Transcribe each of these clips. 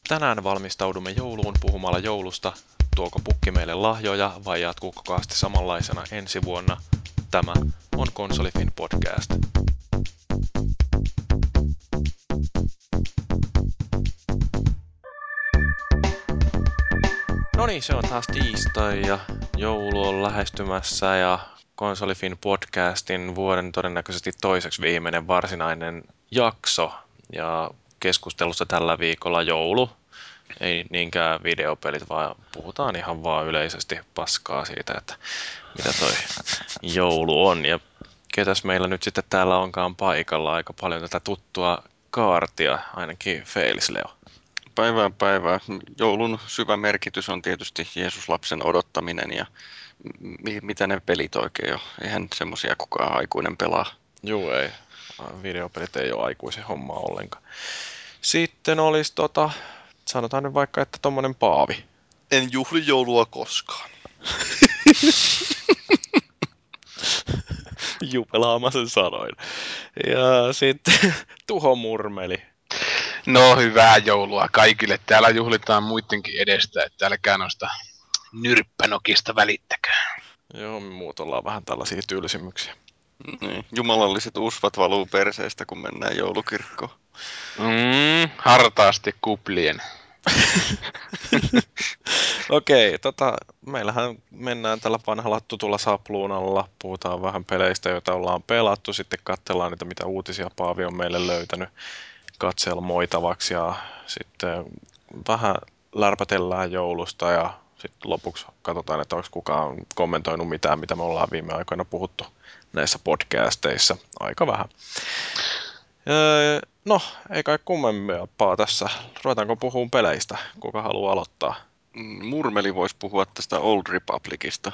Tänään valmistaudumme jouluun puhumalla joulusta. Tuoko pukki meille lahjoja vai jatkuuko kaasti samanlaisena ensi vuonna? Tämä on Konsolifin podcast. No niin, se on taas tiistai ja joulu on lähestymässä ja Konsolifin podcastin vuoden todennäköisesti toiseksi viimeinen varsinainen jakso. Ja keskustelussa tällä viikolla joulu. Ei niinkään videopelit, vaan puhutaan ihan vaan yleisesti paskaa siitä, että mitä toi joulu on. Ja ketäs meillä nyt sitten täällä onkaan paikalla aika paljon tätä tuttua kaartia, ainakin Feelis Leo. Päivää. Joulun syvä merkitys on tietysti Jeesus-lapsen odottaminen ja mitä ne pelit oikein on. Eihän semmosia kukaan aikuinen pelaa. Juu, ei. Videopelit ei ole aikuisen hommaa ollenkaan. Sitten olisi sanotaan nyt vaikka, että tommonen Paavi. En juhli joulua koskaan. Jupelaamasen sanoin. Ja sitten Tuho Murmeli. No, hyvää joulua kaikille. Täällä juhlitaan muidenkin edestä, että älkää noista nyrppänokista välittäkö. Joo, me muut ollaan vähän tällaisia tylsimyksiä. Niin. Jumalalliset usvat valuu perseestä, kun mennään joulukirkkoon. Hartaasti kuplien. Okei, meillähän mennään tällä vanhalla tutulla sapluunalla. Puhutaan vähän peleistä, joita ollaan pelattu. Sitten katsellaan niitä, mitä uutisia Paavi on meille löytänyt katselmoitavaksi. Ja sitten vähän lärpätellään joulusta ja sitten lopuksi katsotaan, että onko kukaan kommentoinut mitään, mitä me ollaan viime aikoina puhuttu näissä podcasteissa. Aika vähän. No, ei kai kummempaa tässä. Ruvetaanko puhumaan peleistä? Kuka haluaa aloittaa? Murmeli voisi puhua tästä Old Republicista.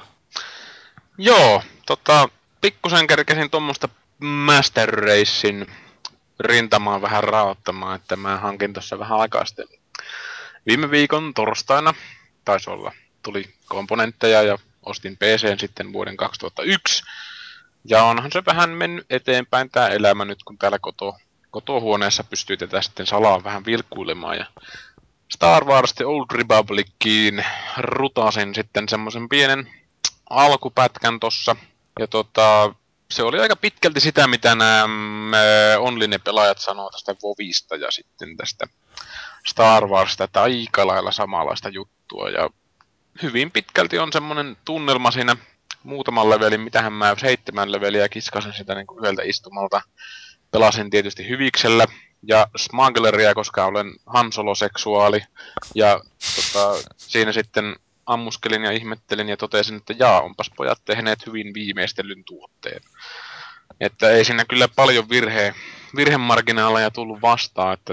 Joo, pikkusen kerkesin tuommoista Master Racein rintamaa vähän raottamaan, että mä hankin tuossa vähän aikaa sitten. Viime viikon torstaina taisi olla, tuli komponentteja ja ostin PC:n sitten vuoden 2001. Ja onhan se vähän mennyt eteenpäin tää elämä nyt, kun täällä kotohuoneessa pystyy tätä sitten salaa vähän vilkkuilemaan. Ja Star Wars The Old Republiciin rutasin sitten semmoisen pienen alkupätkän tossa. Ja se oli aika pitkälti sitä, mitä nämä online-pelaajat sanoo tästä Vovista ja sitten tästä Star Warsista, että aika lailla samanlaista juttua. Ja hyvin pitkälti on semmonen tunnelma siinä muutaman levelin, mitähän mä 7 leveliä kiskasin sitä niin kuin yhdeltä istumalta. Pelasin tietysti hyviksellä ja smuggleria, koska olen Han Solo-seksuaali. Ja siinä sitten ammuskelin ja ihmettelin ja totesin, että onpas pojat tehneet hyvin viimeistellyn tuotteen. Että ei siinä kyllä paljon virhemarginaaleja tullut vastaan, että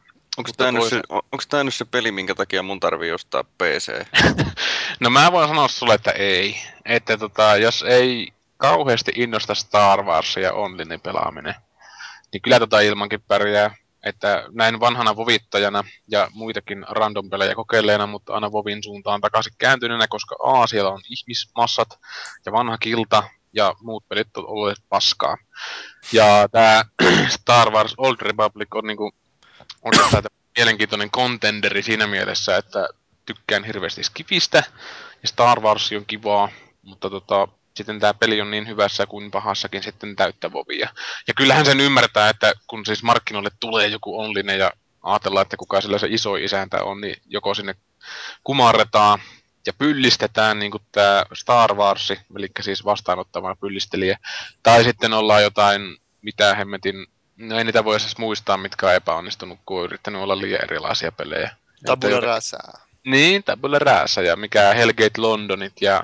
Onko tää nyt se peli, minkä takia mun tarvii ostaa PC? No mä voin sanoa sulle, että ei. Että jos ei kauheasti innosta Star Warsia online pelaaminen, niin kyllä ilmankin pärjää. Että näin vanhana vovittajana ja muitakin random-pelejä kokeilleena, mutta aina vovin suuntaan takaisin kääntyneenä, koska siellä on ihmismassat ja vanha kilta ja muut pelit on olleet paskaa. Ja tää Star Wars Old Republic on niinku oikeastaan mielenkiintoinen contenderi siinä mielessä, että tykkään hirveästi skifistä ja Star Wars on kivaa, mutta sitten tämä peli on niin hyvässä kuin pahassakin sitten täyttä vovia. Ja kyllähän sen ymmärtää, että kun siis markkinoille tulee joku onlinen ja ajatellaan, että kuka sillä se iso isäntä on, niin joko sinne kumarretaan ja pyllistetään niin kuin tämä Star Wars, eli siis vastaanottava pyllistelijä, tai sitten ollaan jotain, mitä hemmetin, no ei niitä voi edes muistaa, mitkä on epäonnistunut, kun on yrittänyt olla liian erilaisia pelejä. Tabula rasa. Niin, Tabula rasa ja mikä Hellgate Londonit ja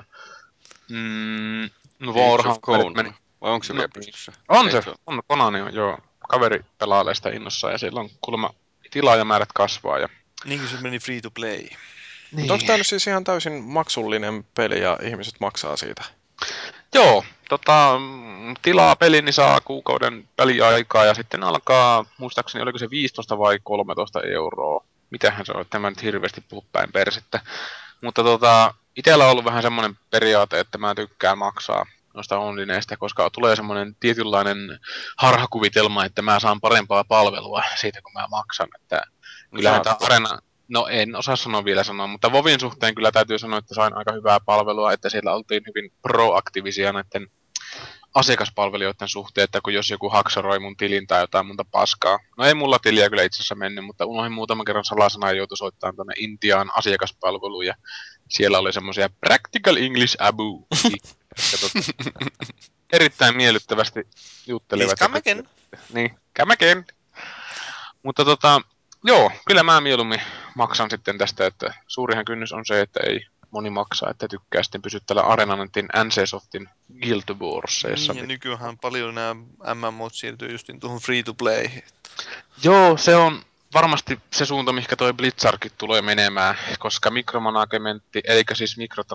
Warhammer. Vai onko se vielä pystyssä? On Konami on, joo. Kaveri pelailee sitä innossaan ja sillä on kuulemma tilaajamäärät kasvaa. Ja niin kuin se meni free to play. Niin. Mutta onko tämä nyt siis ihan täysin maksullinen peli ja ihmiset maksaa siitä? Joo, tilaa pelin, niin saa kuukauden peliaikaa ja sitten alkaa, muistaakseni oliko se 15 vai 13 euroa. Mitähän se on, että mä nyt hirveästi puhu päin persettä. Mutta itellä on ollut vähän semmoinen periaate, että mä tykkään maksaa noista onlineista, koska tulee semmoinen tietynlainen harhakuvitelma, että mä saan parempaa palvelua siitä, kun mä maksan. Että kyllähän tämä No en osaa sanoa vielä sanoa, mutta Vovin suhteen kyllä täytyy sanoa, että sain aika hyvää palvelua, että siellä oltiin hyvin proaktiivisia näiden asiakaspalvelijoiden suhteen, että kun jos joku hakseroi mun tilin tai jotain muuta paskaa. No ei mulla tiliä kyllä itse asiassa mennyt, mutta unohdin muutaman kerran salasanaa ja joutui soittamaan tuonne Intiaan asiakaspalveluun ja siellä oli semmoisia Practical English Abu. Erittäin miellyttävästi juttelivat. Please come again. Niin, come again. Mutta joo, kyllä mä mieluummin maksan sitten tästä, että suurihan kynnys on se, että ei moni maksaa, että tykkää sitten pysyä täällä Arenantin NC-softin Guild Warsseissa. Niin, ja nykyään paljon nämä MMOt siirtyy justiin tuohon free to play. Joo, se on varmasti se suunta, mihinkä toi Blitzarkin tulee menemään, koska mikromanagementti, eli siis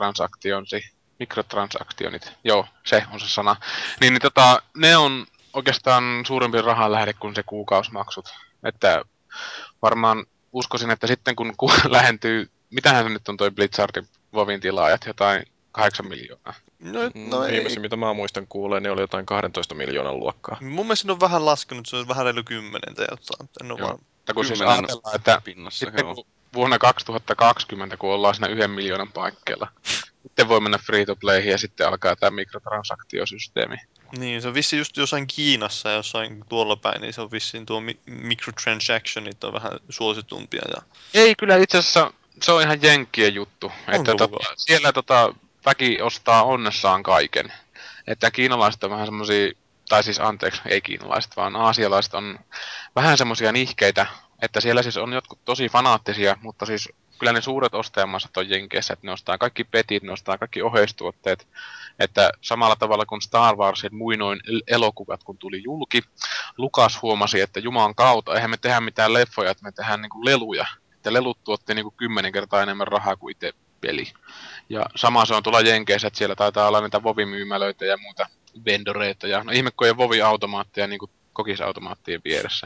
mikrotransaktionit, joo, se on se sana, niin ne on oikeastaan suurempi rahan lähde kuin se kuukausimaksut. Että varmaan uskoisin, että sitten kun lähentyy, mitähän se nyt on toi Blitzardin Vovin tilaajat, jotain 8 miljoonaa. No Viimeisin, ei. mitä mä muistan kuulee, niin oli jotain 12 miljoonan luokkaa. Mun mielestä ne on vähän laskenut, se on vähän reilu 10 tai jotain. En ole Joo. vaan. Mutta kun siis 10 ajatellaan, että pinnassa, sitten joo. kun vuonna 2020, kun ollaan siinä 1 miljoonan paikkeilla, sitten voi mennä free to playhin ja sitten alkaa tämä mikrotransaktiosysteemi. Niin, se on vissiin just jossain Kiinassa ja jossain tuolla päin, niin se on vissiin tuo microtransactionit on vähän suositumpia. Ja... Ei, kyllä itse asiassa se on ihan jenkkien juttu. Että mukaan? siellä väki ostaa onnessaan kaiken. Että kiinalaiset on vähän semmosia, tai siis anteeksi, ei kiinalaiset, vaan aasialaiset on vähän semmosia nihkeitä, että siellä siis on jotkut tosi fanaattisia, mutta siis kyllä ne suuret ostajamassat on Jenkeissä, että ne ostaa kaikki petit, ne ostaa kaikki oheistuotteet, että samalla tavalla kuin Star Warsin muinoin elokuvat, kun tuli julki, Lukas huomasi, että Jumalan kautta, eihän me tehdä mitään leffoja, että me tehdään niinku leluja, että lelut tuotti niinku 10 kertaa enemmän rahaa kuin itse peli. Ja sama se on tuolla Jenkeissä, että siellä taitaa olla niitä Vovi-myymälöitä ja muuta vendoreita, ja no ihme, kun ei Vovi-automaatteja niinku kokisautomaattien vieressä.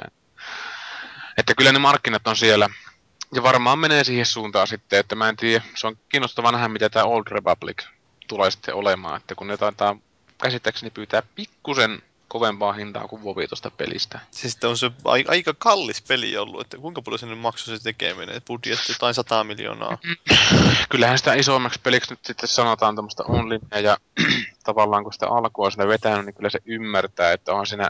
Että kyllä ne markkinat on siellä. Ja varmaan menee siihen suuntaan sitten, että mä en tiedä, se on kiinnostava nähdä, mitä tämä Old Republic tulee sitten olemaan, että kun ne taitaa käsittääkseni pyytää pikkusen kovempaa hintaa kuin Vovi tuosta pelistä. Siis on se aika kallis peli ollut, että kuinka paljon se nyt maksoi se tekeminen, budjetti jotain 100 miljoonaa. Kyllähän sitä isommaksi peliksi nyt sitten sanotaan tämmöistä onlinea ja tavallaan kun sitä alkua on siinä vetänyt, niin kyllä se ymmärtää, että on siinä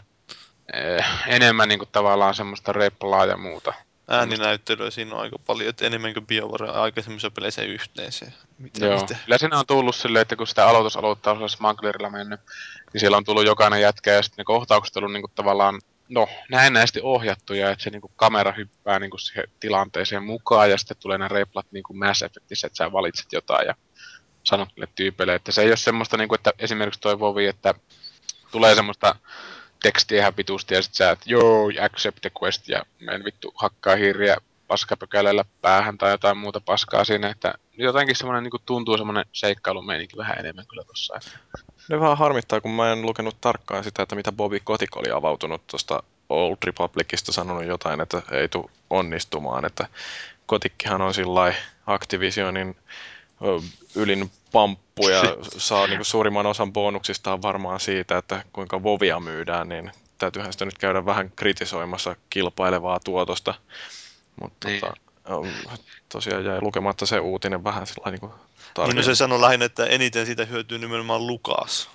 enemmän niin kuin tavallaan semmoista replaa ja muuta. Ääninäyttelyä siinä on aika paljon, että enemmän kuin BioWare aikaisemmissa peleissä yhteensä. Joo, kyllä siinä on tullut silleen, että kun sitä aloittaa on Smugglerilla mennyt, niin siellä on tullut jokainen jätkä ja sitten ne kohtaukset on ollut niinku tavallaan, no näennäisesti ohjattuja, että se niinku kamera hyppää niinku siihen tilanteeseen mukaan ja sitten tulee nämä replat niinku Mass Effectissä, että sä valitset jotain ja sanot niille tyypeille, että se ei ole semmoista niinku, että esimerkiksi toi Vovi, että tulee semmoista tekstiä ihan vitusti ja sit sä, että joo, accept the quest ja menen vittu hakkaa hiiriä paskapökälällä päähän tai jotain muuta paskaa siinä, että jotenkin semmoinen niin tuntuu semmoinen seikkailumeininki vähän enemmän kyllä tossa. Ne vähän harmittaa, kun mä en lukenut tarkkaan sitä, että mitä Bobby Kotick oli avautunut tuosta Old Republicista, sanonut jotain, että ei tule onnistumaan, että Kotikkihan on sillai Activisionin ylin pamppu ja saa niinku suurimman osan bonuksistaan varmaan siitä, että kuinka Vovia myydään, niin täytyyhän sitä nyt käydä vähän kritisoimassa kilpailevaa tuotosta. Mutta Niin. tosiaan jäi lukematta se uutinen vähän sillä niin Niin no se sanoi lähinnä, että eniten siitä hyötyy nimenomaan Lukas.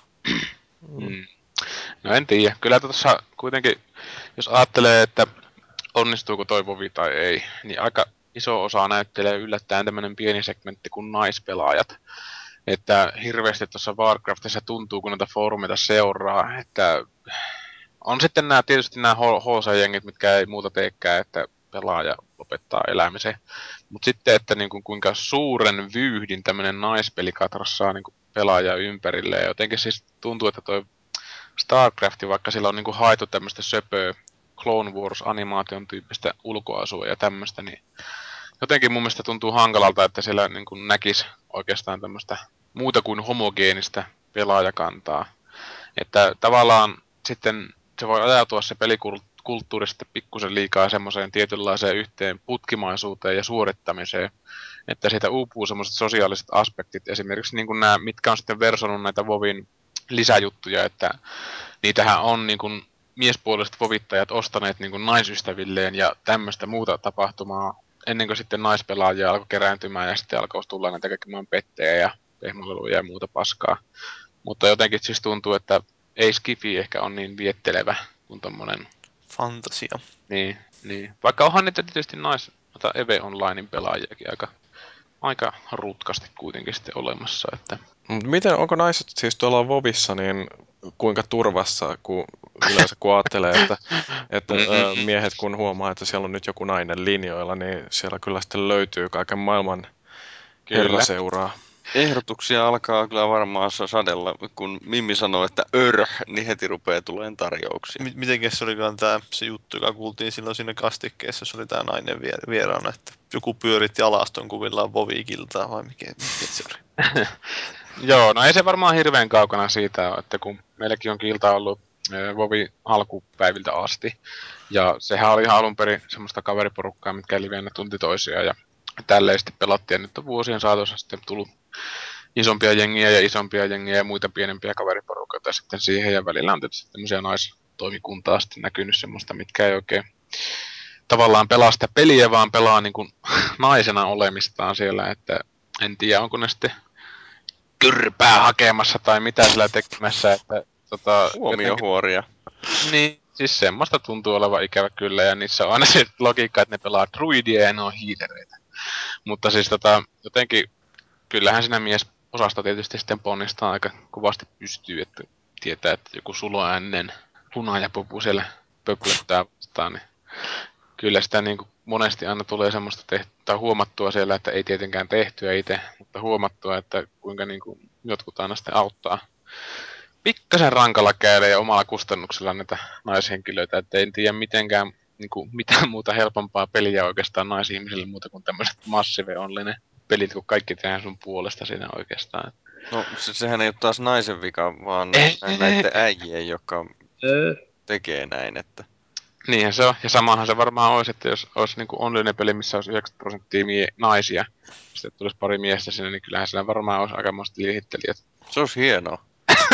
No en tiedä. Kyllä tuossa kuitenkin, jos ajattelee, että onnistuuko toi Vovi tai ei, niin aika iso osa näyttelee yllättäen tämmöinen pieni segmentti kuin naispelaajat. Että hirveästi tuossa Warcraftissa tuntuu, kun näitä foorumeita seuraa, että on sitten tietysti nämä HC-jengit, mitkä ei muuta teekään, että pelaaja lopettaa elämisen. Mutta sitten, että niinku kuinka suuren vyyhdin tämmöinen naispelikatrass saa niinku pelaajaa ympärille. Ja jotenkin siis tuntuu, että toi StarCraft, vaikka sillä on niinku haettu tämmöistä söpöä Clone Wars-animaation tyyppistä ulkoasua ja tämmöistä, niin jotenkin mun mielestä tuntuu hankalalta, että siellä niinku näkisi oikeastaan tämmöistä muuta kuin homogeenistä pelaajakantaa. Että tavallaan sitten se voi ajautua se pelikulttuuri sitten pikkusen liikaa semmoiseen tietynlaiseen yhteen putkimaisuuteen ja suorittamiseen, että siitä uupuu semmoiset sosiaaliset aspektit, esimerkiksi niin kuin nämä, mitkä on sitten versonut näitä Vovin lisäjuttuja, että niitähän on niin kuin miespuoliset vovittajat ostaneet niin kuin naisystävilleen ja tämmöistä muuta tapahtumaa ennen kuin sitten naispelaajia alkoi kerääntymään ja sitten alkoi tulla näitä tekemään pettejä ja pehmoleluja ja muuta paskaa. Mutta jotenkin siis tuntuu, että ei Skifi ehkä on niin viettelevä kuin tommonen. Fantasia. Niin. Vaikka onhan niitä tietysti Eve Onlinein pelaajiakin aika rutkasti kuitenkin sitten olemassa, että Mut miten, onko naiset siis tuolla Vovissa niin kuinka turvassa, kun yleensä kun ajattelee, että miehet kun huomaa, että siellä on nyt joku nainen linjoilla, niin siellä kyllä sitten löytyy kaiken maailman Kyllä. herraseuraa. Ehdotuksia alkaa kyllä varmaan sadella, kun Mimmi sanoo, että niin heti rupeaa tulemaan tarjouksia. Mitenkäs se olikaan se juttu, joka kuultiin silloin siinä kastikkeessa, jos oli tämä nainen vieraana, että joku pyöritti alaston kuvillaan Vovikiltaa vai mikä se oli? Joo, no ei se varmaan hirveän kaukana siitä ole, että kun meilläkin on kilta ollut Vovi alkupäiviltä asti. Ja sehän oli ihan alun perin semmoista kaveriporukkaa, mitkä livenä tunti toisiaan ja tälleen sitten pelattiin. Ja nyt on vuosien saatossa sitten tullut isompia jengiä ja muita pienempiä kaveriporukoita sitten siihen. Ja välillä on tietysti tämmöisiä naistoimikuntaa sitten näkynyt semmoista, mitkä ei oikein tavallaan pelaa sitä peliä, vaan pelaa niin kuin naisena olemistaan siellä. Että en tiedä, onko ne sitten kyrpää hakemassa tai mitä sillä tekemässä, että Huomiohuoria. niin, siis semmoista tuntuu olevan ikävä kyllä, ja niissä on aina se logiikka, että ne pelaa druidia ja ne on hiilereitä. Mutta siis jotenkin, kyllähän siinä osasta tietysti sitten ponnistaa aika kovasti pystyy, että tietää, että joku suloäänen hunajapupu siellä pöplöttää vastaan, niin kyllä sitä niin kuin monesti aina tulee semmoista tai huomattua siellä, että ei tietenkään tehtyä itse, mutta huomattua, että kuinka niin kuin jotkut aina sitten auttaa pikkasen rankalla käydä ja omalla kustannuksella näitä naishenkilöitä, että en tiedä mitenkään niin kuin, mitään muuta helpompaa peliä oikeastaan naisihmisille muuta kuin tämmöiset massive online pelit, kun kaikki tehdään sun puolesta siinä oikeastaan. No sehän ei ole taas naisen vika, vaan näiden äijien, jotka tekee näin, että Niinhän se on, ja samahan se varmaan olisi, että jos olisi niin online-peli, missä olisi 90% naisia, ja sitten tulisi pari miestä sinne, niin kyllähän siellä varmaan olisi aikamoiset liihittelijät. se olisi hienoa.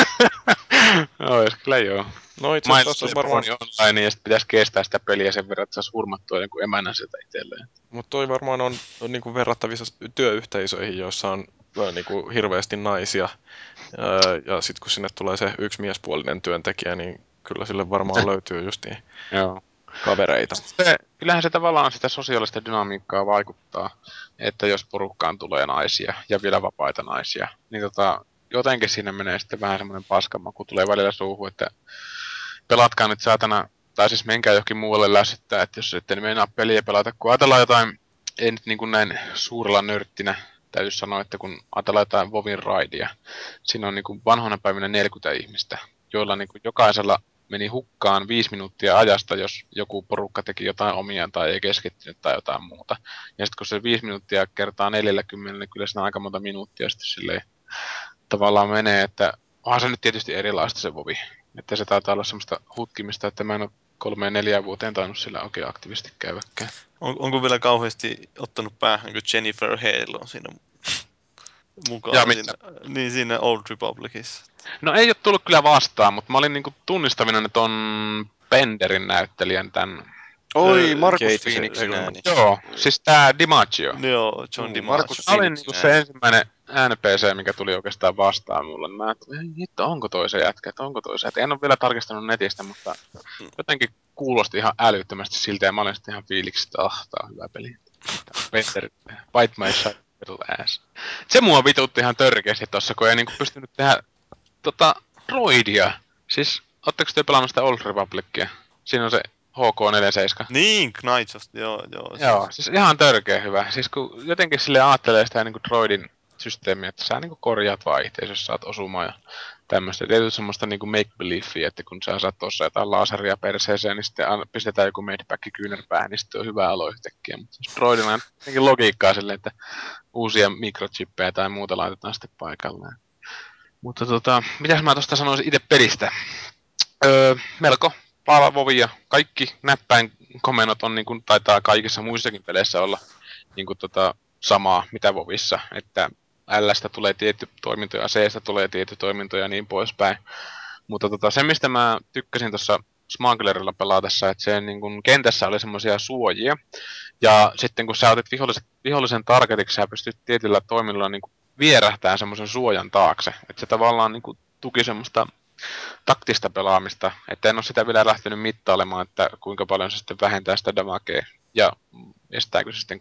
Olisi kyllä joo. No itse asiassa tuossa varmaan, online, ja sitten pitäisi kestää sitä peliä sen verran, että saisi hurmattua jonkun emännän sieltä itselleen. mutta toi varmaan on niin kuin verrattavissa työyhteisöihin, joissa on niin kuin hirveästi naisia. Ja sitten kun sinne tulee se yksi miespuolinen työntekijä, niin kyllä sille varmaan löytyy justiin Joo. kavereita. Kyllähän se tavallaan sitä sosiaalista dynamiikkaa vaikuttaa, että jos porukkaan tulee naisia ja vielä vapaita naisia, niin jotenkin siinä menee sitten vähän semmoinen paskamaku, tulee välillä suuhun, että pelatkaa nyt saatana, tai siis menkää johonkin muualle läsyttää, että jos ette meinaa peliä pelata, kun ajatellaan jotain, ei nyt niin kuin näin suurella nörttinä, täytyy sanoa, että kun ajatellaan jotain Vovin raidia, siinä on niin kuin vanhana päivänä 40 ihmistä, joilla niin kuin jokaisella meni hukkaan 5 minuuttia ajasta, jos joku porukka teki jotain omia tai ei keskittynyt tai jotain muuta. Ja sitten kun se 5 minuuttia kertaa 40, niin kyllä siinä aika monta minuuttia sitten silleen tavallaan menee, että onhan se nyt tietysti erilaista se Vovi. Että se taitaa olla semmoista hutkimista, että mä en ole 3-4 vuoteen tainnut sillä oikein aktiivisesti käyväkään. Onko vielä kauheasti ottanut päähän, kun Jennifer Hale on siinä mukaan Ja siinä Old Republicissa? No ei ole tullut kyllä vastaan, mutta mä olin niinku tunnistavinen ton Benderin näyttelijän tän. Oi, Markus Katie, Phoenixin ääni. Joo, siis tää DiMaggio. Joo, John Juu, DiMaggio. Markus Mä olin Phoenixin niinku se ääni. ensimmäinen NPC, mikä tuli oikeastaan vastaan mulle. Mä ajattelin, hitto, onko toi se jätkä, että onko toi se. En ole vielä tarkistanut netistä, mutta jotenkin kuulosti ihan älyttömästi siltä ja mä olin sitten ihan fiiliksi, että tää on hyvä peli. Bender, bite my shit little ass. Se mua vitutti ihan törkeästi tossa, kun ei niinku pystynyt tehdä droidia. Siis, ootteko te pelannut sitä Old Republicia? Siinä on se HK47. Niin, Knights of, joo. Joo, siis ihan törkeä hyvä. Siis kun jotenkin sille ajattelee sitä niinku droidin systeemiä, että sä niinku korjaat vaan itseäsi, jos saat osumaan ja tämmöistä. Tietysti semmoista niinku make beliefia, että kun sä saat tuossa jotain laseria perseeseen, niin sitten pistetään joku medpack kyynärpäähän, niin sitten on hyvä alo yhtäkkiä. Mutta siis droidina on jotenkin logiikkaa silleen, että uusia mikrochippejä tai muuta laitetaan sitten paikalleen. Mutta mitäs mä tosta sanoisin itse pelistä? Melko palvovia. Kaikki näppäin komennot on niin kuin taitaa kaikissa muissakin peleissä olla niin kuin samaa, mitä Vovissa. Että L:stä tulee tietty toiminto ja C:stä tulee tietty toiminto ja niin poispäin. Mutta se, mistä mä tykkäsin tuossa smugglerilla pelatessa, että se niin kuin kentässä oli semmoisia suojia. Ja sitten kun sä otit vihollisen targetiksi, sä pystyt tietyllä toimilla niin kuin vierähtää semmoisen suojan taakse. Että se tavallaan niin kuin tuki semmoista taktista pelaamista. Että en ole sitä vielä lähtenyt mittailemaan, että kuinka paljon se sitten vähentää sitä damagea. Ja estääkö se sitten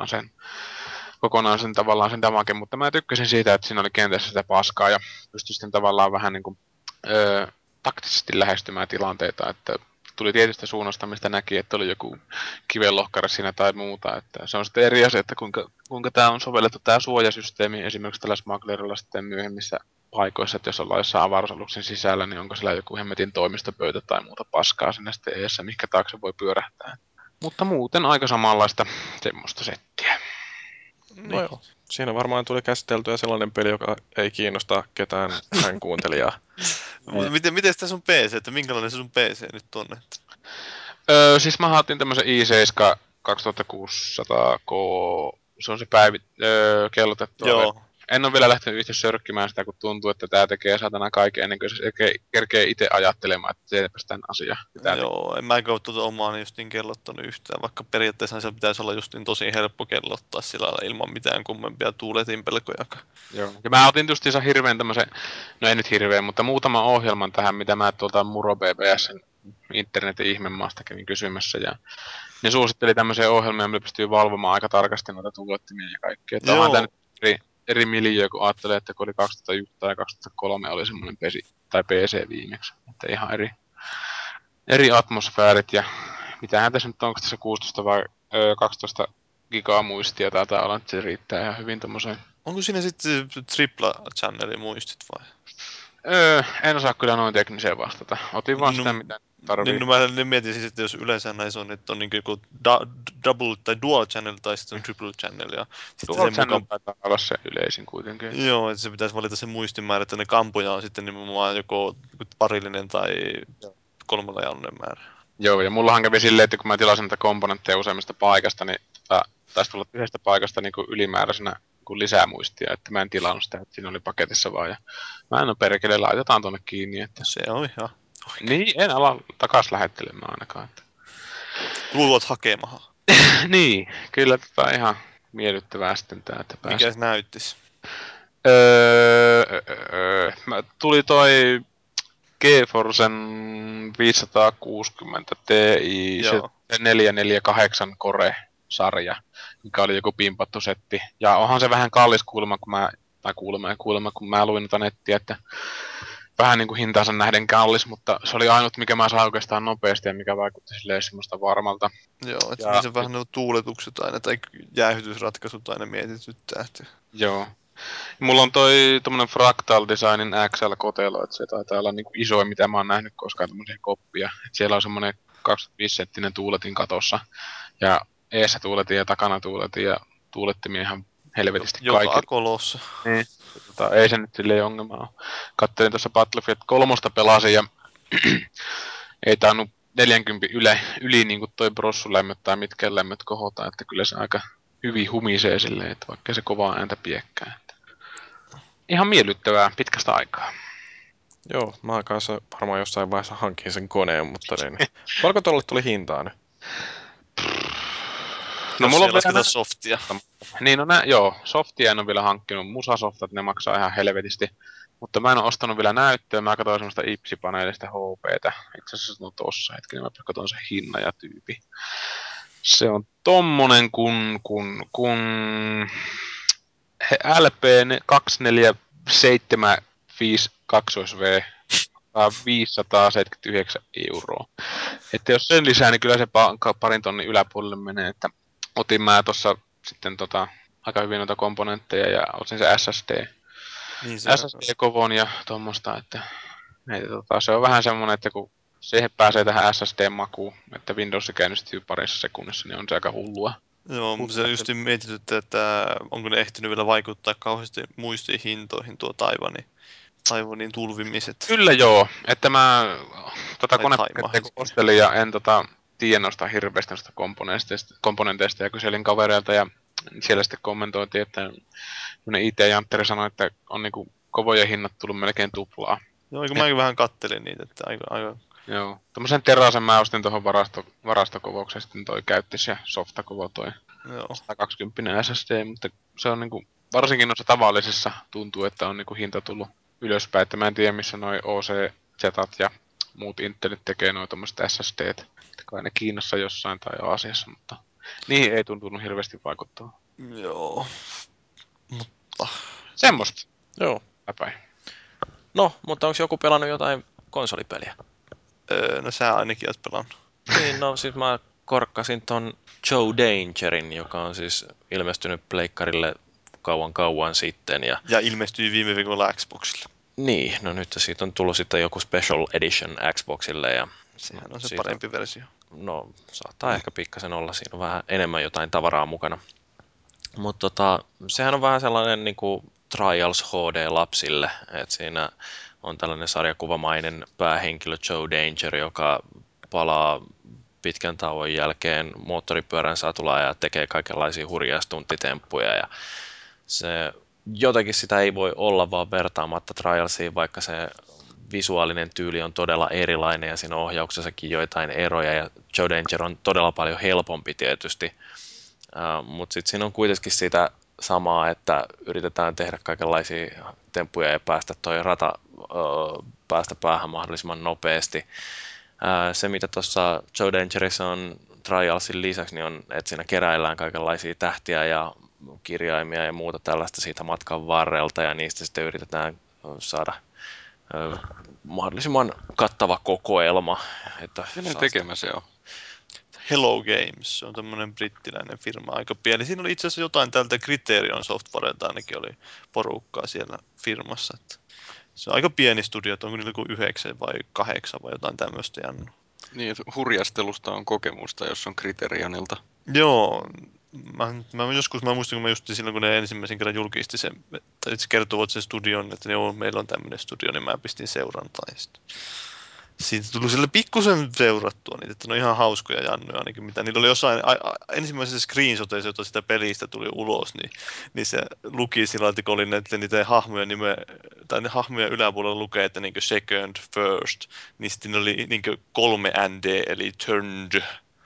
kokonaan sen tavallaan sen damagen, mutta mä tykkäsin siitä, että siinä oli kentässä sitä paskaa ja pystyi sitten tavallaan vähän niin kuin, taktisesti lähestymään tilanteita, että tuli tietystä suunnasta, mistä näki, että oli joku kivenlohkare siinä tai muuta, että se on sitten eri asia, että kuinka tämä on sovellettu tämä suojasysteemi esimerkiksi tällä smugglerilla sitten myöhemmissä paikoissa, että jos ollaan jossain avaruusaluksen sisällä, niin onko siellä joku hemmetin toimistopöytä tai muuta paskaa sinne sitten eessä, mikä taakse voi pyörähtää. Mutta muuten aika samanlaista semmoista settiä. No joo. Siinä varmaan tuli käsiteltyä sellainen peli, joka ei kiinnosta ketään hän kuuntelijaa. Miten sitä sun PC, että minkälainen se sun PC nyt on? Siis mä haatin tämmösen i7 2600K, se on se kellotettua. Joo. En ole vielä lähtenyt itse sörkkimään sitä, kun tuntuu, että tää tekee satana kaiken ennen kuin se kerkee itse ajattelemaan, että teetäpäs tän asian. Joo, en mä käy tuota omaa justiin kellottanut yhtään, vaikka periaatteessa se pitäisi olla justiin tosi helppo kellottaa sillä lailla ilman mitään kummempia tuuletin pelkojakaan. Joo. Ja mä otin justiinsa hirveän tämmösen, no ei nyt hirveän, mutta muutaman ohjelman tähän, mitä mä tuolta Muro BBSn internetin ihmemaasta kävin kysymässä. Ja ne suositteli tämmöisiä ohjelmia, millä pystyy valvomaan aika tarkasti noita tuulettimia ja kaikkea. Että onhan tää nyt eri miljöö, kun ajattelee, että kun oli 2001 tai 2003 oli semmoinen PC viimeksi. Että ihan eri atmosfäärit ja mitähän tässä nyt on, onko tässä 16 vai 12 gigaa muistia taitaa olla, että se riittää ihan hyvin tommoseen. Onko siinä sitten tripla channelin muistit vai? En osaa kyllä noin tekniseen vastata. Otin vaan sitä, mitä tarvii. Niin, no mä mietin siis, että jos yleensä näissä on, että on niin joku double tai dual channel tai sitten on triple channel. Ja sitten Dual sen channel mukaan, taitaa olla se yleisin kuitenkin. joo, että se pitäisi valita se muistimäärä, että ne kampoja on sitten nimenomaan joko parillinen tai kolmella määrä. Joo, ja mullahan kävi silleen, että kun mä tilasin näitä komponentteja useimmista paikasta, niin taisi tulla yhdestä paikasta niin kuin ylimääräisenä niin lisämuistia, että mä en tilannut sitä, että siinä oli paketissa vaan. Ja mä en ole perkele, laitetaan tonne kiinni. Että... Se on ihan Niin, en ala takas lähettelemään ainakaan. Että... Luulet hakemaan. Niin, kyllä ihan miellyttävää sitten tää, että pääsee. Mikä se näyttis? Tuli toi GeForcen 560 Ti, se 448 Core-sarja, mikä oli joku pimpattu setti. Ja onhan se vähän kallis kuulemma, kun mä luin noita nettiä, että vähän niin kuin hintaansa nähden kallis, mutta se oli ainut, mikä mä sain oikeastaan nopeasti ja mikä vaikutti silleen semmoista varmalta. Joo, että niin se vähän ne tuuletukset aina tai jäähytysratkaisut aina mietityttää. Joo. Mulla on toi tommonen Fractal Designin XL-kotelo, että se taitaa olla niinku isoin, mitä mä oon nähnyt koskaan tommosia koppia. Et siellä on semmonen 25-senttinen tuuletin katossa, ja eessä tuuletin ja takana tuuletin ja tuulettimia ihan helvetisti kaikille. Joka kolossa. Niin. Ei se nyt silleen ongelma ole. Kattelin tuossa Battlefield 3 pelasin ja ei tainnut 40 yli niin kuin toi brossulämmöt tai mitkään lämmöt kohota, että kyllä se aika hyvin humisee silleen, että vaikka se kovaa ääntä piekkää. Ihan miellyttävää pitkästä aikaa. Joo, mä kanssa varmaan jossain vaiheessa hankin sen koneen, mutta niin. Paljonko tuolle tuli hintaa nyt? No mulla on vielä softia. Niin, no joo, softia en ole vielä hankkinut. Musasoftat, ne maksaa ihan helvetisti. Mutta mä en ole ostanut vielä näyttöä. Mä katsoin semmoista IPSI-paneelista HPtä. Itse asiassa on tossa hetken. Mä katsoin sen hinnan ja tyypi. Se on tommonen kun LP 2475 2V 579 €. Että jos sen lisää, niin kyllä se parin tonnin yläpuolelle menee. Että otin mä tossa sitten aika hyvin noita komponentteja ja otin se SSD. Niin SSD-kovon ja tommosta, että se on vähän semmonen, että kun siihen pääsee tähän SSD-makuun, että Windows käynnistyy parissa sekunnissa, niin on se aika hullua. Joo, se just mietityttä, että onko ne ehtinyt vielä vaikuttaa kauheasti muistiin hintoihin tuo Taiwanin tulvimiset. Kyllä joo, että mä konepakettia kun ostelin ja en tiedä noista hirveästi noista komponenteista ja kyselin kavereilta ja siellä sitten kommentoitiin, että IT-jantteri sanoi, että on niinku kovojen hinnat tullut melkein tuplaa. Joo, kun mäkin vähän kattelin niitä, että aika Joo. Tämmöisen teräsen mä ostin tuohon varastokuvaukseen, sitten toi käyttis ja softakuva toi Joo. 120 SSD, mutta se on niinku, varsinkin noissa tavallisissa tuntuu, että on niinku hinta tullut ylöspäin, että mä en tiedä missä noi OC-zetat ja muut Intelit tekee noi tommoset SSDt. Kai ne Kiinassa jossain tai Aasiassa, mutta niihin ei tuntunut hirveästi vaikuttavaa. Joo. Mutta Semmosta. Joo. Läpäin. No, mutta onko joku pelannut jotain konsolipeliä? no sä ainakin oot pelannut. Niin, no siis mä korkkasin ton Joe Dangerin, joka on siis ilmestynyt pleikkarille kauan sitten. Ja ilmestyi viime viikolla Xboxille. Niin, no nyt siitä on tullut sitten joku Special Edition Xboxille ja Sehän on se siitä parempi versio. no saattaa ehkä pikkasen olla, siinä on vähän enemmän jotain tavaraa mukana. Mutta sehän on vähän sellainen niinku Trials HD lapsille, että siinä on tällainen sarjakuvamainen päähenkilö Joe Danger, joka palaa pitkän tauon jälkeen moottoripyörän satulaan ja tekee kaikenlaisia hurjia stunttitemppuja ja se jotenkin sitä ei voi olla vaan vertaamatta Trialsiin, vaikka se visuaalinen tyyli on todella erilainen ja siinä ohjauksessakin joitain eroja ja Joe Danger on todella paljon helpompi tietysti, mutta sitten siinä on kuitenkin sitä samaa, että yritetään tehdä kaikenlaisia temppuja ja päästä toi rata päästä päähän mahdollisimman nopeasti. Se, mitä tuossa Joe Dangerissa on Trialsin lisäksi, niin on, että siinä keräillään kaikenlaisia tähtiä ja kirjaimia ja muuta tällaista siitä matkan varrelta, ja niistä sitten yritetään saada mahdollisimman kattava kokoelma. Että Kenen tekemä se on? Hello Games, se on tämmöinen brittiläinen firma, aika pieni. Siinä oli itse asiassa jotain tältä Criterion Softwarelta ainakin oli porukkaa siellä firmassa. Että se on aika pieni studio, onko niillä kuin 9 vai 8 vai jotain tämmöistä Jannu. Niin, että hurjastelusta on kokemusta, jos on Criterionilta. Joo, mä muistin, kun mä just silloin, kun ne ensimmäisen kerran julkisti sen, että se kertovat sen studion, että joo, meillä on tämmöinen studio, niin mä pistin seurantaan. Ja siitä tuli sille pikkusen seurattua niitä, että ne on ihan hauskoja Jannuja ainakin, mitä niillä oli jossain ensimmäisessä screenshoteissa, jota sitä pelistä tuli ulos, niin se luki sillä että kun oli niitä hahmoja tai ne hahmoja yläpuolella lukee, että niinkö second, first, niin sitten ne oli niinkö 3ND, eli turned.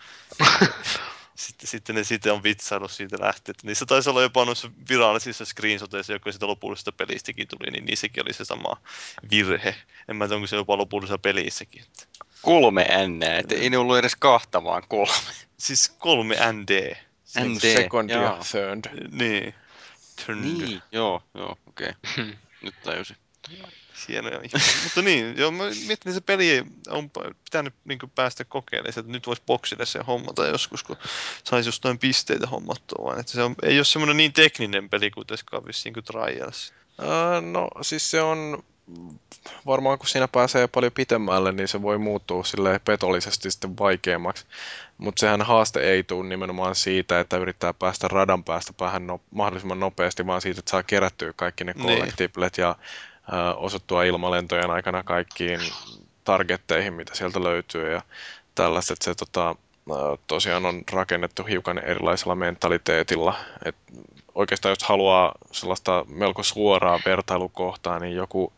Sitten ne siitä on vitsailut siitä lähtien. Niissä taisi olla jopa noissa virallisissa screenshoteissa, jotka sitä lopullisesta pelistäkin tuli, niin niissäkin oli se sama virhe. En mä tiedä, onko se jopa lopullisessa pelissäkin. 3 N, että ei ne ollut edes kahta, vaan 3. Siis 3ND. niin kuin ND, second ja jaa. third. Niin. Turned. Niin, joo, okei. Nyt tajusin. Hienoja ihmisiä. Mutta niin, joo, mä mietin, että se peli on pitänyt niin päästä kokeilemaan, että nyt voisi boksille sen hommata joskus, kun saisi jostain pisteitä hommattua, vaan että se ei ole semmoinen niin tekninen peli kuitenkaan vissiin kuin Trials. No siis se on varmaan kun siinä pääsee paljon pitemmälle, niin se voi muuttua silleen petollisesti sitten vaikeammaksi. Mutta sehän haaste ei tule nimenomaan siitä, että yrittää päästä radan päästä päähän mahdollisimman nopeasti, vaan siitä, että saa kerättyä kaikki ne collectiblet ja osuttua ilmalentojen aikana kaikkiin targetteihin, mitä sieltä löytyy ja tällaista. Että se tosiaan on rakennettu hiukan erilaisella mentaliteetilla. Et oikeastaan jos haluaa sellaista melko suoraa vertailukohtaa, niin joku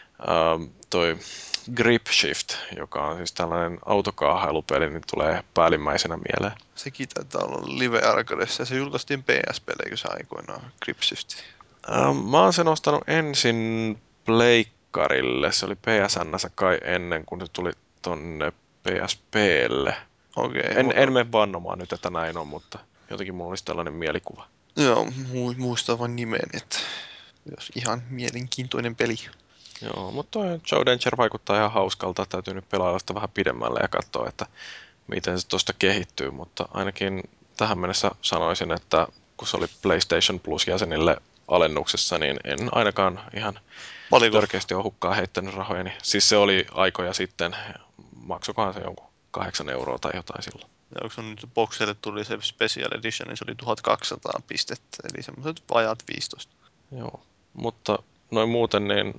toi Grip Shift, joka on siis tällainen autokaahailupeli, niin tulee päällimmäisenä mieleen. Sekin taitaa olla Live Arcadessa ja se julkaistiin PS-peleikö aikoinaan, Gripshift. Mä oon sen ostanut ensin pleikkarille, se oli PSN:ssä kai ennen kuin se tuli tonne PSPlle. Okei. En mene vannomaan nyt, että näin on, mutta jotenkin mulla olisi tällainen mielikuva. Joo, muistaa vain nimen, että jos ihan mielenkiintoinen peli. Joo, mutta toi Joe Danger vaikuttaa ihan hauskalta. Täytyy nyt pelailla sitä vähän pidemmälle ja katsoa, että miten se tuosta kehittyy. Mutta ainakin tähän mennessä sanoisin, että kun se oli PlayStation Plus-jäsenille alennuksessa, niin en ainakaan ihan törkeästi ole hukkaan heittänyt rahojani. Siis se oli aikoja sitten, maksokohan se jonkun 8 euroa tai jotain silloin. Ja onko nyt boxille tuli se Special Edition, niin se oli 1200 pistettä, eli semmoiset vajaat 15. Joo, mutta noin muuten niin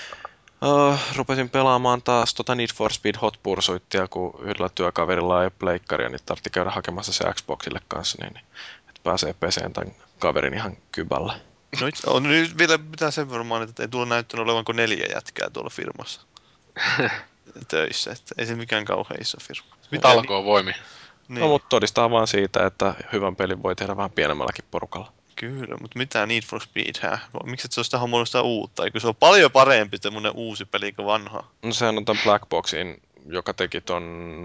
rupesin pelaamaan taas Need for Speed Hot Pursuitia, kun yhdellä työkaverilla ei pleikkaria, niin tarvitsi käydä hakemassa se Xboxille kanssa, niin että pääsee peseen tämän kaverin ihan kybällä. No nyt vielä pitää sen verran mainita, että ei tuolla näyttänyt olevan kuin 4 jätkää tuolla firmassa. töissä, että ei se mikään kauhean iso firma. Talkoo voimi. Niin, No, mutta todistaa vaan siitä, että hyvän pelin voi tehdä vähän pienemmälläkin porukalla. kyllä, mutta mitä Need for Speed, miksi et se olisi tähän sitä uutta? Eikö se ole paljon parempi tämmönen uusi peli kuin vanha? No sehän on tämän Black Boxin, joka teki ton,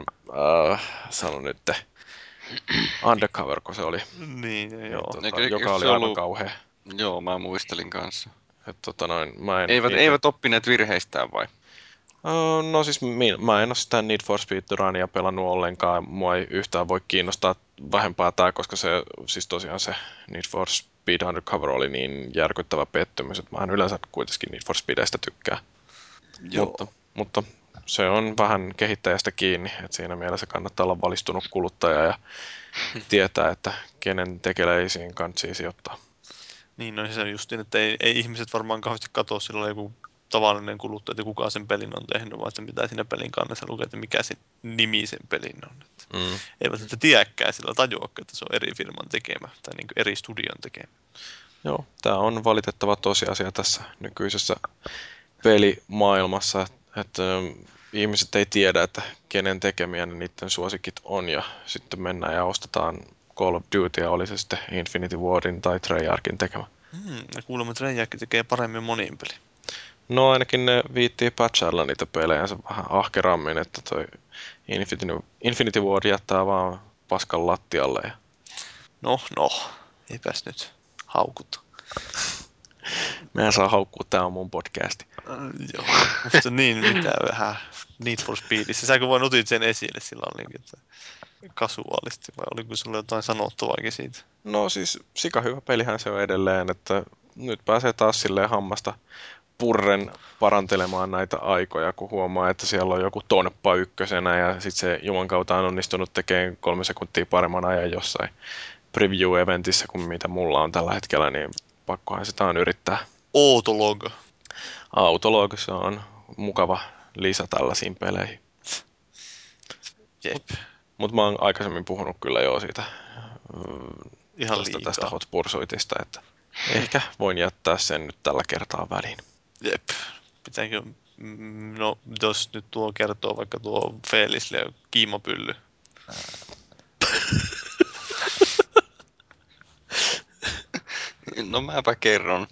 sano nyt, Undercover, kun se oli, Niin, joo. Eikö joka oli se aivan ollut... kauhea. Joo, mä muistelin kanssa. Mä en Eivät oppineet virheistään vai? No siis mä en ole sitä Need for Speed Runia pelannut ollenkaan. Mua ei yhtään voi kiinnostaa vähempää tää, koska se, siis tosiaan se Need for Speed Undercover oli niin järkyttävä pettymys, että mä en yleensä kuitenkin Need for Speedistä tykkää. Joo. Mutta se on vähän kehittäjästä kiinni, että siinä mielessä kannattaa olla valistunut kuluttaja ja tietää, että kenen tekeleisiin kantsii sijoittaa. Niin, no se on justiin, että ei ihmiset varmaan kauheasti katsoa silloin joku tavallinen kuluttaja, että kuka sen pelin on tehnyt, vaan että mitä siinä pelin kannessa lukee, että mikä se nimi sen pelin on. Että eivät sitä tiedäkään sillä tajuakaan, että se on eri firman tekemä tai niin eri studion tekemä. Joo, tämä on valitettava tosiasia tässä nykyisessä pelimaailmassa, että ihmiset ei tiedä, että kenen tekemiä ne niiden suosikit on, ja sitten mennään ja ostetaan Call of Dutyä, oli se sitten Infinity Wardin tai Treyarchin tekemä. Ja kuulemma, että Treyarch tekee paremmin moniin peliin. No ainakin ne viittii patchailla niitä pelejänsä vähän ahkerammin, että toi Infinity Ward jättää vaan paskan lattialle. Ja No, eipäs nyt haukuta. mehän saa haukkua, tää on mun podcasti. Joo, musta niin mitään vähän Need for Speedissä. Sä kun vain otit sen esille sillä oli että kasuaalisti, vai oliko sulla jotain sanottavaakin siitä? No siis sika hyvä pelihän se on edelleen, että nyt pääsee taas silleen hammasta purren parantelemaan näitä aikoja, kun huomaa, että siellä on joku tonppa ykkösenä ja sitten se Juman kautta on onnistunut tekemään 3 sekuntia paremman ajan jossain preview-eventissä kuin mitä mulla on tällä hetkellä, niin pakkohan sitä on yrittää. Autolog. Autolog, se on mukava lisä tällaisiin peleihin. Jep. Mutta mä oon aikaisemmin puhunut kyllä jo siitä Ihan liikaa. tästä Hot Pursuitista, että ehkä voin jättää sen nyt tällä kertaa väliin. Jep. Pitääkö, no jos nyt tuo kertoo vaikka tuo Felisle kiimapylly. No mäpä kerron.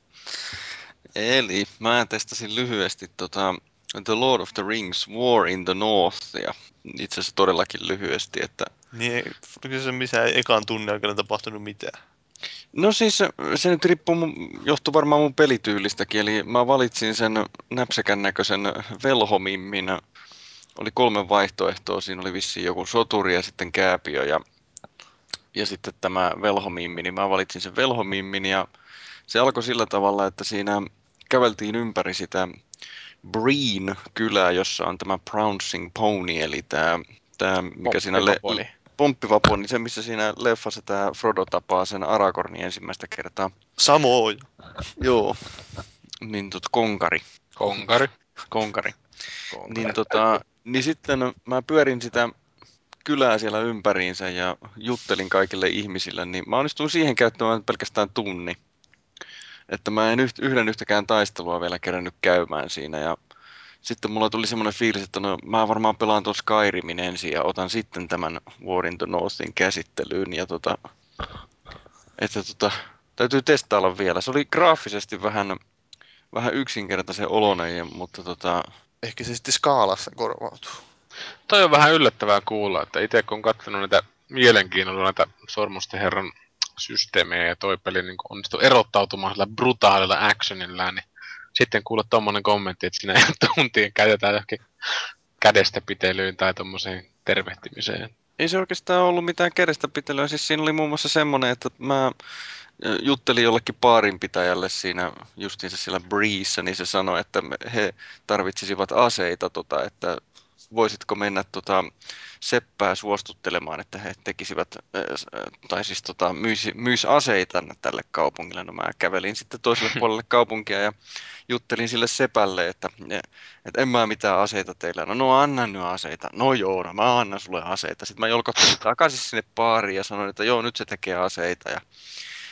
Eli mä testasin lyhyesti The Lord of the Rings War in the North, ja itse asiassa todellakin lyhyesti, että Niin, oliko se missään ekan tunnin aikana tapahtunut mitään? no siis se nyt johtuu varmaan mun pelityylistäkin, eli mä valitsin sen näpsäkän näköisen velhomimmin. Oli 3 vaihtoehtoa, siinä oli vissiin joku soturi ja sitten kääpiö ja sitten tämä velhomimmi, niin mä valitsin sen velhomimmin ja se alkoi sillä tavalla, että siinä käveltiin ympäri sitä Breen-kylää, jossa on tämä Pouncing Pony, eli tämä mikä siinä Pomppivaponi, se missä siinä leffassa tämä Frodo tapaa sen Aragornin ensimmäistä kertaa. Samoin. Joo, niin konkari. Konkari. Konkari. Niin sitten mä pyörin sitä kylää siellä ympäriinsä ja juttelin kaikille ihmisille, niin mä onnistuin siihen käyttämään pelkästään tunni. Että mä en yhden yhtäkään taistelua vielä kerännyt käymään siinä ja sitten mulla tuli semmoinen fiilis, että no mä varmaan pelaan tuon Skyrimin ensin ja otan sitten tämän War in the Northin käsittelyyn ja täytyy testailla vielä. Se oli graafisesti vähän yksinkertaisen oloinen, mutta Ehkä se sitten skaalassa korvautuu. Toi on vähän yllättävää kuulla, että itse kun on katsonut näitä mielenkiinnolla näitä Sormusten herran systeemejä ja toi peli niin onnistui erottautumaan sillä brutaalilla actionilla, niin sitten kuulla tommonen kommentti, että siinä tuntien käytetään johonkin kädestä pitelyyn tai tommoseen tervehtimiseen. ei se oikeastaan ollut mitään kädestä pitelyä. Siis siinä oli muun muassa semmoinen, että mä juttelin jollekin baarinpitäjälle siinä justiinsa siellä Breessä, niin se sanoi, että he tarvitsisivat aseita, että voisitko mennä seppää suostuttelemaan, että he tekisivät, tai siis myis aseita tälle kaupungille. No mä kävelin sitten toiselle puolelle kaupunkia ja juttelin sille sepälle, että en mä mitään aseita teillä. No anna nyt aseita. No joo, no mä annan sulle aseita. Sitten mä jolkottelin takaisin sinne baariin ja sanoin, että joo, nyt se tekee aseita. Ja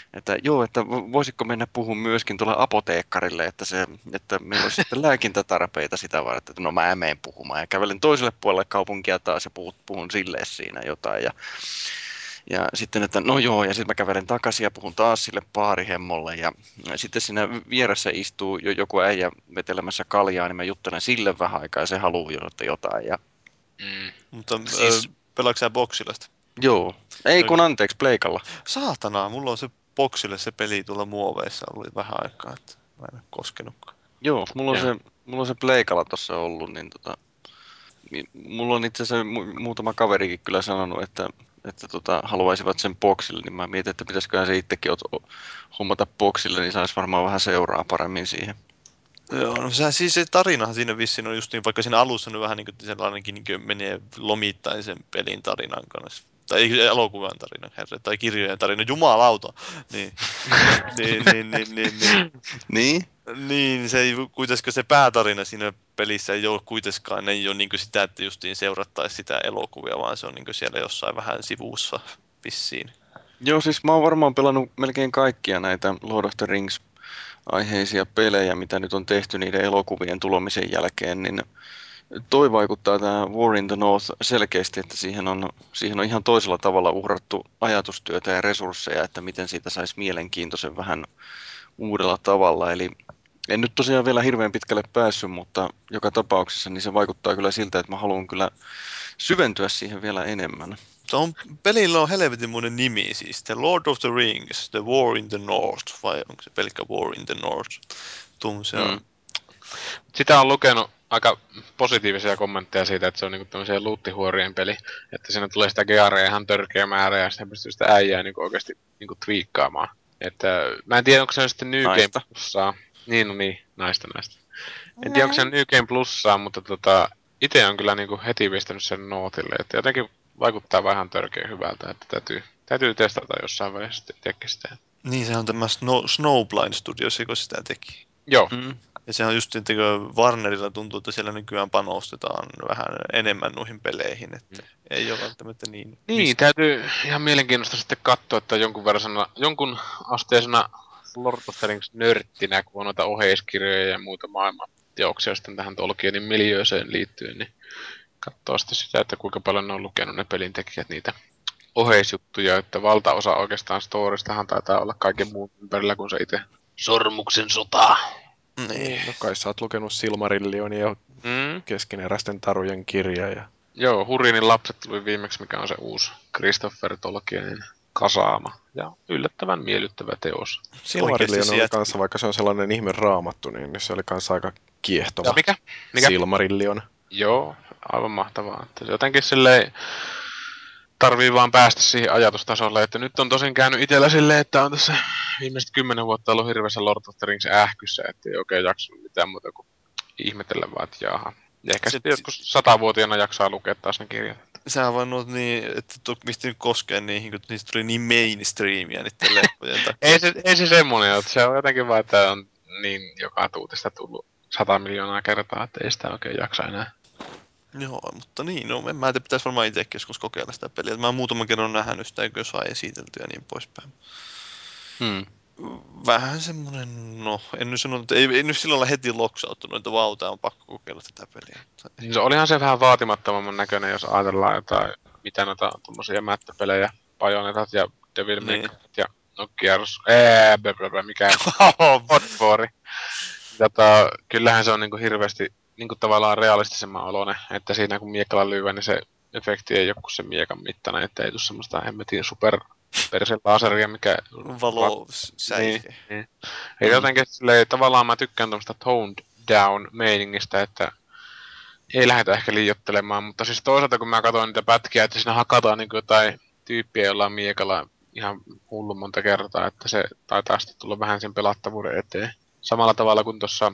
että joo, että voisitko mennä puhumaan myöskin tuolle apoteekkarille, että meillä olisi sitten lääkintätarpeita sitä varten, että no mä menen puhumaan ja kävelen toiselle puolelle kaupunkia taas ja puhun silleen siinä jotain ja sitten, että no joo, ja sitten mä kävelen takaisin ja puhun taas sille baarihemmolle. Ja sitten siinä vieressä istuu jo joku äijä vetelemässä kaljaa, niin mä juttelen sille vähän aikaa ja se haluaa jotain. Ja Mm. Mutta siis, pelaatko sä boksilla sitä? joo. Ei kun Okei. anteeksi, pleikalla. Saatana, mulla on se boksille se peli tuolla muoveissa ollut vähän aikaa, että mä en ole koskenutkaan. Joo, mulla on Joo. mulla on se pleikalla tuossa ollut, niin mulla on itse asiassa muutama kaverikin kyllä sanonut, että haluaisivat sen boksille, niin mä mietin, että pitäisiköhän se itsekin hommata boksille, niin saisi varmaan vähän seuraa paremmin siihen. Joo, no siis se tarinahan siinä vissiin on just niin, vaikka siinä alussa on vähän niin kuin sellainenkin niin kuin menee lomittain sen pelin tarinan kanssa. Tai ei elokuvan tarina, herre, tai kirjojen tarina, jumalauta. Niin, niin. Niin? Niin, se ei kuitenkaan se päätarina siinä pelissä ei ole kuitenkaan, ne ei ole niin sitä, että justiin seurattaisi sitä elokuvia, vaan se on niin siellä jossain vähän sivussa vissiin. Joo, siis mä oon varmaan pelannut melkein kaikkia näitä Lord of the Rings aiheisia pelejä, mitä nyt on tehty niiden elokuvien tulomisen jälkeen, niin toi vaikuttaa tämä War in the North selkeästi, että siihen on ihan toisella tavalla uhrattu ajatustyötä ja resursseja, että miten siitä saisi mielenkiintoisen vähän uudella tavalla. Eli en nyt tosiaan vielä hirveän pitkälle päässyt, mutta joka tapauksessa niin se vaikuttaa kyllä siltä, että mä haluan kyllä syventyä siihen vielä enemmän. Pelillä on helvetinmoinen nimi siis, The Lord of the Rings, The War in the North, vai onko se pelkkä War in the North? Se on. Mm. Sitä on lukenut aika positiivisia kommentteja siitä, että se on niinku tämmöisiä luuttihuorien peli, että siinä tulee sitä geareja ihan törkeä määrä ja sitten pystyy sitä äijää niinku oikeasti niinku twiikkaamaan. Että mä en tiedä, onko se sitten New Game Naista. Plussaa. Niin, no niin, naista. En tiedä, onko se New Game Plussaa, mutta itse on kyllä niinku heti pistänyt sen nootille, että jotenkin vaikuttaa vähän törkeä hyvältä, että täytyy testata jossain vaiheessa itsekin sitä. Niin, se on tämä Snowblind Studios, joka sitä teki. Joo. Mm. Ja se on just, että Warnerilla tuntuu, että siellä nykyään panostetaan vähän enemmän noihin peleihin, että ei ole välttämättä niin. Niin, täytyy ihan mielenkiintoista sitten katsoa, että jonkun asteisena Lord of the Rings nörttinä, kun on noita oheiskirjoja ja muuta maailman teoksia sitten tähän Tolkienin miljööseen liittyen, niin katsoo sitten sitä, että kuinka paljon ne on lukenut ne pelintekijät niitä oheisjuttuja, että valtaosa oikeastaan storistahan taitaa olla kaiken muun ympärillä kuin se itse Sormuksen sota. Niin. No kai sä oot lukenut Silmarillionia ja keskeneräisten tarujen kirja. Ja Joo, Hurinin lapset tuli viimeksi, mikä on se uusi Christopher Tolkienin kasaama ja yllättävän miellyttävä teos. Oikeasti Silmarillion oli sieltä. kanssa, vaikka se on sellainen ihme raamattu, niin se oli kanssa aika kiehtova. Mikä? Silmarillion. Joo, aivan mahtavaa. Että se jotenkin silleen tarvii vaan päästä siihen ajatustasolle, että nyt on tosin käynyt itsellä silleen, että on tässä viimeiset 10 vuotta ollut hirveässä Lord of the Rings ähkyssä, että ei oikein jaksanut mitään muuta kuin ihmetellä vaan, että jaha. Ja ehkä sitten joskus 100-vuotiaana jaksaa lukea taas ne kirjat. Sehän vaan on niin, että mistä nyt koskee niihin, kun niistä tuli niin mainstreamia niiden leffojen takia. ei se semmonen ole, se on jotenkin vaan, että on niin joka tuutista tullut 100 miljoonaa kertaa, että ei sitä oikein jaksa enää. Joo, mutta niin, no en mä tiedä, pitäisi varmaan itse joskus kokeilla sitä peliä. Mä oon muutaman kerran nähnyt sitä, kun jos vaan esitelty ja niin poispäin. Mm. Vähän semmonen, no, en nyt sano, että ei nyt sillä lailla heti loksauttunut, että vau, tää on pakko kokeilla tätä peliä. Mutta Niin se olihan se vähän vaatimattomamman näköinen, jos ajatellaan jotain, mitä noita tommosia mättöpelejä, Bayonetat ja Devil May niin. Cry ja no Gears, mikä Godfari. Kyllähän se on niinku hirveästi niinku tavallaan realistisemman oloinen, että siinä kun miekalla lyövä, niin se efekti ei ole kuin se miekan mittainen, että ei tule semmoista hemmetin super persen laseria, mikä Valo niin, säihkee. niin. Eli jotenkin silleen, tavallaan mä tykkään tuommoista toned down meiningistä, että ei lähdetä ehkä liioittelemaan, mutta siis toisaalta kun mä katsoin niitä pätkiä, että siinä hakataan niin jotain tyyppiä jollain miekalla ihan hullun monta kertaa, että se taitaa sitten tulla vähän sen pelattavuuden eteen. Samalla tavalla kuin tuossa,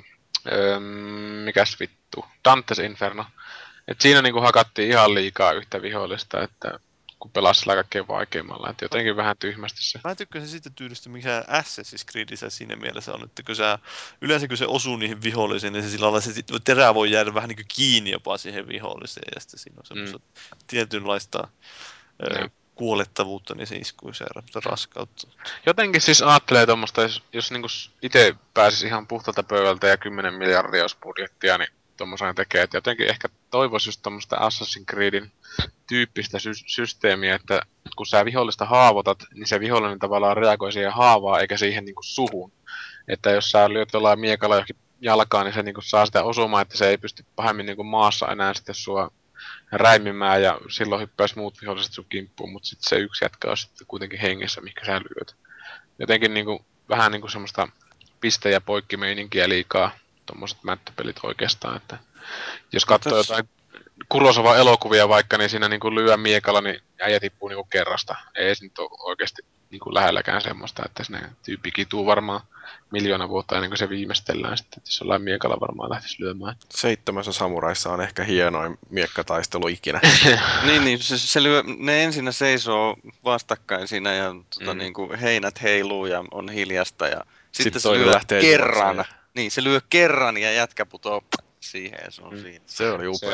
mikäs vittu, Dantes Inferno. Et siinä niinku hakattiin ihan liikaa yhtä vihollista, että kun pelasi sillä kaikkein vaikeimmalla, että jotenkin vähän tyhmästi se. Mä tykkäsin siitä tyylistä, mikä Assassin's Creedissä siinä mielessä on, että yleensä kun se osuu niihin vihollisiin, niin se sillä lailla se terä voi jäädä vähän niin kuin kiinni jopa siihen viholliseen, ja sitten siinä on semmoista tietynlaista Jep. kuolettavuutta niissä iskuissa ja raskautta. Jotenkin siis ajattelee tuommoista, jos niinku itse pääsisi ihan puhtaalta pöydältä ja 10 miljardia olisi budjettia, niin tuommoisen tekee. Et jotenkin ehkä toivoisi just tuommoista Assassin's Creedin tyyppistä systeemiä, että kun sä vihollista haavoitat, niin se vihollinen tavallaan reagoi siihen haavaan eikä siihen niinku suhun. Että jos sä lyöt jollain miekalla johonkin jalkaan, niin se niinku saa sitä osumaa, että se ei pysty pahemmin niinku maassa enää sitten sua räimimään ja silloin hyppäisi muut viholliset sun kimppuun, mutta sitten se yksi jätkä on sitten kuitenkin hengessä, mikä sä lyöt. Jotenkin niinku, vähän niinku semmoista piste- ja poikkimeininkiä liikaa tommoset mättöpelit oikeastaan, että jos katsoo jotain Kurosawan elokuvia vaikka, niin siinä niinku lyö miekalla, niin äijä tippuu niinku kerrasta. Ei se nyt ole oikeesti niinku lähelläkään semmoista, että sinne tyyppi kituu varmaan 1 000 000 vuotta ennen kuin se viimeistellään sitten, että jos jollain miekalla varmaan lähtisi lyömään. 7 samuraissa on ehkä hienoin miekkataistelu ikinä. Niin, se lyö, ne ensinnä seisoo vastakkain siinä ja niinku heinät heiluu ja on hiljasta ja sitten se toinen lyö lähtee kerran. juokseen. Niin, se lyö kerran ja jätkä putoo siihen ja se on siinä. Se oli upea.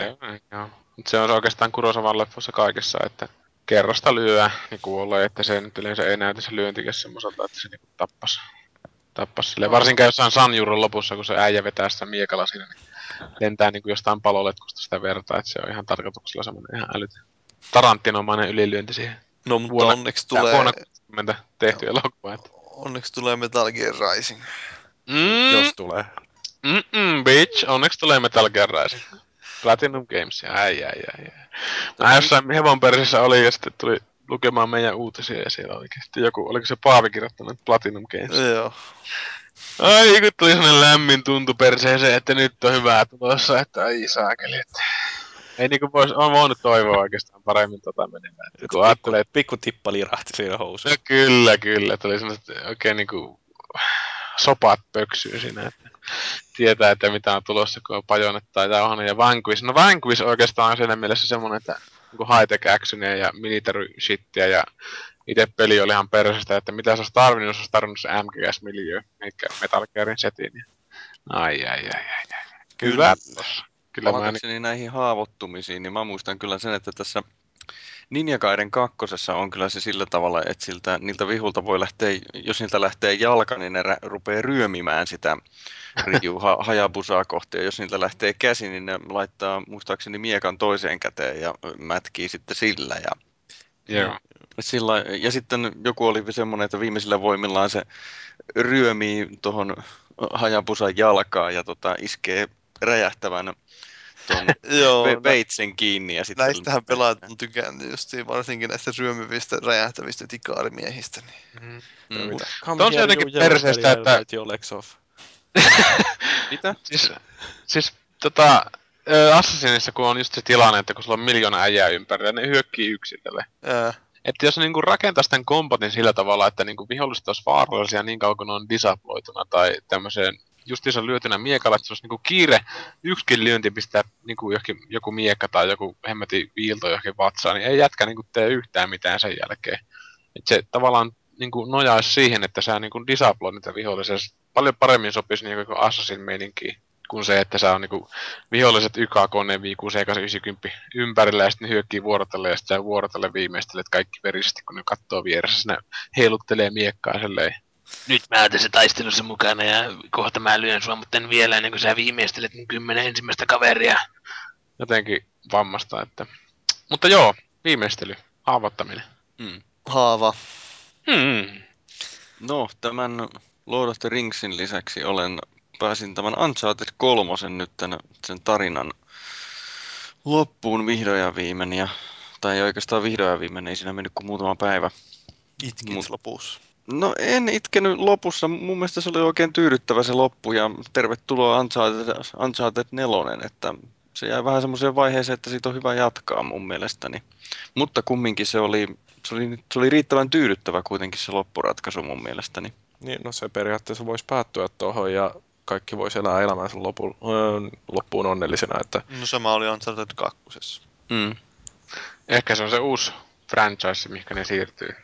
Se on oikeastaan Kurosawan leffossa kaikessa, että kerrasta lyö, niin kuolee, että se nyt yleensä ei näytä se lyöntikäs semmoiselta, että se niinku tappas sille. Varsinkin jossain Sanjuron lopussa, kun se äijä vetää sitä miekalla siinä, niin lentää niinku jostain paloletkusta sitä vertaa, että se on ihan tarkoituksella semmoinen ihan älytön Tarantinomainen ylilyönti siihen. No, mutta onneksi tulee... Vuonna 60 tehty elokuva. Onneksi tulee Metal Gear Rising. Jos tulee. Bitch, onneksi tulee Metal Gear Rising. Platinum Games, ai. Mä jossain hevonpersissä oli ja sitten tuli lukemaan meidän uutisia ja siellä olikin sitten joku, oliko se Paavi kirjoittanut Platinum Games? Joo. Ai, kun tuli sellainen lämmin tuntu perseeseen, että nyt on hyvää tulossa, että ai saakeli, että... Ei niinku on voinut toivoa oikeastaan paremmin menemään. Että kun ajattelee, Pikku tippa lirahti siinä housuun. no kyllä, tuli sellaiset oikein niinku sopat pöksyy siinä, että tietää, että mitä on tulossa, kun on Bajonetta ja Jauhanen ja Vanquish. No Vanquish oikeastaan on siinä mielessä semmonen, että niinku high-tech actionia ja military shittiä ja itse peli oli ihan persestä, että mitä se olisi tarvinnut, jos olisi tarvinnut se MGS-miljö, eikä Metal Gearin setin. Ai. Hyvä tossa. Palatakseni näihin haavoittumisiin, niin mä muistan kyllä sen, että tässä Ninja Gaiden 2 on kyllä se sillä tavalla, että niiltä vihulta voi lähteä, jos niiltä lähtee jalka, niin ne rupeaa ryömimään sitä Ryu Hayabusaa kohti. Ja jos niiltä lähtee käsi, niin ne laittaa muistaakseni miekan toiseen käteen ja mätkii sitten sillä. Joo. Ja sitten joku oli semmoinen, että viimeisillä voimillaan se ryömii tuohon Hayabusan jalkaan ja iskee räjähtävän tuon Joo, veitsen kiinni. Ja sitten näistähän pelaat on tykännyt justiin, varsinkin näistä ryömivistä, räjähtävistä tikaarimieistä. Niin. Come On se here, jotenkin you yellow perseestä, daddy, että... I'll bite your legs off. Mitä? Siis Assassinissa kun on just se tilanne, että kun sulla on 1 000 000 äijää ympärillä, ne hyökkii yksilölle. Että jos niinku rakentais tän kombatin sillä tavalla, että niinku viholliset olisi vaarallisia niin kauan kun ne on disabloituna tai tämmöiseen justiinsa lyötynä miekalla, että se olisi niinku kiire, yksikin lyönti pistää niinku joku miekka tai joku hemmetin viilto johonkin vatsaan, niin ei jätkä niinku tee yhtään mitään sen jälkeen. Että se tavallaan niinku nojaisi siihen, että sä niinku disabloit niitä vihollisia. Paljon paremmin sopisi niinku Assassin meininkiin kuin se, että sä on niinku viholliset YKK, C890 ympärillä ja sitten ne hyökkii vuorotelle ja sitten sä vuorotelle viimeistelet kaikki verisesti, kun ne kattoo vieressä. Ne heiluttelee miekkaa silleen. Nyt mä oon tässä taistelussa mukana ja kohta mä lyön sua, mutta en vielä ennen kuin sä viimeistelet mun 10 ensimmäistä kaveria. Jotenkin vammasta, että... Mutta joo, viimeistely, haavoittaminen. Haava. No, tämän Lord of the Ringsin lisäksi pääsin tämän Uncharted 3 nyt sen tarinan loppuun vihdoin ja viimein. Tai ei oikeastaan vihdoin ja viimein, ei siinä mennyt kuin muutama päivä. Itkit lopussa. No en itkenyt lopussa. Mun mielestä se oli oikein tyydyttävä se loppu ja tervetuloa Uncharted 4, että se jäi vähän semmoiseen vaiheeseen, että siitä on hyvä jatkaa mun mielestäni. Mutta kumminkin se oli riittävän tyydyttävä kuitenkin se loppuratkaisu mun mielestäni. Niin, no se periaatteessa voisi päättyä tuohon ja kaikki voisi elää elämänsä loppuun onnellisena. Että... No sama oli Uncharted 2. Ehkä se on se uusi franchise, mihinkä ne siirtyy.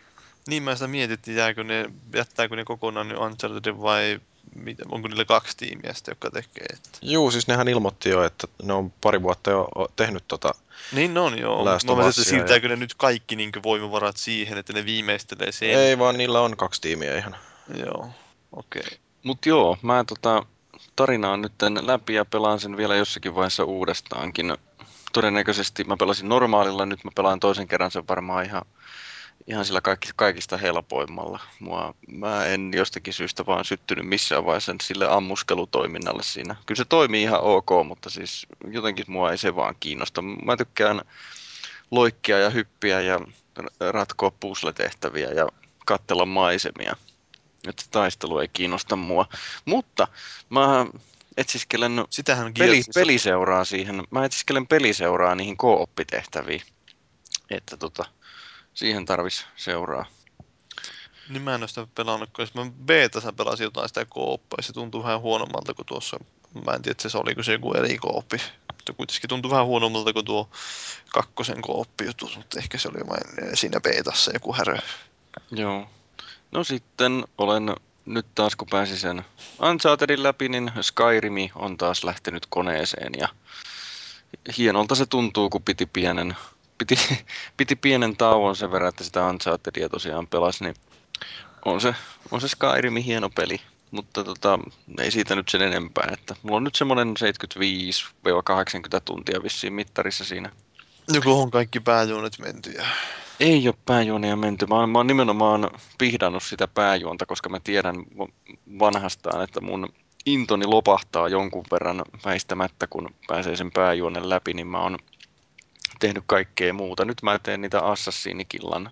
Niin mä sitä mietittiin, jättääkö ne kokonaan nyt Uncharted vai onko niillä 2 tiimiä sitten, jotka tekee. Että. Juu, siis nehän ilmoitti jo, että ne on pari vuotta jo tehnyt Niin on joo, mutta Last mä of mietin, että Usia siirtääkö ne nyt kaikki niin voimavarat siihen, että ne viimeistelee sen. Ei vaan niillä on 2 tiimiä ihan. Joo, okei. Okay. Mut joo, mä tarina on nyt läpi ja pelaan sen vielä jossakin vaiheessa uudestaankin. Todennäköisesti mä pelasin normaalilla, nyt mä pelaan toisen kerran sen varmaan ihan sillä kaikista helpoimmalla. Mä en jostakin syystä vaan syttynyt missään vaiheessa sille ammuskelutoiminnalle siinä. Kyllä se toimii ihan ok, mutta siis jotenkin mua ei se vaan kiinnosta. Mä tykkään loikkia ja hyppiä ja ratkoa puzzle-tehtäviä ja katsella maisemia. Että se taistelu ei kiinnosta mua. Mutta mä etsiskelen Sitähän Gearsissa... peliseuraa siihen. Mä etsiskelen peliseuraa niihin co-op-tehtäviin. Että siihen tarvis seuraa. Niin mä en ole sitä pelannut, kun mä beetassa pelasin jotain sitä kooppaa, se tuntuu vähän huonommalta kuin tuossa. Mä en tiedä, että se oliko se joku eri kooppi. Mutta kuitenkin tuntui vähän huonommalta kuin tuo 2 kooppi juttu, mutta ehkä se oli vain siinä beetassa joku härö. Joo. No sitten olen nyt taas kun pääsin sen Unchartedin läpi, niin Skyrimi on taas lähtenyt koneeseen ja hienolta se tuntuu, kun piti, piti pienen tauon sen verran, että sitä Unchartedia tosiaan pelasi, niin on se Skyrimi hieno peli. Mutta ei siitä nyt sen enempää, että mulla on nyt semmoinen 75-80 tuntia vissiin mittarissa siinä. Joku on kaikki pääjuonet menty ja... Ei ole pääjuonia menty. Mä oon nimenomaan pihdannut sitä pääjuonta, koska mä tiedän vanhastaan, että mun intoni lopahtaa jonkun verran väistämättä, kun pääsee sen pääjuonen läpi, niin mä oon tehnyt kaikkea muuta. Nyt mä teen niitä Assassin's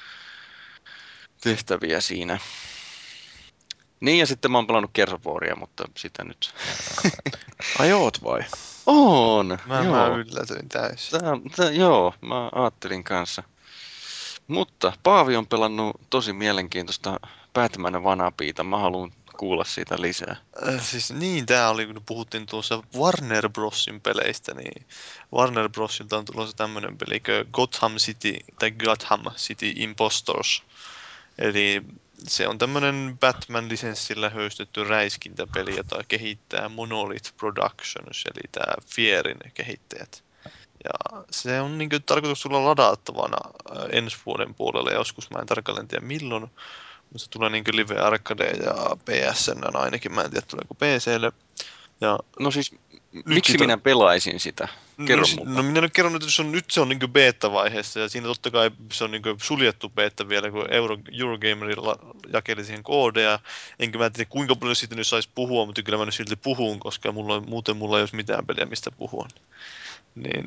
tehtäviä siinä. Niin ja sitten mä oon pelannut Gears of Waria, mutta sitä nyt... Ai oot vai? On, Mä joo. yllätyin täysin. Joo, mä ajattelin kanssa. Mutta Paavi on pelannut tosi mielenkiintoista Batman Vanabeeta. Mä haluan kuulla siitä lisää. Siis niin, tää oli, kun puhuttiin tuossa Warner Brosin peleistä, niin Warner Brosilta on tulossa tämmönen peli kuin Gotham City Impostors. Eli se on tämmönen Batman-lisenssillä höystetty räiskintäpeli, jota kehittää Monolith Productions, eli tää Fierin kehittäjät. Ja se on niin tarkoitus tulla ladattavana ensi vuoden puolella joskus, mä en tarkalleen tiedä milloin, mutta se tulee niin Live Arcade ja PSN ainakin, mä en tiedä tuleeko PClle. Ja No siis, nyt miksi sitä, minä pelaisin sitä? Kerro mulle. no minä en kerron, että nyt se on niin beta-vaiheessa ja siinä totta kai se on niin suljettu beta vielä, kun Eurogamerilla jakeli siihen koodeja. Enkä mä tiedä kuinka paljon siitä nyt saisi puhua, mutta kyllä mä nyt silti puhun, koska muuten mulla ei olisi mitään peliä mistä puhua. Niin,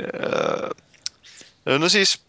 no siis,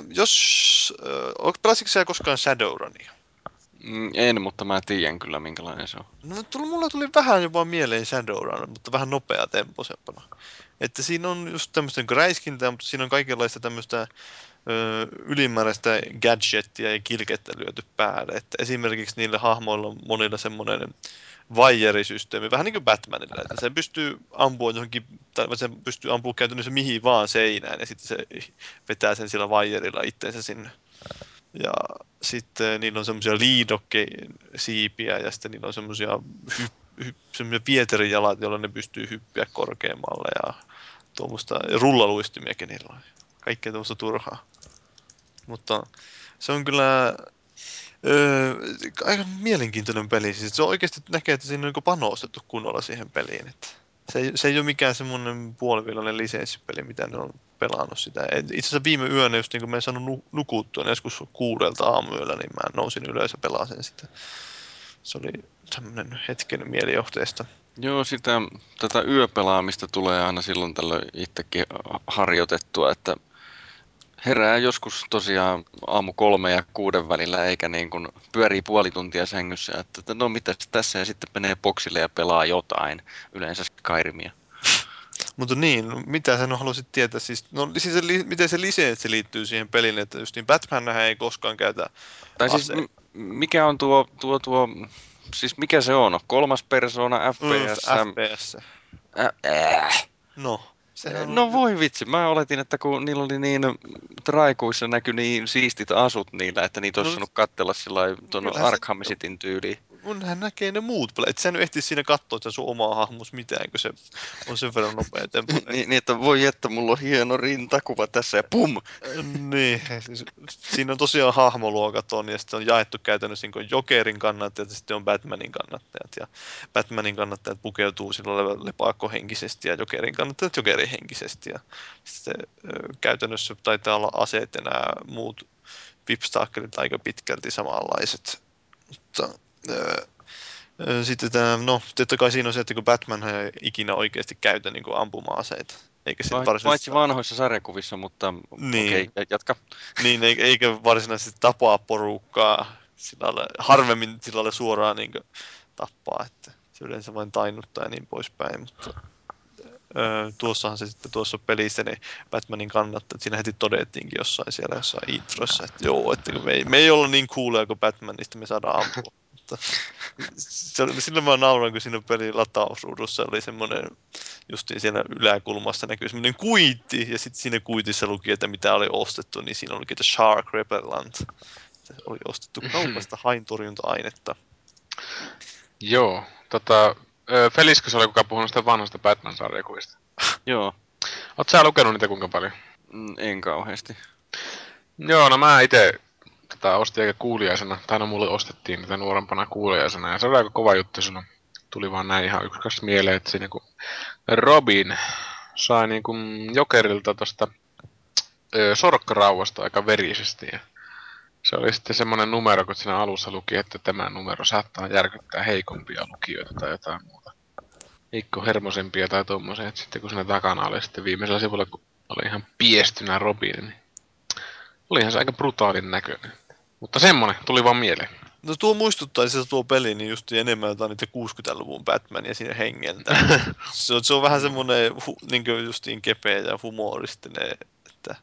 pelasitko sä koskaan Shadowrunia? En, mutta mä tiedän kyllä minkälainen se on. No mulla tuli vähän jopa mieleen Shadowrun, mutta vähän nopea temposempana. Että siinä on just tämmöistä niin räiskintää, mutta siinä on kaikenlaista tämmöistä ylimääräistä gadgettia ja kilkettä lyöty päälle. Että esimerkiksi niillä hahmoilla on monilla semmoinen vaijerisysteemi, vähän niin kuin Batmanilla, että se pystyy ampua johonkin, tai se pystyy ampua käytännössä mihin vaan seinään, ja sitten se vetää sen sillä vaijerilla itseensä sinne. Ja sitten niillä on semmoisia liidokkesiipiä, ja sitten niillä on semmoisia vieterijalat, joilla ne pystyy hyppiä korkeammalle, ja tuommoista rullaluistimiakin niillä on. Kaikkea tuommoista turhaa. Mutta se on kyllä aika mielenkiintoinen peli. Siis se on oikeasti näkee, että siinä on niin panostettu kunnolla siihen peliin. Että se ei ole mikään semmoinen puolivillainen lisenssipeli, mitä ne on pelannut sitä. Itse asiassa viime yönä, just niin kun mä en saanut nukuttua, niin joskus 6 aamuyöllä, niin mä nousin ylös ja pelasin sitä. Se oli tämmöinen hetken mielijohteesta. Joo, tätä yöpelaamista tulee aina silloin tällöin itsekin harjoitettua, että herää joskus tosiaan aamu 3 ja 6 välillä, eikä niin kuin pyörii puoli tuntia sängyssä, että no mitäs tässä, ja sitten menee boksille ja pelaa jotain, yleensä Skyrimia. Mutta niin, mitä sä haluaisit tietää? Siis miten se lisenssi liittyy siihen peliin, että just niin Batman ei koskaan käytä Tai siis aseen. mikä on siis mikä se on? Kolmas persona, FPS? FPS. No, Sehän on... No voi vitsi, mä oletin, että kun niillä oli niin traikuissa näkyi niin siistit asut niillä, että niitä olisi No, saanut katsella sillä tuon kyllähän se... Arkham Cityn tyyliin. Hän näkee ne muut pelaajat. Et sä nyt ehti siinä katsoa sitä sun omaa hahmos mitään, kun se on sen verran nopea tempoinen. Niin, että voi että mulla on hieno rintakuva tässä ja pum! Niin, siis siinä on tosiaan hahmoluokat on, ja sitten on jaettu käytännössä niin kuin Jokerin kannattajat ja sitten on Batmanin kannattajat. Ja Batmanin kannattajat pukeutuu sillä lepakkohenkisesti ja Jokerin kannattajat jokerihenkisesti. Ja sitten käytännössä taitaa olla aseet ja nämä muut vipstaakkelit aika pitkälti samanlaiset. Mutta, sitten tämä, no totta kai siinä on se, että kun Batman ei ikinä oikeasti käytä niin kuin ampuma-aseita. Eikä sillä varsinaisesti... Paitsi vanhoissa sarjakuvissa, mutta okei, Niin, jatka. niin eikä varsinaisesti tapaa porukkaa sillä lailla, harvemmin sillä lailla suoraan niin kuin tappaa, että se yleensä vain tainnuttaa ja niin poispäin, mutta tuossahan se sitten tuossa pelissä ne Batmanin kannattaa, että siinä heti todettiinkin jossain introssa, että joo, että kun me ei olla niin coolia kuin Batmanista, me saadaan ampua. Mutta sillä mä nauran, kun siinä pelin latausruudussa oli semmoinen, justiin siellä yläkulmassa näkyy semmoinen kuitti, ja sitten siinä kuitissa luki, että mitä oli ostettu, niin siinä oli että Shark Repellent. Se oli ostettu kaupasta haintorjunta-ainetta. Joo, Feliskö se oli kuka puhunut sitä vanhasta Batman-sarjakuvista? Joo, Oot sä lukenut niitä kuinka paljon? en kauheasti. Joo, no mä ite ostin eikä kuuliaisena, tai no mulle ostettiin niitä nuorempana kuuliaisena, ja se oli aika kova juttu silloin. Tuli vaan näin ihan yksi mieleen, että siinä kun Robin sai niinku Jokerilta tosta sorkkarauvasta aika verisesti, ja se oli sitten semmoinen numero, kun siinä alussa luki, että tämä numero saattaa järkyttää heikompia lukijoita tai jotain muuta. Mikko hermosempia tai tommosia, että sitten kun siinä takana oli sitten viimeisellä sivulla, kun oli ihan piestynä Robin, niin olihan se aika brutaalin näköinen. Mutta semmonen tuli vaan mieleen. No tuo muistuttaa siis tuo peli niin just enemmän jotain niitä 60-luvun Batmania siinä hengeltä. Se on vähän semmoinen niin justiin kepeä ja humoristinen, että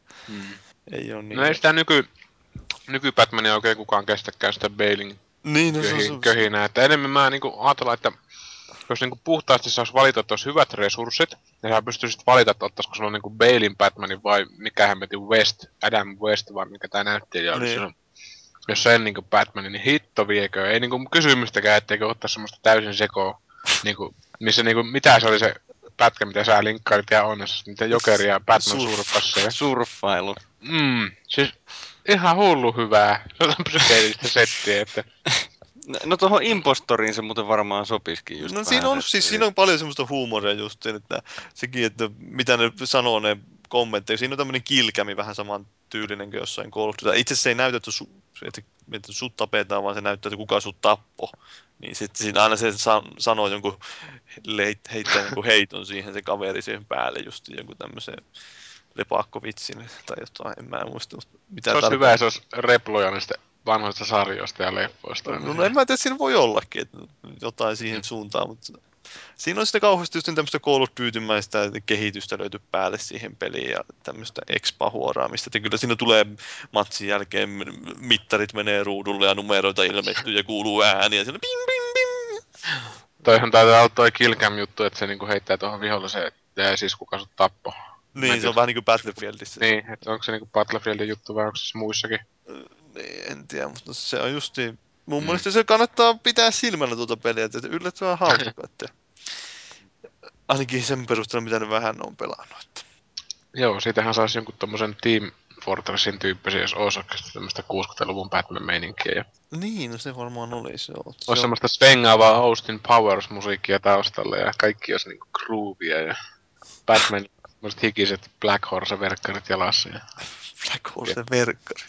ei ole No niin... ei sitä nyky-Batmania oikein kukaan kestäkään sitä Balein Niin, no se on se... köhinää. Että enemmän mä niinku ajatellaan, että jos niinku puhtaasti saisi valita, että olisi hyvät resurssit, ja sä pystyisit valita, että ottaisiko sulla niinku Balein Batmanin vai mikä hemmetin Adam West, vai mikä tää näyttelijä oli Niin. silloin. Jos sen niinku Batmanin, niin hitto viekö. Ei niinku kysymystäkään, etteikö ottaa semmoista täysin sekoa, niinku, missä niinku, mitä se oli se pätkä, mitä sä linkkailit ja onnessa, miten Jokeri ja Batman surffasi. Surffailu. Siis ihan hullu hyvää psykeellistä settiä, että... No tuohon impostoriin se muuten varmaan sopisikin just No vähän siinä on, se, siis siinä on paljon semmoista huumoria justiin, että sekin, että mitä ne sanoo ne kommentteja. Siinä on tämmöinen kilkämi vähän saman tyylinen kuin jossain Call of Duty. Itse asiassa se ei näytä, että sut tapetaan, vaan se näyttää, että kuka sut tappo. Niin sitten siinä aina se sanoo jonkun, heittää jonkun heiton siihen se kaveri siihen päälle just jonkun tämmöisen lepakkovitsin tai jotain, en mä muista mitä Se olisi hyvä, tarkalleen. jos olisi reploja niistä vanhoista sarjoista ja leffoista. No en mä tiedä, siinä voi ollakin, että jotain siihen suuntaan, mutta siinä on sitten kauheasti just tämmöistä Call of Duty-mäistä kehitystä löyty päälle siihen peliin ja tämmöistä expa-huoraamista. Että kyllä siinä tulee matsin jälkeen, mittarit menee ruudulle ja numeroita ilmestyy ja kuuluu ääni ja siellä ping, ping, ping. Toihan taitaa olla toi Killcam-juttu, että se niinku heittää tuohon viholliseen, ja siis kuka sut tappo. Niin, se on vähän niin kuin Battlefieldissä. Niin, että onko se niinku Battlefieldin juttu vai onko se muissakin? Niin, en tiedä, mutta se on justiin... Mun mielestä se kannattaa pitää silmällä tuota peliä, että yllättävän hauska, että ainakin sen perusteella, mitä ne vähän on pelannut. Että. Joo, siitähän saisi jonkun tommosen Team Fortressin tyyppisiä, jos olisi oikeasti tämmöistä 60-luvun Batman-meininkiä. Ja Niin, no se varmaan olisi, joo. olisi semmoista svengaavaa Austin Powers-musiikkia taustalla ja kaikki olisi niinku groovia ja Batman, semmoiset hikiset Black Horse-verkkarit jalassa. Ja... Black Horse verkkari.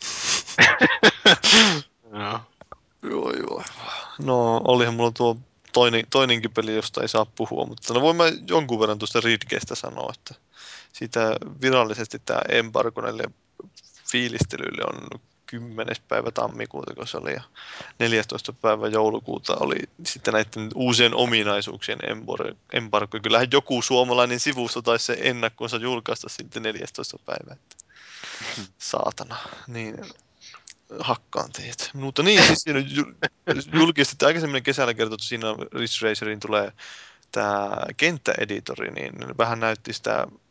Joo. Joo. No, olihan mulla tuo toinenkin peli, josta ei saa puhua, mutta no voin mä jonkun verran tuosta Ridgestä sanoa, että siitä virallisesti tämä embargo näille fiilistelyille on 10. päivä tammikuuta, kun se oli, ja 14. päivä joulukuuta oli sitten näiden uusien ominaisuuksien embargo. Kyllähän joku suomalainen sivusto taisi se ennakkoonsa julkaista sitten 14. päivä. Että saatana. Niin, hakkaan teitä. Mutta niin, siis siinä julkistettiin aikaisemmin kesällä kertottu, siinä Ridge Racerin tulee tämä kenttäeditori, niin vähän näytti sitä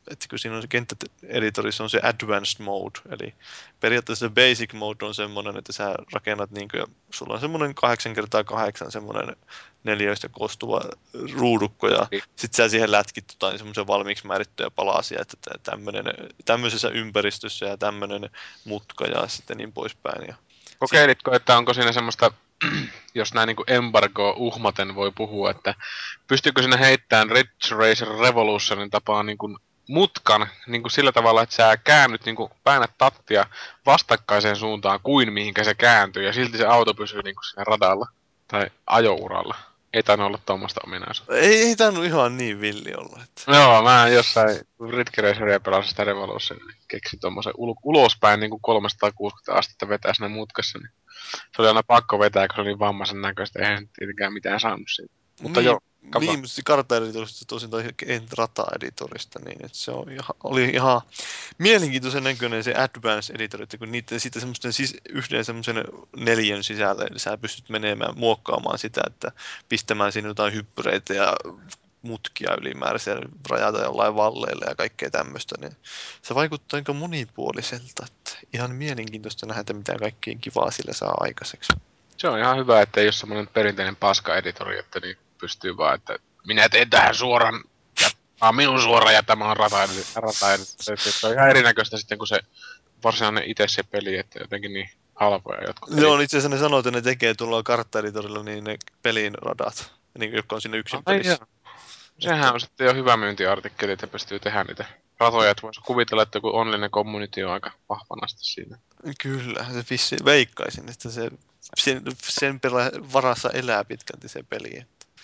että kun siinä on se kenttäeditorissa on se advanced mode, eli periaatteessa se basic mode on semmoinen, että sä rakennat niin kuin, sulla on semmoinen 8x8 semmoinen neliöistä koostuva ruudukko ja sit sä siihen lätkit semmoisen valmiiksi määrittyjä palasia, että tämmöisessä ympäristössä ja tämmöinen mutka ja sitten niin poispäin. Ja Kokeilitko, että onko siinä semmoista, jos näin niin embargo uhmaten voi puhua, että pystyykö sinä heittämään Ridge Racer Revolutionin tapaan niin kuin mutkan niin kuin sillä tavalla, että sä käännyt, niin kuin painat tattia vastakkaiseen suuntaan kuin mihinkä se kääntyy, ja silti se auto pysyy niin kuin siinä radalla tai ajouralla. Ei tainnut olla tuommoista ominaisuutta. ei tainnut ihan niin villi olla. Että. Joo, mä jossain Ridge Raceria pelasin sitä Revolution, niin keksin tommosen ulospäin niin kuin 360 astetta vetää siinä mutkassa, niin se oli aina pakko vetää, kun se oli niin vammaisen näköistä, eihän se tietenkään mitään saanut siitä. Mutta joo, niin, mutta kartta-editorista tosin toi rata-editorista, niin että se oli ihan mielenkiintoisen näköinen se Advanced Editor, että kun niiden sitten semmoisten yhden semmoisen neliön sisällä, eli sä pystyt menemään, muokkaamaan sitä, että pistämään sinne jotain hyppyreitä ja mutkia ylimääräisiä, rajata jollain valleilla ja kaikkea tämmöistä, niin se vaikuttaa aika monipuoliselta, että ihan mielenkiintoista nähdä, mitä kaikkea kivaa sillä saa aikaiseksi. se on ihan hyvä, että ei ole semmoinen perinteinen paska-editori, että niin pystyy vaan, että minä teen tähän suoran, ja tämä on minun suora ja tämä on rata. Se on ihan erinäköistä sitten kuin se varsinainen itse se peli, että jotenkin niin halpoja jotkut. Joo, itse asiassa ne sanoo, että ne tekee tuolla kartta-editorilla niin ne pelin radat, niin, jotka on siinä yksin pelissä. Sehän on sitten jo hyvä myyntiartikkeli, että pystyy tehdä niitä ratoja, että voisi kuvitella, että joku online community on aika vahvanasti siinä. Kyllä, se vissiin veikkaisin, että sen varassa elää pitkälti se peli.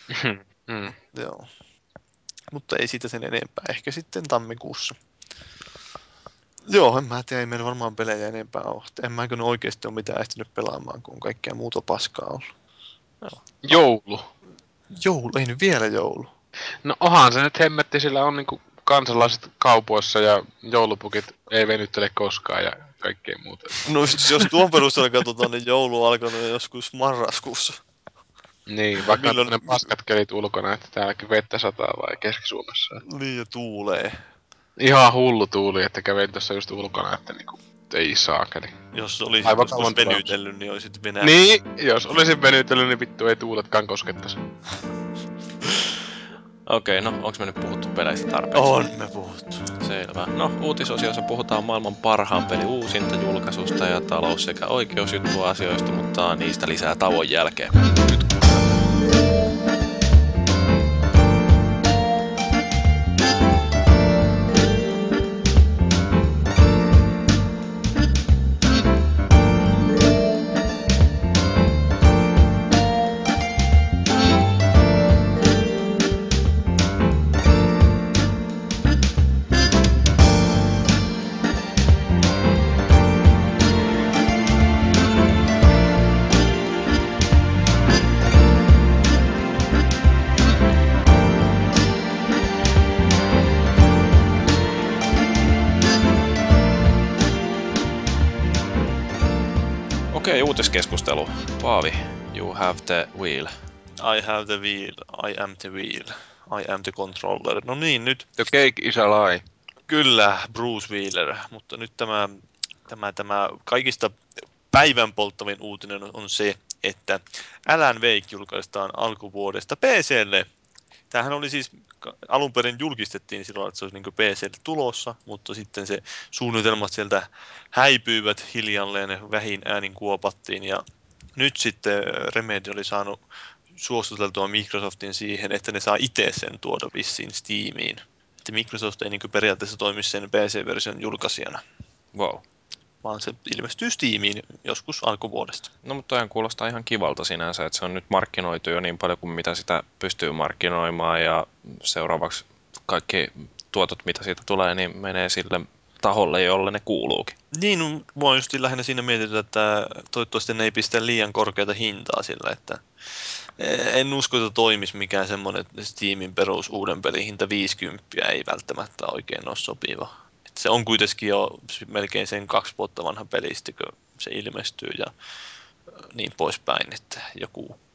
Joo. Mutta ei siitä sen enempää. Ehkä sitten tammikuussa. Joo, en mä tiedä, ei meillä varmaan pelejä enempää ole. En mä kyllä oikeasti ole mitään ehtinyt pelaamaan, kun kaikkea muuta paskaa ollut. Joo. Joulu. Joulu, ei nyt vielä joulu. No onhan se nyt hemmetti, sillä on niinku kansalaiset kaupoissa ja joulupukit ei venyttele koskaan ja kaikkea muuta. No jos tuon perusteella katsotaan, niin joulu on alkanut joskus marraskuussa. Niin, vaikka milloin... on paskat kelit ulkona, että täälläkin vettä sataa vai Keski-Suomessa. Niin ja tuulee. Ihan hullu tuuli, että kävin tuossa just ulkona, että niinku, ei saakeli. Jos olisit tuosta venytellyt, niin olisit venää. Niin, jos olisin venytellyt, niin vittu ei tuuletkaan koskettaisi. Okei, no onks me nyt puhuttu peleistä tarpeeksi? On me puhuttu. Selvä. No, uutisosiossa puhutaan maailman parhaan peli uusinta julkaisusta ja talous- sekä oikeusjuttuasioista, mutta niistä lisää tauon jälkeen. Nyt Okei, uutiskeskustelu. Paavi, you have the wheel. I have the wheel, I am the wheel, I am the controller. No niin, nyt. The cake is a lie. Kyllä, Bruce Wheeler, mutta nyt tämä kaikista päivän polttavin uutinen on se, että Alan Wake julkaistaan alkuvuodesta PC:lle. Tämähän oli siis, alun perin julkistettiin silloin, että se olisi niin PC:lle tulossa, mutta sitten se suunnitelmat sieltä häipyivät hiljalleen, vähin äänin kuopattiin ja nyt sitten Remedy oli saanut suostuteltua Microsoftin siihen, että ne saa itse sen tuoda vissiin Steamiin. Että Microsoft ei niin periaatteessa toimi sen PC-version julkaisijana. Wow. Vaan se ilmestyy Steamiin joskus alkuvuodesta. No mutta toihan kuulostaa ihan kivalta sinänsä, että se on nyt markkinoitu jo niin paljon kuin mitä sitä pystyy markkinoimaan ja seuraavaksi kaikki tuotot, mitä siitä tulee, niin menee sille taholle, jolle ne kuuluukin. Niin, no, mua just lähinnä siinä mietitään, että toivottavasti ne ei pistä liian korkeata hintaa sillä, että en usko, että toimisi mikään semmoinen, että Steamin perus uuden pelin hinta 50 ei välttämättä oikein ole sopiva. Että se on kuitenkin jo melkein sen 2 vuotta vanha peli, kun se ilmestyy ja niin poispäin, että joku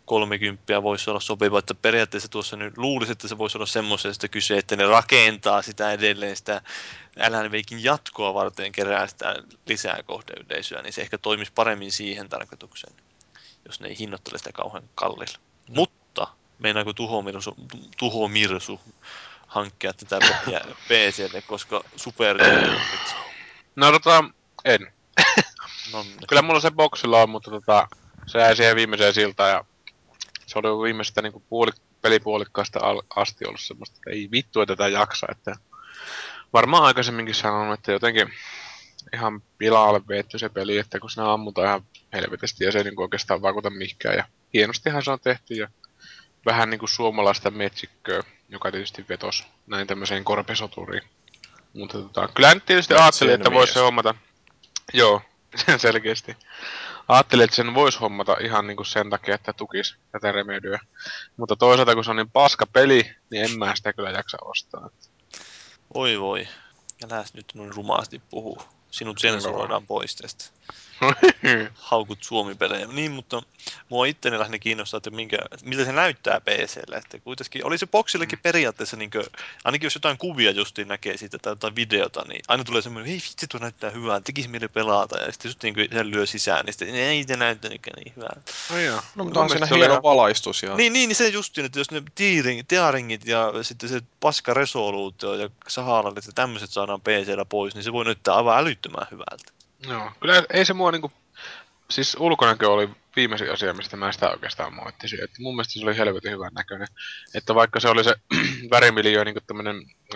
30 voisi olla sopiva, että periaatteessa tuossa nyt luulisi, että se voisi olla semmoisesta kyse, että ne rakentaa sitä edelleen sitä Alan Waken jatkoa varten kerää sitä lisää kohdeyleisöä, niin se ehkä toimisi paremmin siihen tarkoitukseen, jos ne ei hinnoittele sitä kauhean kalliilla. No. Mutta meinaako Tuho Mirsu hankkia tätä peliä PC:lle, koska Super No en. Nonne. Kyllä mulla se boksilla on, mutta se jäi siihen viimeiseen siltaan ja se oli viimeisestä niinku pelipuolikkaasta asti ollut semmoista, että ei vittu, että tätä jaksa, että varmaan aikaisemminkin sanonut, että jotenkin ihan pilaalle veetty se peli, että kun siinä ammutaan ihan helvetisti ja se ei niinku oikeastaan vaikuta mihinkään ja hienostihan se on tehty ja vähän niinku suomalaista metsikköä, joka tietysti vetosi näin tämmöiseen korpesoturiin. Mutta kyllä nyt tietysti ajattelin, että voisi se hommata. Joo, selkeästi. Ajattelin, että sen voisi hommata ihan niinku sen takia, että tukisi tätä Remedyä. Mutta toisaalta kun se on niin paska peli, niin en mä sitä kyllä jaksa ostaa. Oi voi. Äläs nyt noin rumaasti puhuu. Sinut sensuroidaan pois tästä. Haukut Suomi-pelejä. Niin, mutta mua itteni lähinnä kiinnostaa, että miltä se näyttää PC:llä. Että kuitenkin oli se boxillekin periaatteessa, niin kuin, ainakin jos jotain kuvia justiin näkee siitä tai jotain videota, niin aina tulee semmoinen, hei vitsi, tuo näyttää hyvää, tekisi mieli pelata. Ja sitten just niin kuin se lyö sisään, niin sitten ei se näyttänytkään niin hyvää. No joo. No, mutta on siinä hieno valaistus. Ja... Niin se justiin, että jos ne tearingit ja sitten se paska resoluutio ja sahalallit ja tämmöiset saadaan PC:llä pois, niin se voi näyttää aivan älyttömän hyvältä. Joo, kyllä ei se mua niinku, siis ulkonäkö oli viimeisin asia, mistä mä sitä oikeastaan moittisin. Että mun mielestä se oli helvetin hyvän näköinen. Että vaikka se oli se värimiljöö niinku tämmönen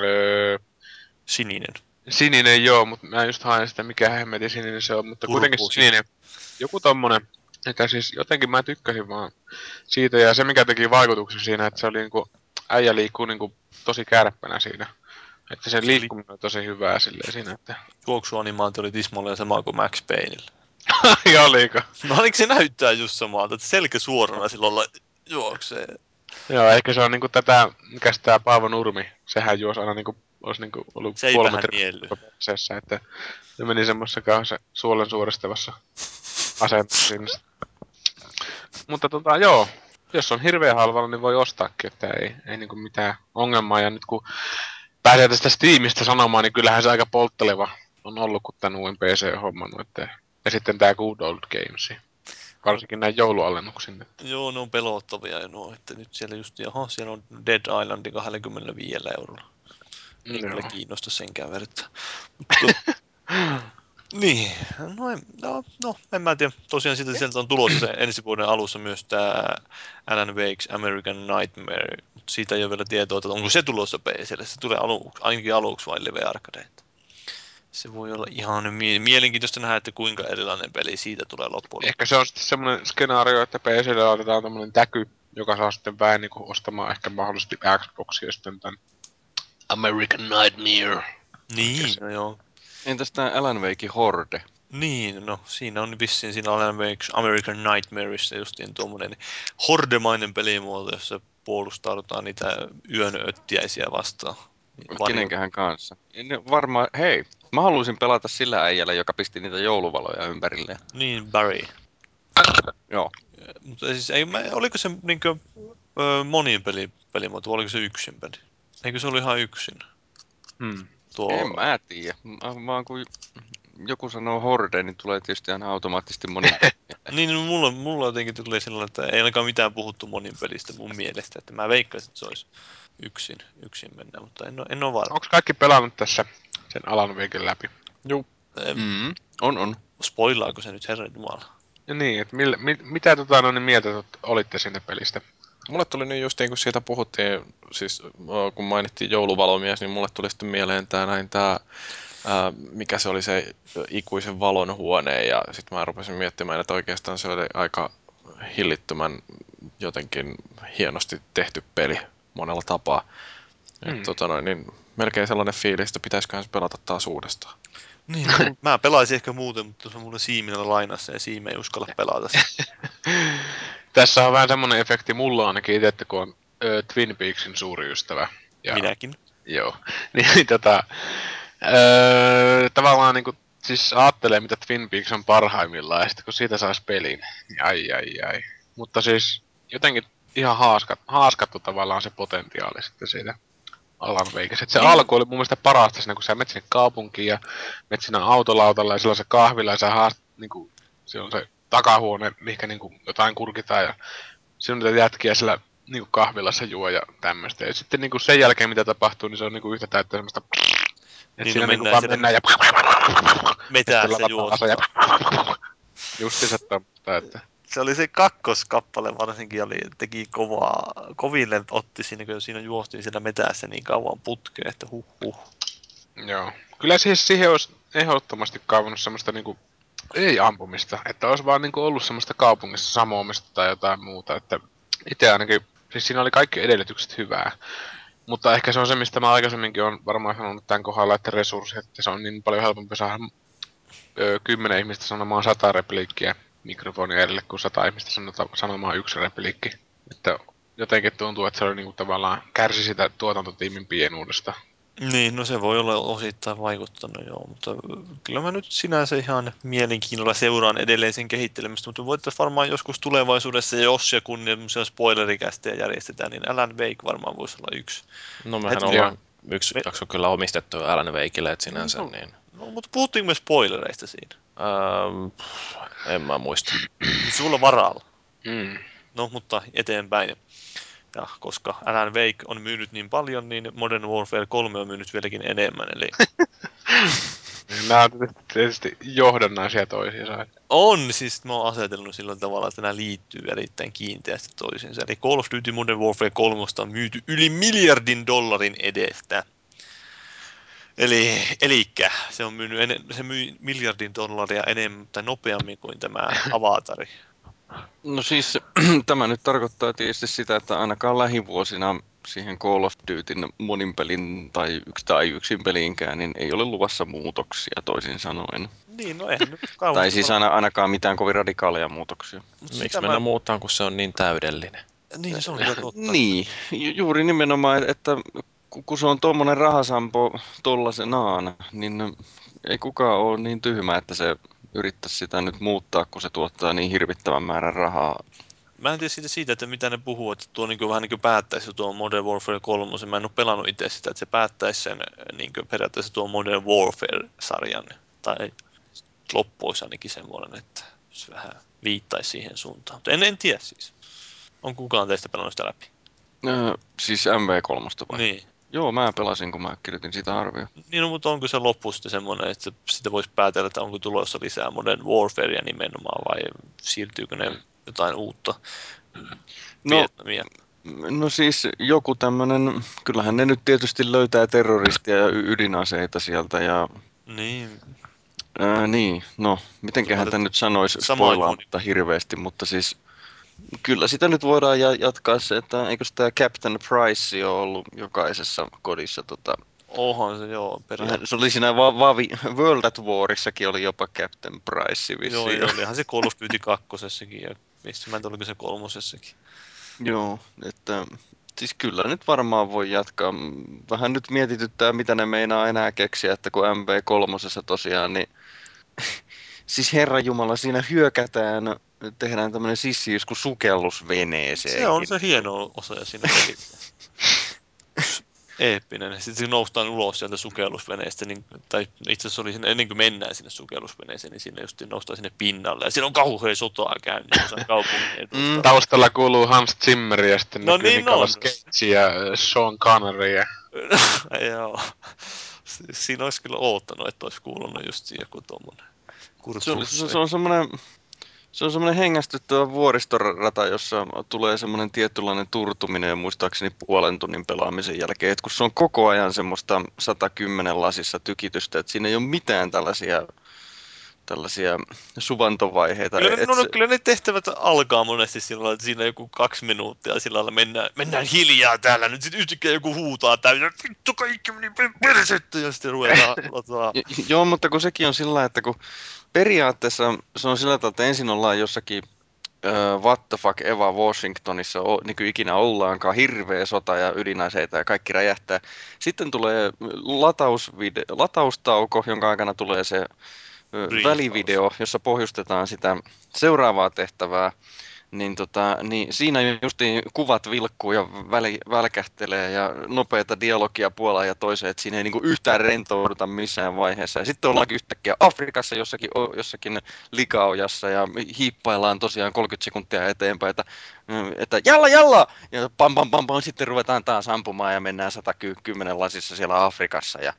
sininen joo, mutta mä just haen sitä mikä hemmetin sininen se on, mutta kuitenkin sininen. Joku tommonen, että siis jotenkin mä tykkäsin vaan siitä ja se mikä teki vaikutuksen siinä, että se oli niinku, äijä liikkuu niinku tosi kärppänä siinä. Että sen liikkuminen on tosi hyvää silleen siinä, että... Juoksuanimaatio oli tismalleen sama kuin Max Payneillä. Ai oliko? No ainakin se näyttää just samalta, että selkä suorana silloin juoksee. Joo, ehkä se on niinku tätä, mikäs tää Paavo Nurmi, sehän juosi aina niinku, ois niinku ollut puoli metriä perseessä, että se meni semmosessa kauheessa suolen suoristavassa asentossa sinne. Mutta joo, jos on hirveän halvalla, niin voi ostaakin, että ei niinku mitään ongelmaa. Ja nyt kun pääsee tästä Steamista sanomaan, niin kyllähän se aika poltteleva on ollut, kun tän uuden PC on hommannut. Että... Ja sitten tää Good Old Games. Varsinkin näin joulualennuksin. Joo, ne on pelottavia ja nuo, että nyt siellä just, siellä on Dead Island 25 €. Ei kyllä kiinnosta senkään vertaa. Niin, en mä tiedä. Tosiaan sieltä on tulossa se ensi vuoden alussa myös tää Alan Wake's American Nightmare, mutta siitä ei ole vielä tietoa, että onko se tulossa PC:lle. Se tulee ainakin aluksi vain Live Arcadeita. Se voi olla ihan mielenkiintoista nähdä, että kuinka erilainen peli siitä tulee loppuun. Ehkä se on sitten semmoinen skenaario, että PC:lle laitetaan tämmönen täky, joka saa sitten vähän niinku ostamaan ehkä mahdollisesti Xboxia sitten tän American Nightmare. Niin, no joo. Entäs tää Alan Wake Horde? Niin, no siinä on vissiin siinä Alan Wake's American Nightmareissa justiin tuommoinen hordemainen pelimuoto, jossa puolustaudutaan niitä yön öttiäisiä vastaan. Kenenkähän kanssa? Varmaan, hei, mä haluaisin pelata sillä äijällä, joka pisti niitä jouluvaloja ympärilleen. Niin, Barry. Joo. Mutta siis oliko se niinkö monin pelimuoto, vai oliko se yksin peli? Eikö se oli ihan yksin? En mä tiedä. Vaan kun joku sanoo Horde, niin tulee tietysti aina automaattisesti monin Niin, no mulla jotenkin tuli sellainen, että ei ainakaan mitään puhuttu monin pelistä mun mielestä, että mä veikkaisin, että se olisi yksin mennä, mutta en ole varma. Onko kaikki pelannut tässä sen Alan Waken läpi? Juu. On. Spoilaako se nyt herran jumala? Ja niin, että mitä mieltä olitte sinne pelistä? Mulle tuli nyt just niin kuin siitä puhuttiin, siis kun mainittiin jouluvalomies, niin mulle tuli sitten mieleen mikä se oli se ikuisen valon huone, ja sitten mä rupesin miettimään, että oikeastaan se oli aika hillittömän jotenkin hienosti tehty peli monella tapaa. Niin melkein sellainen fiilis, että pitäisiköhän se pelata taas uudestaan. Niin, mä pelaisin ehkä muuten, mutta se on mulle Siimillä lainassa ja Siim ei uskalla pelata. Tässä on vähän semmonen efekti mulla ainakin itse, että kun on Twin Peaksin suuri ystävä. Ja, minäkin. Joo. Niin tavallaan niinku, siis ajattelee mitä Twin Peaks on parhaimmillaan ja sitten kun siitä saisi pelin, niin ai. Mutta siis jotenkin ihan haaskattu tavallaan se potentiaali sitten siitä Alan Wakeista. Se Niin. alku oli mun mielestä parasta siinä, kun sä menet sinne kaupunkiin ja menet siinä autolautalla ja silloin se kahvila ja sä niinku, se on se takahuone, mihinkä niinku jotain kurkitaan ja siinä on niitä jätkiä siellä niinku kahvilassa juo ja tämmöistä. Ja sitten niinku sen jälkeen mitä tapahtuu, niin se on niinku yhtä täyttä semmoista. Et Niin, siinä no niinku mennään vaan siellä mennään ja metäässä sitten lavataan asa ja justiinsa tommoista, että Se oli se kakkoskappale varsinkin, teki koville otti siinä, kun siinä juostiin siellä metässä niin kauan putkeen, että huh. joo. Kyllä siis siihen olisi ehdottomasti kaivannut semmoista niinku, ei ampumista, että olisi vaan niinku ollut semmoista kaupungissa samoamista tai jotain muuta, että itse ainakin, siis siinä oli kaikki edellytykset hyvää. Mutta ehkä se on se, mistä mä aikaisemminkin on varmaan sanonut tämän kohdalla, että resurssit, että se on niin paljon helpompi saada 10 ihmistä sanomaan 100 repliikkiä mikrofonin edelle, kuin 100 ihmistä sanomaan 1 repliikki. Että jotenkin tuntuu, että se oli niinku tavallaan kärsi sitä tuotantotiimin pienuudesta. Niin, no se voi olla osittain vaikuttanut, joo, mutta kyllä mä nyt sinänsä ihan mielenkiinnolla seuraan edelleen sen kehittelemistä, mutta voitaisiin varmaan joskus tulevaisuudessa, jos ja kun semmoisia spoilerikästejä järjestetään, niin Alan Wake varmaan voisi olla yksi. No mehän Et- ollaan yksi me- jakso kyllä omistettu Alan Wakeille, että sinänsä No. niin. No, mutta puhuttiinko me spoilereista siinä? En mä muista. Sulla varalla. Mm. No, mutta eteenpäin. Ja koska Alan Wake on myynyt niin paljon, niin Modern Warfare 3 on myynyt vieläkin enemmän. Eli Nämä on tietysti johdannaisia toisiinsa. on, siis mä oon asetellut sillä tavalla, että nämä liittyy erittäin kiinteästi toisiinsa. Eli Call of Duty Modern Warfare 3 on myyty yli $1 miljardin edestä. Elikkä se on se myi $1 miljardin enemmän tai nopeammin kuin tämä Avatari. No siis tämä nyt tarkoittaa tietysti sitä, että ainakaan lähivuosina siihen Call of Dutyn monin pelin tai yksin peliinkään, niin ei ole luvassa muutoksia toisin sanoen. Niin, no eihän nyt Tai kauheasti siis ainakaan mitään kovin radikaaleja muutoksia. Mutta Miksi sitä mennä muuttaa, kun se on niin täydellinen? Niin, se on kyllä totta. Niin, juuri nimenomaan, että kun se on tuommoinen rahasampo tollasenaan, niin ei kukaan ole niin tyhmä, että se yrittäisi sitä nyt muuttaa, kun se tuottaa niin hirvittävän määrän rahaa. Mä en tiedä siitä, että mitä ne puhuu, että tuo niin vähän niin päättäisi tuo Modern Warfare 3. Mä en ole pelannut itse sitä, että se päättäisi sen niin periaatteessa tuo Modern Warfare-sarjan. Tai loppuisi ainakin semmoinen, että se vähän viittaisi siihen suuntaan. Mutta en tiedä siis. On kukaan teistä pelannut sitä läpi? Siis MV3 vai? Niin. Joo, mä pelasin, kun mä kirjoitin sitä arvioa. Niin, no, mutta onko se loppu sitten semmoinen, että sitä voisi päätellä, että onko tulossa lisää Modern Warfarea nimenomaan vai siirtyykö ne jotain uutta No, Vietnamia? no siis joku tämmönen, kyllähän ne nyt tietysti löytää terroristia ja ydinaseita sieltä ja Niin, niin, no, mitenköhän tämän nyt sanoisi samoin spoilaamatta hirveästi, mutta siis kyllä sitä nyt voidaan jatkaa se, että eikö tämä Captain Price ole ollut jokaisessa kodissa onhan se joo periaatteessa. se oli siinä World at Warissakin oli jopa Captain Price Joo, vissiin. ja olihan se Call of Duty 2 ja missä mä en tiedä, oliko se 3. Joo, että siis kyllä nyt varmaan voi jatkaa. Vähän nyt mietityttää, mitä ne meinaa enää keksiä, että kun MV3 tosiaan, niin siis herranjumala, siinä hyökätään, tehdään tämmöinen sissiysku Se on sukellusveneeseenkin. se hieno osa siinä pelissä. Eeppinen. Sitten siinä noustaan ulos sieltä sukellusveneestä, niin, tai itse asiassa oli siinä, ennen kuin mennään sinne sukellusveneeseen, niin siinä just noustaan sinne pinnalle. Ja siinä on kauhea sotaa käynnissä kaupungin edustalla. Taustalla kuuluu Hans Zimmer ja sitten No näkyy niin Nicolas on. Cage ja Sean Connery. Ja Joo. Siinä olisi kyllä oottanut, että olisi kuulunut just joku tommonen Se on, Kurtulus. se on semmoinen Se on semmoinen hengästyttävä vuoristorata, jossa tulee semmoinen tietynlainen turtuminen ja muistaakseni puolen tunnin pelaamisen jälkeen, että kun se on koko ajan semmoista 110 lasissa tykitystä, että siinä ei ole mitään tällaisia suvantovaiheita. Kyllä ne tehtävät alkaa monesti sillä lailla, että siinä joku 2 minuuttia sillä lailla mennään hiljaa täällä, nyt sitten yhtäkkiä joku huutaa täysin, vittu kaikki meni persettä, ja sitten ruvetaan. Joo, mutta kun sekin on sillä lailla, että kun periaatteessa se on sillä tavalla, että ensin ollaan jossakin what the fuck Eva Washingtonissa, niin kuin ikinä ollaankaan, hirveä sota ja ydinaseita ja kaikki räjähtää. Sitten tulee lataustauko, jonka aikana tulee se Briefaus. välivideo, jossa pohjustetaan sitä seuraavaa tehtävää. niin siinä justiin kuvat vilkkuu ja välkähtelee ja nopeata dialogia puolaan ja toiseen, että siinä ei niinku yhtään rentouduta missään vaiheessa. Ja sitten ollaankin yhtäkkiä Afrikassa jossakin likaojassa ja hiippaillaan tosiaan 30 sekuntia eteenpäin, että jalla jalla! Ja pam pam pam pam, sitten ruvetaan taas ampumaan ja mennään 110 lasissa siellä Afrikassa. Ja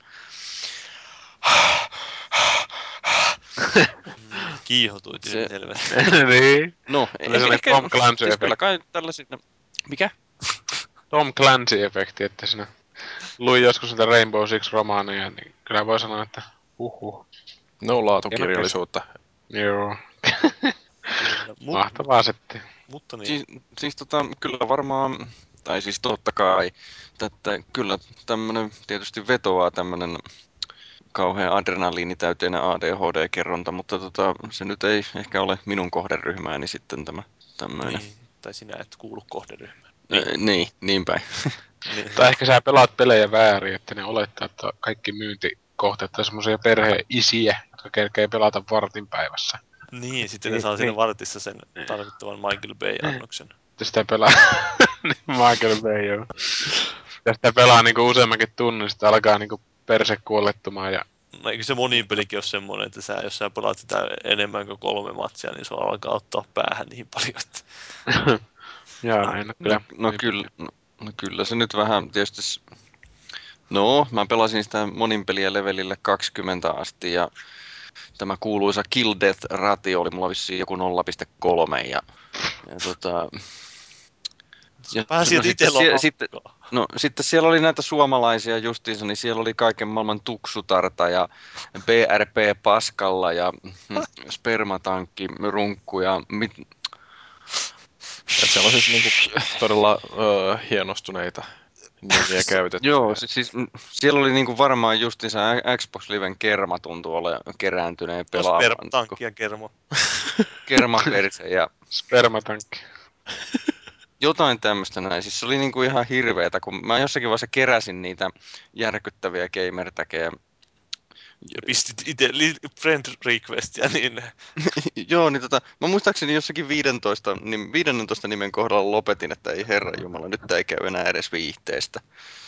Kiihotuit se, selvästi. niin. no, Oli sellainen ehkä, Tom siis kyllä Clancy-efekti. kai tällaisia, mikä? Tom Clancy-efekti, että siinä luin joskus niitä Rainbow Six-romaaneja, niin kyllä voi sanoa, että huhhuh. No laatukirjallisuutta. Joo, Kyllä, mahtavaa sitten. mutta niin. Siis kyllä varmaan, tai siis totta kai, että kyllä tämmönen tietysti vetoaa tämmönen kauhean adrenaliinitäyteinen ADHD-kerronta, mutta se nyt ei ehkä ole minun kohderyhmääni sitten tämä tämmöinen. Niin, tai sinä et kuulu kohderyhmään. Niin, niin päin. Niin, Tai ehkä sä pelaat pelejä väärin, että ne olettaa, että kaikki myyntikohteet on semmosia perheisiä, jotka kerkee pelata vartin päivässä. niin, sitten ne saa siinä vartissa sen tarvittavan Michael Bay-annoksen. Sitä pelaa niin Michael Bay, joo. Ja sitä pelaa niinku useammankin tunnin, sitten alkaa niinku perse kuollettumaan ja No eikö se monin pelikin ole semmoinen, että jos sä pelaat sitä enemmän kuin 3 matsia, niin se alkaa ottaa päähän niin paljon, että... jaa, en oo kyllä. No kyllä se nyt vähän tietysti... No, mä pelasin sitä monin peliä levelille 20 asti ja tämä kuuluisa Kill Death ratio oli mulla vissiin joku 0,3 ja Pääsit itse sitten siellä oli näitä suomalaisia justiinsa, niin siellä oli kaiken maailman tuksutarta ja BRP Paskalla ja spermatankki runkku ja Et siellä on siis niinku todella hienostuneita nimiä käytetty. joo, siellä oli niinku varmaan justiinsa Xbox Liven kerma tuntuu ole kerääntyneen pelaamaan. tankki ja kermo. Kermaperse ja Spermatankki. jotain tämmöistä näin. Siis se oli niinku ihan hirveetä, kun mä jossakin vaiheessa keräsin niitä järkyttäviä gamertäkejä. Ja pistit itse friend requestia niin. Joo, niin mä muistaakseni jossakin 15 nimen kohdalla lopetin, että ei herra jumala, nyt ei käy enää edes viihteestä.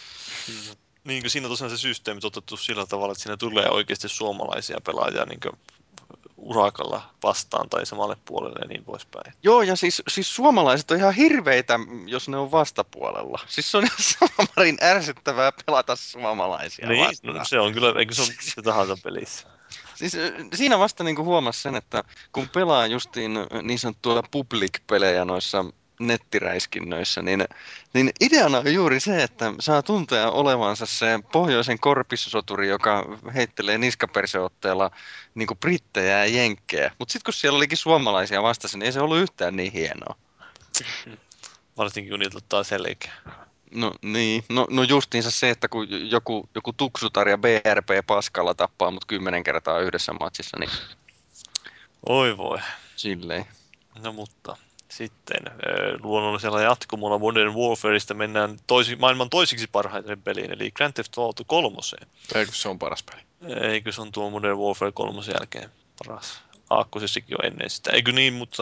Niin kuin siinä tosiaan se systeemi otettu sillä tavalla, että siinä tulee oikeasti suomalaisia pelaajia niin kuin urakalla vastaan tai samalle puolelle ja niin poispäin. Joo, ja siis suomalaiset on ihan hirveitä, jos ne on vastapuolella. Siis se on ihan samarin ärsyttävää pelata suomalaisia Niin, vastaan. no, se on kyllä, eikö se ole missä tahansa pelissä. Siis siinä vasta niin huomasi sen, että kun pelaa justiin niin sanottuja public-pelejä noissa nettiräiskinnöissä, niin ideana on juuri se, että saa tuntea olevansa se pohjoisen korpissosoturi, joka heittelee niskaperseotteella niin brittejä ja jenkkejä. Mutta sitten kun siellä olikin suomalaisia vastassa, niin ei se ollut yhtään niin hienoa. Varsinkin kun niitä ottaa selkeä. No niin, no justiinsa se, että kun joku tuksutar ja BRP Paskalla tappaa mut 10 kertaa yhdessä matsissa, niin Oi voi. silleen. No mutta sitten luonnollisella jatkumolla Modern Warfareista mennään maailman toisiksi parhaiten peliin, eli Grand Theft Auto 3. Eikö se on paras peli? Eikö se on tuo Modern Warfare 3 jälkeen paras? Aakkosessakin jo ennen sitä. Eikö niin, mutta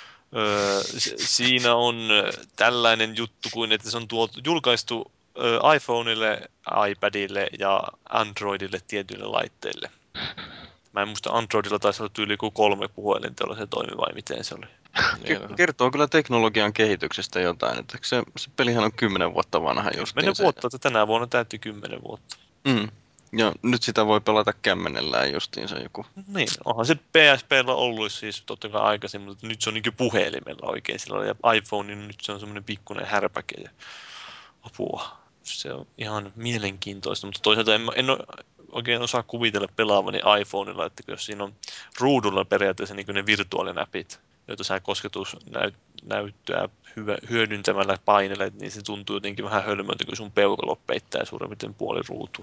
siinä on tällainen juttu kuin, että se on julkaistu iPhoneille, iPadille ja Androidille tietyille laitteille. Mä en muista, Androidilla taisi olla tyyli kuin 3 puhelinta, jolla se toimi vai miten se oli. Kertoo kyllä teknologian kehityksestä jotain, että se pelihän on 10 vuotta vanha 10 vuotta, että tänä vuonna täytyy 10 vuotta. Ja nyt sitä voi pelata kämmenellään justiinsa joku. Niin, onhan se PSP:llä ollut siis totta kai aikaisemmin, mutta nyt se on niin puhelimella oikein sillä ja iPhone, niin nyt se on semmoinen pikkuinen härpäke ja apua. Se on ihan mielenkiintoista, mutta toisaalta en oikein osaa kuvitella pelaavani iPhoneilla, että jos siinä on ruudulla periaatteessa niin ne virtuaalinäpit, joita sä kosketusnäyttöä hyödyntämällä painelet, niin se tuntuu jotenkin vähän hölmöltä, kun sun peukalo peittää suurin piirtein puoli ruutua.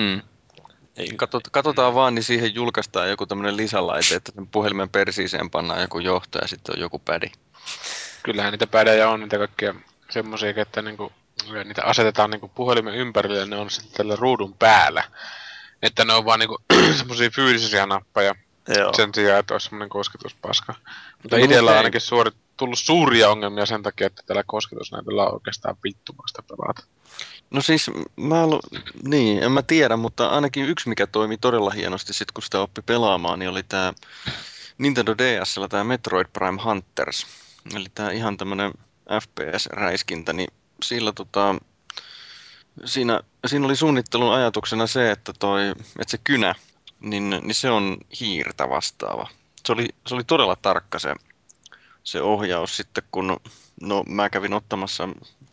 Katsotaan vaan, niin siihen julkaistaan joku tämmöinen lisälaite, että sen puhelimen persiiseen pannaan joku johto ja sitten on joku pädi. Kyllähän niitä pädejä on, niitä kaikkia semmosia, että niinku, niitä asetetaan niinku puhelimen ympärille ja ne on sitten tällä ruudun päällä. Että ne on vaan niinku semmosia fyysisiä nappeja Joo. sen sijaan, että olisi semmonen kosketuspaska. Mutta No, itsellä hei. ainakin tullut suuria ongelmia sen takia, että tällä kosketusnäytöllä on oikeastaan vittumasta pelata. No siis, niin, en mä tiedä, mutta ainakin yksi, mikä toimi todella hienosti sit, kun sitä oppi pelaamaan, niin oli tämä Nintendo DS:llä tämä Metroid Prime Hunters. Eli tämä ihan tämmönen FPS-räiskintä, niin sillä siinä oli suunnittelun ajatuksena se, että että se kynä, niin se on hiirtä vastaava. Se oli todella tarkka se ohjaus sitten, kun mä kävin ottamassa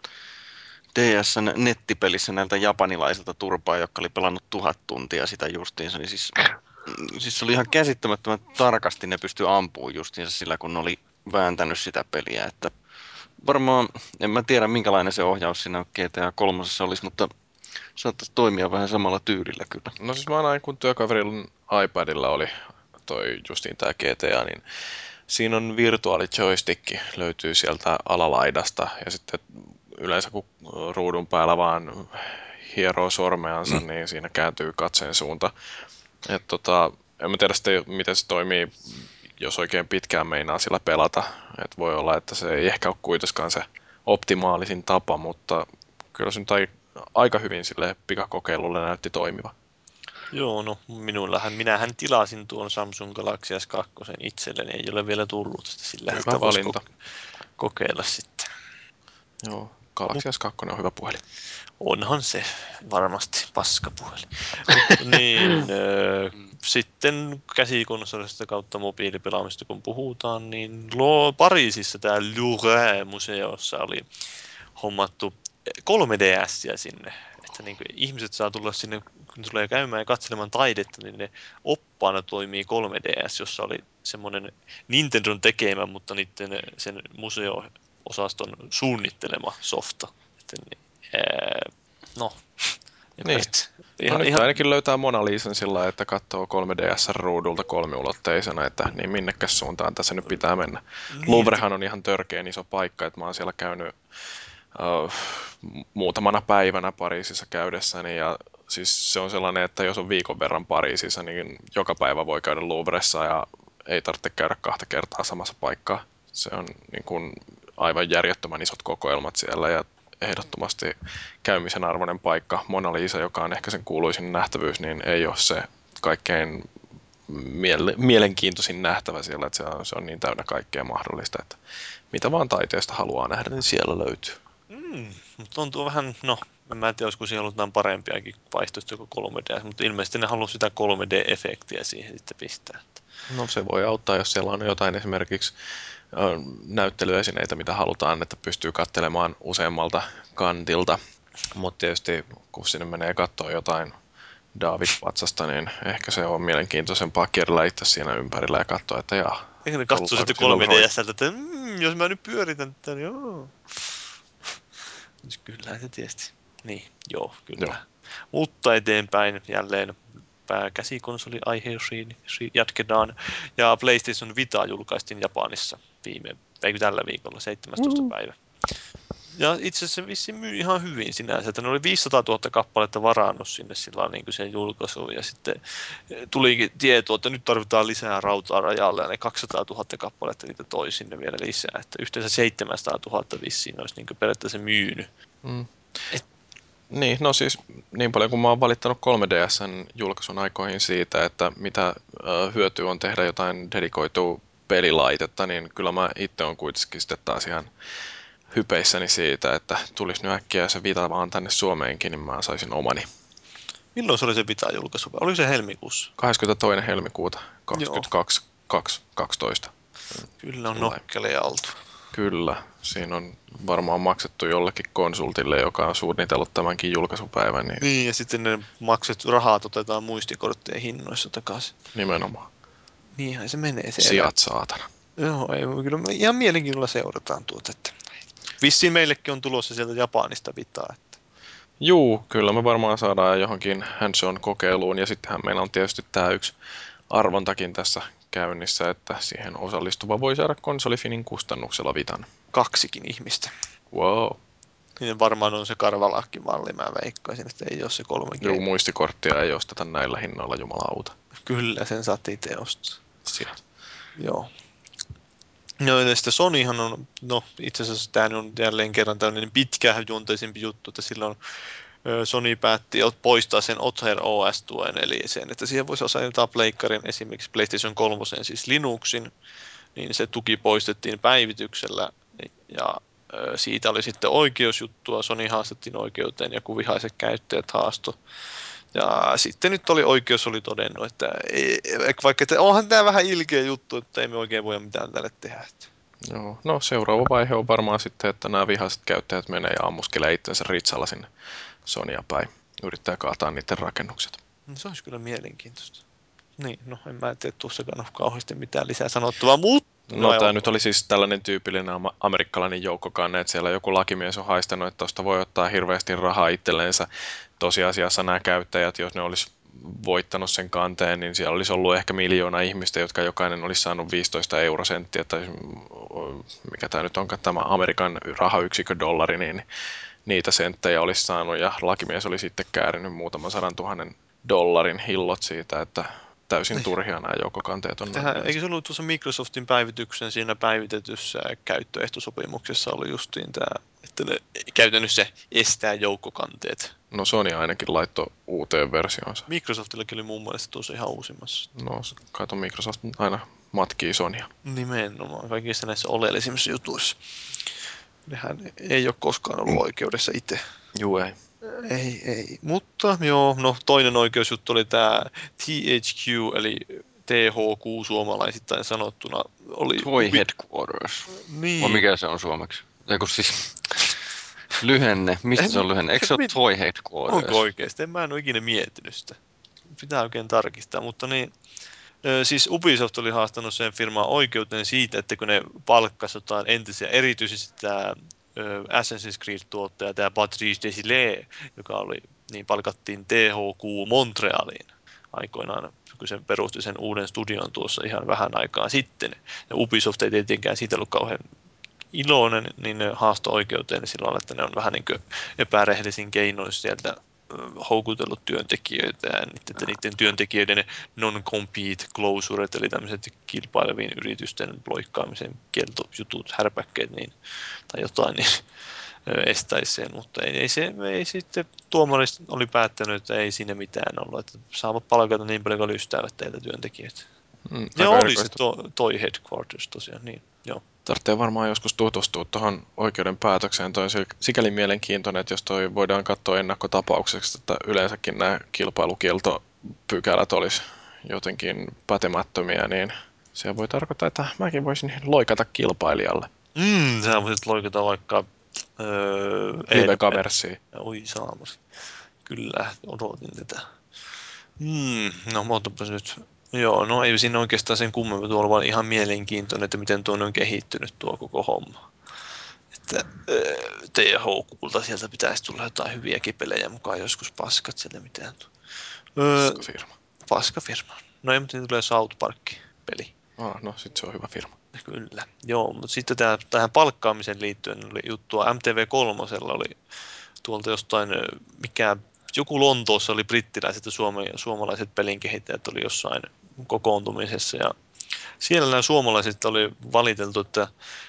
DS:n nettipelissä näiltä japanilaisilta turpaa, jotka oli pelannut 1000 tuntia sitä justiinsa, niin siis se oli ihan käsittämättömän tarkasti ne pystyi ampumaan justiinsa sillä, kun ne oli vääntänyt sitä peliä, että varmaan, en mä tiedä minkälainen se ohjaus siinä GTA 3 olisi, mutta saattaisi toimia vähän samalla tyylillä kyllä. No siis mä näin, kun työkaverin iPadilla oli toi justiin tää GTA, niin siinä on virtuaali joystick, löytyy sieltä alalaidasta ja sitten yleensä kun ruudun päällä vaan hieroo sormeansa, niin siinä kääntyy katseen suunta. En mä tiedä sitten, miten se toimii, jos oikein pitkään meinaa sillä pelata. Et voi olla, että se ei ehkä ole kuitenkaan se optimaalisin tapa, mutta kyllä se nyt aika hyvin sille pikakokeilulle näytti toimiva. Joo, no minähän tilasin tuon Samsung Galaxy S2 itselleni, ei ole vielä tullut sitä, sillä Hyvä sitä voisi valinta. kokeilla sitten. Joo, Galaxy S2 on hyvä puhelin. Onhan se varmasti paskapuhelin. Mutta niin, sitten käsikonsolista kautta mobiilipelaamista kun puhutaan, niin Pariisissa tämä Louvre-museossa oli hommattu 3DS:iä sinne. Että niin ihmiset saa tulla sinne, kun tulee käymään ja katselemaan taidetta, niin ne oppaana toimii 3DS, jossa oli semmoinen Nintendon tekemä, mutta niiden sen museo-osaston suunnittelema softa. Että, no, Niin. No nyt ihan, ainakin löytää Mona Lisan sillä lailla, että katsoo 3DS-ruudulta kolmiulotteisena, että niin minnekäs suuntaan tässä nyt pitää mennä. niin, Louvrehan on ihan törkeän iso paikka, että mä oon siellä käynyt muutamana päivänä Pariisissa käydessäni ja siis se on sellainen, että jos on viikon verran Pariisissa, niin joka päivä voi käydä Louvressa ja ei tarvitse käydä 2 kertaa samassa paikkaa. Se on niin kuin aivan järjettömän isot kokoelmat siellä ja ehdottomasti käymisen arvoinen paikka. Mona Lisa, joka on ehkä sen kuuluisin nähtävyys, niin ei ole se kaikkein mielenkiintoisin nähtävä siellä, että se on niin täynnä kaikkea mahdollista, että mitä vaan taiteesta haluaa nähdä, niin siellä löytyy. mutta tuntuu vähän, en mä tiedä, olisiko siellä ollut jotain parempiakin vaihtoehtoja kuin 3D, mutta ilmeisesti ne haluaa sitä 3D-efektiä siihen sitten pistää. No se voi auttaa, jos siellä on jotain esimerkiksi näyttelyesineitä, mitä halutaan, että pystyy katselemaan useammalta kantilta. Mutta tietysti kun sinne menee katsoa jotain David-patsasta, niin ehkä se on mielenkiintoisempaa kierrellä itse siinä ympärillä ja katsoa, että Ehkä ne katsoo sitten 3DS:ltä, että jos mä nyt pyöritän tätä, niin joo. Kyllä se tietysti. Niin, joo, kyllä. Joo. Mutta eteenpäin jälleen pääkäsikonsoli aiheisiin jatketaan. Ja PlayStation Vita julkaistiin Japanissa tällä viikolla, 17. päivä. Ja itse asiassa vissiin myy ihan hyvin sinänsä, että ne oli 500 000 kappaletta varannut sinne sillä niin kuin sen julkaisuun, ja sitten tulikin tieto, että nyt tarvitaan lisää rautaa rajalle, ja ne 200 000 kappaletta niitä toi sinne vielä lisää, että yhteensä 700 000 vissiin olisi niin kuin periaatteessa myynyt. Mm. Niin, no siis niin paljon kuin mä oon valittanut 3DSn julkaisun aikoihin siitä, että mitä hyötyä on tehdä jotain dedikoitua pelilaitetta, niin kyllä mä itse on kuitenkin sitten taas ihan hypeissäni siitä, että tulisi nyt äkkiä se Vita vaan tänne Suomeenkin, niin mä saisin omani. Milloin se oli se Vita julkaisu? Oliko se helmikuussa? 22. helmikuuta 2012. Kyllä on Sellainen. nokkeleja oltu. Kyllä, siinä on varmaan maksettu jollekin konsultille, joka on suunnitellut tämänkin julkaisupäivän. Niin, ja sitten ne rahat otetaan muistikorttien hinnoissa takaisin. Nimenomaan. Niinhän se menee se Sijat saatana. Joo, ei, kyllä me ihan mielenkiinnolla seurataan tuota. Että vissiin meillekin on tulossa sieltä Japanista Vitaa. Että. Juu, kyllä me varmaan saadaan johonkin hands-on kokeiluun ja sittenhän meillä on tietysti tämä yksi arvontakin tässä käynnissä, että siihen osallistuva voi saada konsolifinin kustannuksella Vitan. 2 ihmistä. Wow. Niin varmaan on se karvalakki-malli, mä veikkaisin, että ei ole se 3G. Juu, muistikorttia ei osteta näillä hinnoilla, jumalauta. Kyllä, sen saatiin teostaa. Sijat. Joo. No ja sitten Sonyhan on, no itse asiassa tämä on jälleen kerran tällainen pitkäjuonteisempi juttu, että silloin Sony päätti poistaa sen Otter OS-tuen, eli sen, että siihen voisi asentaa pleikkarin esimerkiksi PlayStation 3, siis Linuxin, niin se tuki poistettiin päivityksellä ja siitä oli sitten oikeusjuttua, Sony haastettiin oikeuteen, ja kun vihaiset käyttäjät haasto. Ja sitten nyt oikeus oli todennut, että vaikka että onhan tämä vähän ilkeä juttu, että ei me oikein voi mitään tälle tehdä. Joo. No seuraava vaihe on varmaan sitten, että nämä vihaiset käyttäjät menee ja ammuskelee itsensä ritsalla sinne Sonya päin. Yrittää kaataa niiden rakennukset. No, se olisi kyllä mielenkiintoista. Niin, no en mä tiedä tuossakaan ole kauheasti mitään lisää sanottavaa, mutta... No tämä nyt oli siis tällainen tyypillinen amerikkalainen joukkokanne, että siellä joku lakimies on haistanut, että tuosta voi ottaa hirveästi rahaa itselleensä. Tosiasiassa nämä käyttäjät, jos ne olisi voittanut sen kanteen, niin siellä olisi ollut ehkä 1 000 000 ihmistä, jotka jokainen olisi saanut 15 eurosenttiä, tai mikä tämä nyt onkaan tämä Amerikan rahayksikkö dollari, niin niitä senttejä olisi saanut, ja lakimies oli sitten käärinyt muutaman 100 000 dollarin hillot siitä, että täysin turhia nämä joukkokanteet on. Eikö se ollut tuossa Microsoftin päivityksen siinä päivitetyssä käyttöehtosopimuksessa ollut justiin tämä, että ne käytännössä estää joukkokanteet? No Sony ainakin laittoi uuteen versioonsa. Microsoftillakin oli muun muassa tuossa ihan uusimmassa. No kato, Microsoft aina matkii Sonya. Nimenomaan, kaikissa näissä oleellisimmissa jutuissa. Nehän ei ole koskaan ollut oikeudessa itse. Juu, ei. Ei. Mutta joo, no toinen oikeusjuttu oli tämä THQ, eli THQ suomalaisittain sanottuna. Oli Toy Headquarters. Niin. Vai mikä se on suomeksi? Eiku siis lyhenne. Mistä se on lyhenne? Eikö se ole Toy Headquarters? Onko oikeasti? Mä en ole ikinä miettinyt sitä. Pitää oikein tarkistaa, mutta niin. Siis Ubisoft oli haastanut sen firmaan oikeuteen siitä, että kun ne palkkasi jotain entisiä, erityisesti tämä Assassin's Creed-tuottaja, tämä Patrice Desilets, joka oli, niin palkattiin THQ Montrealiin aikoinaan, kun se perusti sen uuden studion tuossa ihan vähän aikaa sitten. Ja Ubisoft ei tietenkään siitä ollut kauhean iloinen, niin ne haastoi oikeuteen sillä että ne on vähän niin kuin epärehellisin keinoin sieltä houkutellut työntekijöitä ja että niiden työntekijöiden non-compete closuret, eli tämmöiset kilpailevien yritysten loikkaamisen kieltojutut, härpäkkeet niin, tai jotain, niin estäisi sen, mutta ei sitten tuomarista oli päättänyt, että ei siinä mitään ollut, että saavat palkata niin paljon kuin lystäävät teiltä työntekijät. Ja oli se toi Headquarters tosiaan, niin joo. Tarvitsee varmaan joskus tutustua tuohon oikeuden päätökseen. Toi on sikäli mielenkiintoinen, että jos toi voidaan katsoa ennakkotapaukseksi, että yleensäkin nämä kilpailukieltopykälät olisi jotenkin pätemättömiä, niin se voi tarkoittaa, että mäkin voisin loikata kilpailijalle. Sä voisit loikata vaikka Live-kaversiin. Oi saamari. Kyllä, odotin tätä. No, muotopas nyt. Joo, no ei siinä oikeastaan sen kummemmin tuolla, vaan ihan mielenkiintoinen, että miten tuonne on kehittynyt tuo koko homma. Että THQlta sieltä pitäisi tulla jotain hyviä kipelejä mukaan, joskus paskat sieltä mitään. Paskafirma. Paskafirma. No ei, mutta niin tulee South Park-peli. No sit se on hyvä firma. Kyllä, joo, mutta sitten tähän palkkaamiseen liittyen oli juttua. MTV3 oli tuolta jostain, joku Lontoossa oli brittiläiset ja suomalaiset pelinkehittäjät oli jossain kokoontumisessa ja siellä nämä suomalaiset oli valiteltu, että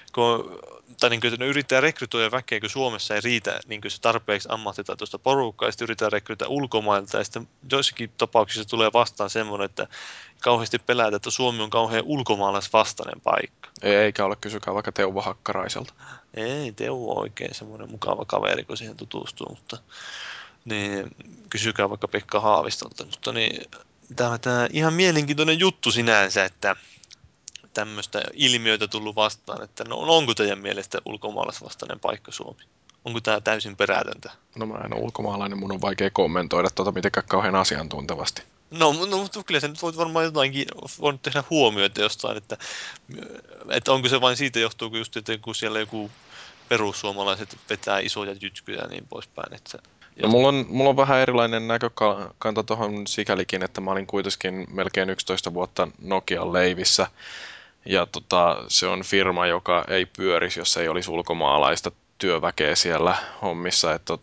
että ne yrittää rekrytoida väkeä, kun Suomessa ei riitä niin se tarpeeksi ammattitaitoista porukkaa, ja sitten yritetään rekrytoida ulkomailta, ja sitten joissakin tapauksissa tulee vastaan semmoinen, että kauheasti pelätä, että Suomi on kauhean ulkomaalaisvastainen paikka. Eikä ole, kysykää vaikka Teuvo Hakkaraiselta. Ei, Teuvo on oikein semmoinen mukava kaveri, kun siihen tutustuu, mutta niin, kysykää vaikka Pekka Haavistolta, mutta niin, tämä ihan mielenkiintoinen juttu sinänsä, että tämmöistä ilmiöitä tullut vastaan, että no, onko teidän mielestä ulkomaalaisvastainen paikka Suomi? Onko tämä täysin perätöntä? No mä en ole ulkomaalainen, mun on vaikea kommentoida mitenkään kauhean asiantuntevasti. No, mutta kyllä sä nyt voit varmaan jotainkin, voinut tehdä huomioita jostain, että onko se vain siitä johtuu, kun just, että kun siellä joku perussuomalaiset vetää isoja jytkyjä ja niin poispäin. Että no mulla on vähän erilainen näkökanta tuohon sikälikin, että mä olin kuitenkin melkein 11 vuotta Nokian leivissä. Ja se on firma, joka ei pyörisi, jos ei olisi ulkomaalaista työväkeä siellä hommissa. Että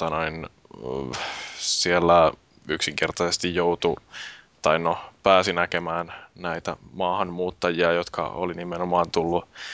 siellä yksinkertaisesti pääsi näkemään näitä maahanmuuttajia, jotka oli nimenomaan tullut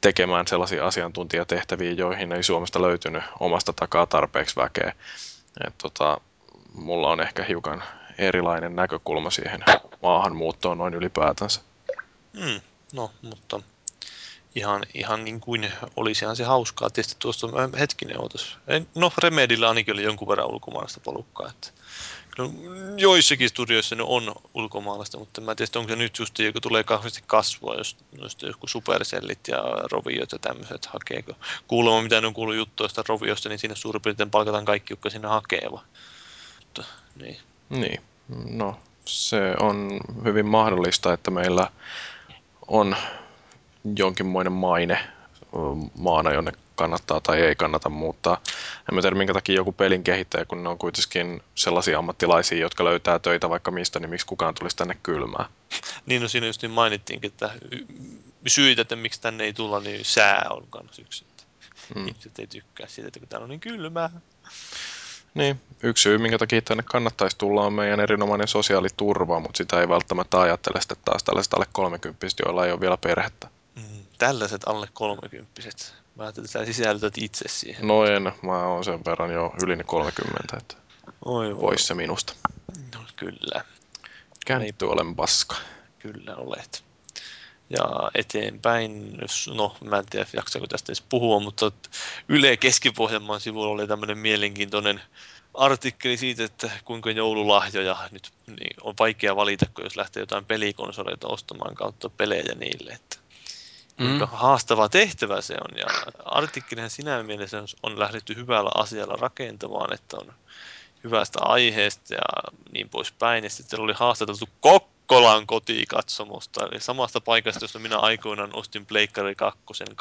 tekemään sellaisia asiantuntijatehtäviä, joihin ei Suomesta löytynyt omasta takaa tarpeeksi väkeä. Mulla on ehkä hiukan erilainen näkökulma siihen maahanmuuttoon noin ylipäätänsä. No, mutta ihan niin kuin olisihan se hauskaa. Tietysti tuosta hetkinen otus. No, Remedillä ainakin oli jonkun verran ulkomaalaista porukkaa. No, joissakin studioissa ne on ulkomaalaista, mutta mä en tiedä, onko se nyt just joku tulee kauheasti kasvua, jos joku Supercellit ja Roviot ja tämmöiset hakee. Kuulemma mitä ne on kuullut juttuja sitä Roviosta, niin siinä suurin piirtein palkataan kaikki, jotka sinne hakee. Mutta, niin. Niin, no se on hyvin mahdollista, että meillä on jonkinmoinen maine maana, jonne kannattaa tai ei kannata muuttaa. En mä tiedä, minkä takia joku pelin kehittäjä, kun ne on kuitenkin sellaisia ammattilaisia, jotka löytää töitä vaikka mistä, niin miksi kukaan tulisi tänne kylmään? Niin, no siinä just niin mainittiinkin, että syitä, että miksi tänne ei tulla, niin sää on kans yksi. Ihmiset ei tykkää siitä, että kun täällä on niin kylmää. Niin, yksi syy, minkä takia tänne kannattaisi tulla, on meidän erinomainen sosiaaliturva, mutta sitä ei välttämättä ajattele sitten taas tällaiset alle 30, joilla ei ole vielä perhettä. Tällaiset alle 30. Mä ajattelin, että sä sisällytät itse siihen. No en, mä oon sen verran jo yli 30, että pois se minusta. No kyllä. Käntty olen paska. Kyllä olet. Ja eteenpäin, no mä en tiedä jaksaako tästä edes puhua, mutta Yle Keski-Pohjanmaan sivulla oli tämmöinen mielenkiintoinen artikkeli siitä, että kuinka joululahjoja nyt niin on vaikea valita, kun jos lähtee jotain pelikonsoleita ostamaan kautta pelejä niille, että kuinka haastava tehtävä se on. Ja artikkelihan sinä mielessä on lähdetty hyvällä asialla rakentamaan, että on hyvästä aiheesta ja niin poispäin. Ja sitten oli haastateltu Kokkolan kotikatsomusta, eli samasta paikasta, josta minä aikoinaan ostin Pleikkari 2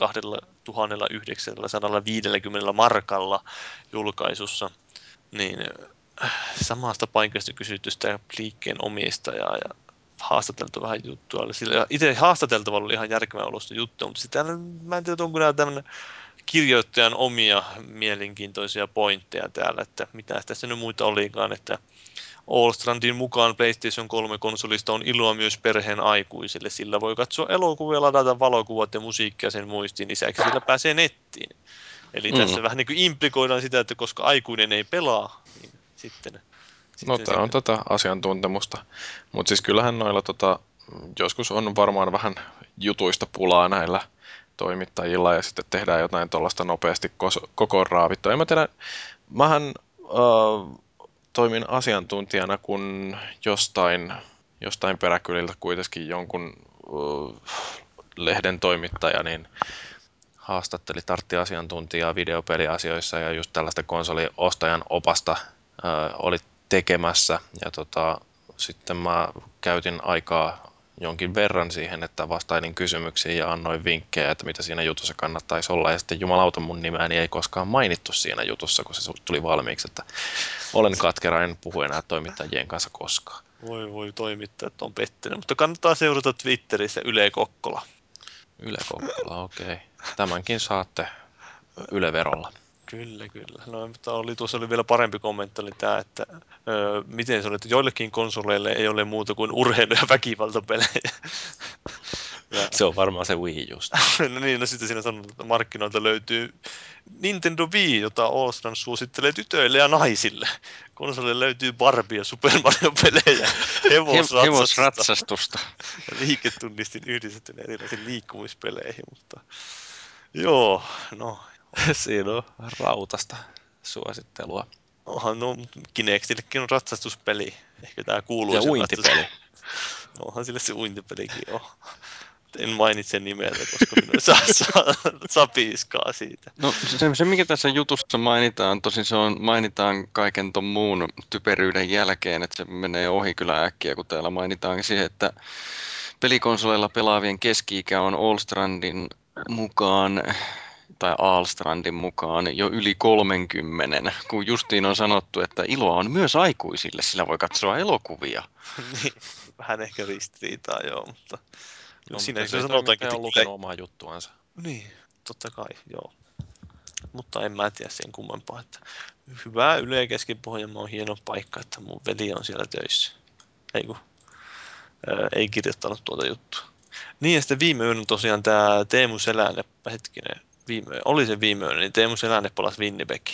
2950 markalla julkaisussa, niin samasta paikasta kysytty sitä liikkeen omistajaa ja haastateltu vähän juttua. Ja itse haastateltavalla oli ihan järkevän olosta juttu, mutta sitten mä en tiedä, onko nämä tämmöinen kirjoittajan omia mielenkiintoisia pointteja täällä, että mitä tässä nyt muita olikaan, että Allstrandin mukaan PlayStation 3-konsolista on iloa myös perheen aikuisille. Sillä voi katsoa elokuvia, ladata valokuvat ja musiikkia sen muistiin, lisäksi sillä pääsee nettiin. Eli tässä vähän niin kuin implikoidaan sitä, että koska aikuinen ei pelaa, niin sitten No tämä on tätä asiantuntemusta, mutta siis kyllähän noilla joskus on varmaan vähän jutuista pulaa näillä toimittajilla ja sitten tehdään jotain tuollaista nopeasti kokoon raavittua. En mä tiedä, mähän toimin asiantuntijana, kun jostain peräkyliltä kuitenkin jonkun lehden toimittaja niin tartti asiantuntijaa videopeliasioissa ja just tällaista konsoliostajan opasta oli tekemässä. Ja sitten mä käytin aikaa jonkin verran siihen, että vastailin kysymyksiin ja annoin vinkkejä, että mitä siinä jutussa kannattaisi olla. Ja sitten jumalauta mun nimeäni ei koskaan mainittu siinä jutussa, kun se tuli valmiiksi. Että olen katkera, en puhu enää toimittajien kanssa koskaan. Voi toimittajat on pettynyt, mutta kannattaa seurata Twitterissä Yle Kokkola. Yle Kokkola, okei. Tämänkin saatte Yle-verolla. Kyllä. No, mutta tuossa oli vielä parempi kommentti, oli tämä, että miten se oli, että joillekin konsoleille ei ole muuta kuin urheilu- ja väkivaltapelejä. Se on varmaan se Wii just. No niin, no sitten siinä sanotaan, että markkinoilta löytyy Nintendo Wii, jota Allstrand suosittelee tytöille ja naisille. Konsolille löytyy Barbie ja Super Mario-pelejä, Hevosratsastusta. ja liiketunnistin yhdistettynä erilaisiin liikkumispeleihin, mutta joo, no. Siinä on rautasta suosittelua. No Kinectillekin on ratsastuspeli. Ehkä tämä kuuluu Ja sen uintipeli. Onhan sille se uintipelikin joo. En mainitse nimeltä, koska minun saa piiskaa siitä. No se, mikä tässä jutussa mainitaan, tosin mainitaan kaiken ton muun typeryyden jälkeen, että se menee ohi kyllä äkkiä, kun täällä mainitaan siihen, että pelikonsoleilla pelaavien keski-ikä on Allstrandin mukaan tai Ahlstrandin mukaan jo yli 30, kun justiin on sanottu, että iloa on myös aikuisille, sillä voi katsoa elokuvia. Niin, vähän ehkä ristiriitaa, joo, mutta No, siinä mutta se sanotaankin, on lukenut omaa juttuansa. Niin, totta kai, joo. Mutta en mä tiedä sen kummempaa, että hyvää Yle Keski-Pohjanmaa on hieno paikka, että mun veli on siellä töissä. Ei kirjoittanut tuota juttua. Niin, ja sitten viime yönä tosiaan tämä Teemu Selänne, oli se viime yönä, niin Teemu Selänne palasi Winnipeg.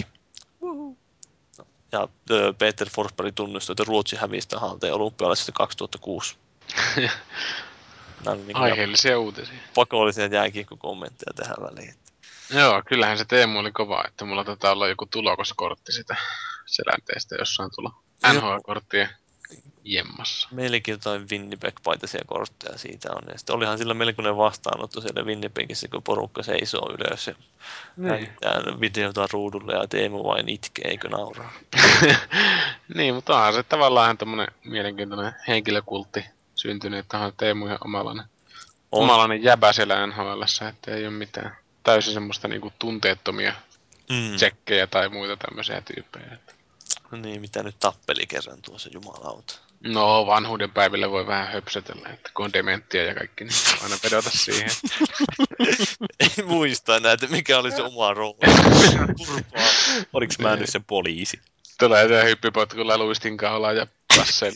Ja Peter Forsberg tunnustui, että Ruotsi hävisi tämän halteen olympialaisista 2006. Nämä on niin kuin Aiheellisia uutisia. pakollisia jääkiekko-kommentteja tähän väliin. Joo, kyllähän se Teemu oli kova, että mulla taitaa olla joku tulokaskortti sitä selänteestä jossain tuolla NHL-korttien jemmassa. Meilläkin jotain Winnipeg-paitaisia kortteja siitä on. Ja sitten olihan sillä melkoinen vastaanotto siellä Winnipegissä, kun porukka seisoo ylös ja näyttää videota ruudulle ja Teemu vain itkee, eikö nauraa. Niin, mutta onhan se tavallaan tommonen mielenkiintoinen henkilökultti syntynyt, että onhan Teemu ihan omalainen jäbä siellä NHL:ssä, että ei ole mitään täysin semmoista niinku tunteettomia tsekkejä tai muita tämmöisiä tyyppejä. Niin, mitä nyt tappeli kerran tuossa, jumalauta. No, vanhuuden päivillä voi vähän höpsötellä, että kun on dementtiä ja kaikki, niin voi aina vedota siihen. Ei muista enää, että mikä oli se oma rooli. Turpaa. Oliko mä nyt se poliisi? Tulee se hyppypotkulla luistin kaulaan ja kasseilla.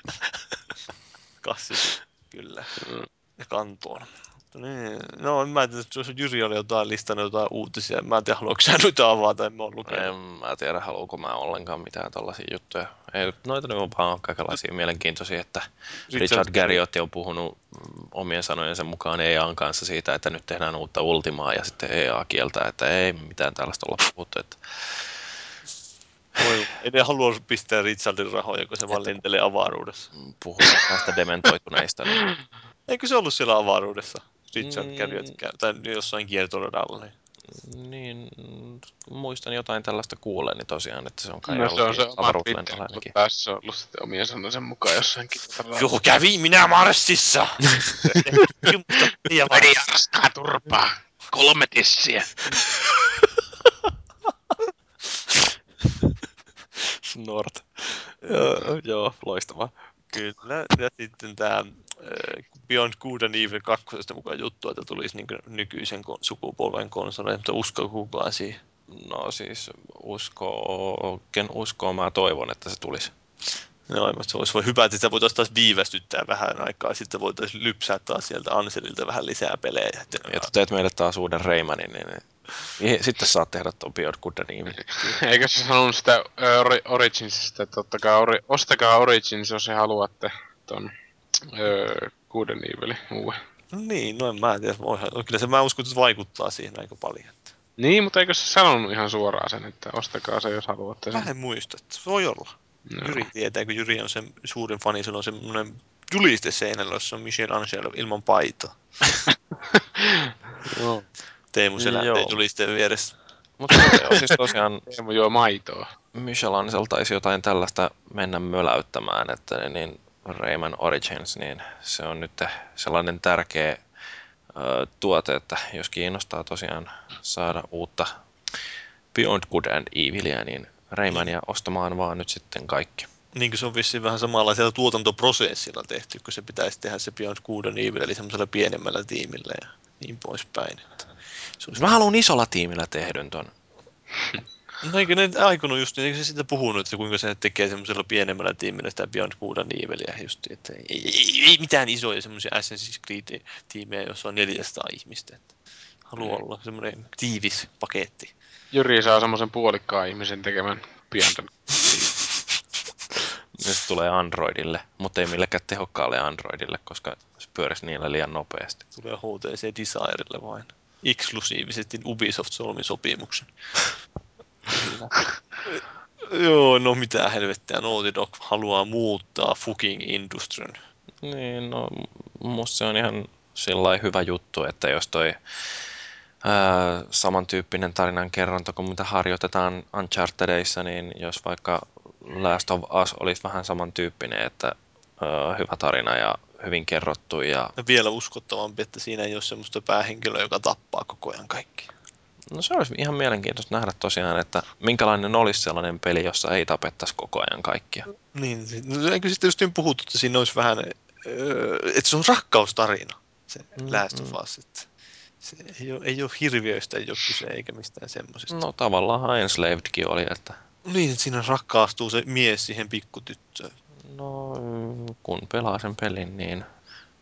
Kassi, kyllä. Ja kantoon. Niin. No, mä en tiedä, jos Jyri oli jotain listannut jotain uutisia. Mä en tiedä, haluatko sä nyt avata, en mä ole lukenut. En mä tiedä, haluuko mä ollenkaan mitään tollasia juttuja. Ei, noita nyt on vaan kaikenlaisia mielenkiintoisia, että Richard Garriott on puhunut omien sanojensa mukaan EA:n kanssa siitä, että nyt tehdään uutta Ultimaa ja sitten EA kieltää, että ei mitään tällaista olla puhuttu. Että Ei ne halua pistää Richardin rahoja, kun se vaan lentelee avaruudessa. puhutaan näistä dementoituneista. Niin Eikö se ollut siellä avaruudessa? Richard Garriott tai jossain kiertoradalla. niin, muistan jotain tällaista kuulleeni tosiaan, että se on kai No se on se oma avaruuslentolla Twitter, mutta päässä on ollut sitten omien sanoisen mukaan jossainkin. Joo, kävi minä Marsissa! Veri arskaa turpaa! 3 tissiä! Snort. Joo, loistavaa. Kyllä, ja sitten tämä Beyond Good and Evil 2 mukaan juttu, että tulisi niin nykyisen sukupolven konsoleja, mutta uskoo kukaan siihen. No siis ken uskoo, mä toivon, että se tulisi. No, se olisi hyvä, että sitä voitaisiin taas viivästyttää vähän aikaa, sitten voitaisiin lypsää taas sieltä Anselilta vähän lisää pelejä. Ja teet meille taas uuden Raymanin, niin sitten saat tehdä tuon Beyond Good and Evil. Eikö sä sanonut sitä Originsista, että ostakaa Origins, jos haluatte ton Good and Evilin uuden. Niin, no en mä tiedä. Kyllä se mä uskon, että se vaikuttaa siihen aika paljon. Niin, mutta eikö se sanonut ihan suoraan sen, että ostakaa se, jos haluatte sen? Mä en muista, että se voi olla. No. Jyri tietää, kun Jyri on sen suurin fani, sillä on semmoinen juliste seinällä, jossa on Michelangelo ilman paitaa. Joo. Teemu Selänteen julisteen vieressä. Mutta siis tosiaan Teemu juo maitoa. Michelangelo taisi jotain tällaista mennä möläyttämään, että niin Rayman Origins, niin se on nyt sellainen tärkeä tuote, että jos kiinnostaa tosiaan saada uutta Beyond Good and Evilia, niin Raymania ostamaan vaan nyt sitten kaikki. Niin kuin se on vissiin vähän samanlaisella tuotantoprosessilla tehty, kun se pitäisi tehdä se Beyond Good and Evil, eli semmoisella pienemmällä tiimillä ja niin poispäin. Mä haluan isolla tiimillä tehdyn ton. No eikö ne aikonut just, eikö se siitä puhunut, että kuinka se tekee semmoisella pienemmällä tiimillä sitä Beyond Good and Evilia just, että ei mitään isoja semmoisia Assassin's Creed-tiimejä, jossa on 400 ihmistä. Että haluaa olla semmoinen tiivis paketti. Jyri saa semmoisen puolikkaan ihmisen tekemään Beyond. Ja se tulee Androidille, mutta ei millekään tehokkaalle Androidille, koska se pyörisi niillä liian nopeasti. Tulee HTC Desirelle vain. Eksklusiivisesti Ubisoft solmi sopimuksen. Joo, no mitä helvettiä, Naughty Dog haluaa muuttaa fucking industryn. Niin, no musta se on ihan sellainen hyvä juttu, että jos toi samantyyppinen tarinan kerronta kuin mitä harjoitetaan Unchartedissa, niin jos vaikka Last of Us olisi vähän samantyyppinen, että hyvä tarina ja hyvin kerrottu. Ja vielä uskottavampi, että siinä ei ole semmoista päähenkilöä, joka tappaa koko ajan kaikki. No se olisi ihan mielenkiintoista nähdä tosiaan, että minkälainen olisi sellainen peli, jossa ei tapettaisi koko ajan kaikkia. Niin, no, eikö sitten just puhuttu, että siinä olisi vähän, että se on rakkaustarina, se Last of Us. Että se ei ole hirviöistä, ei ole kyse eikä mistään semmoisesta. No tavallaan Enslavedkin oli, että niin, että siinä rakkaastuu se mies siihen pikkutyttöön. No kun pelaa sen pelin, niin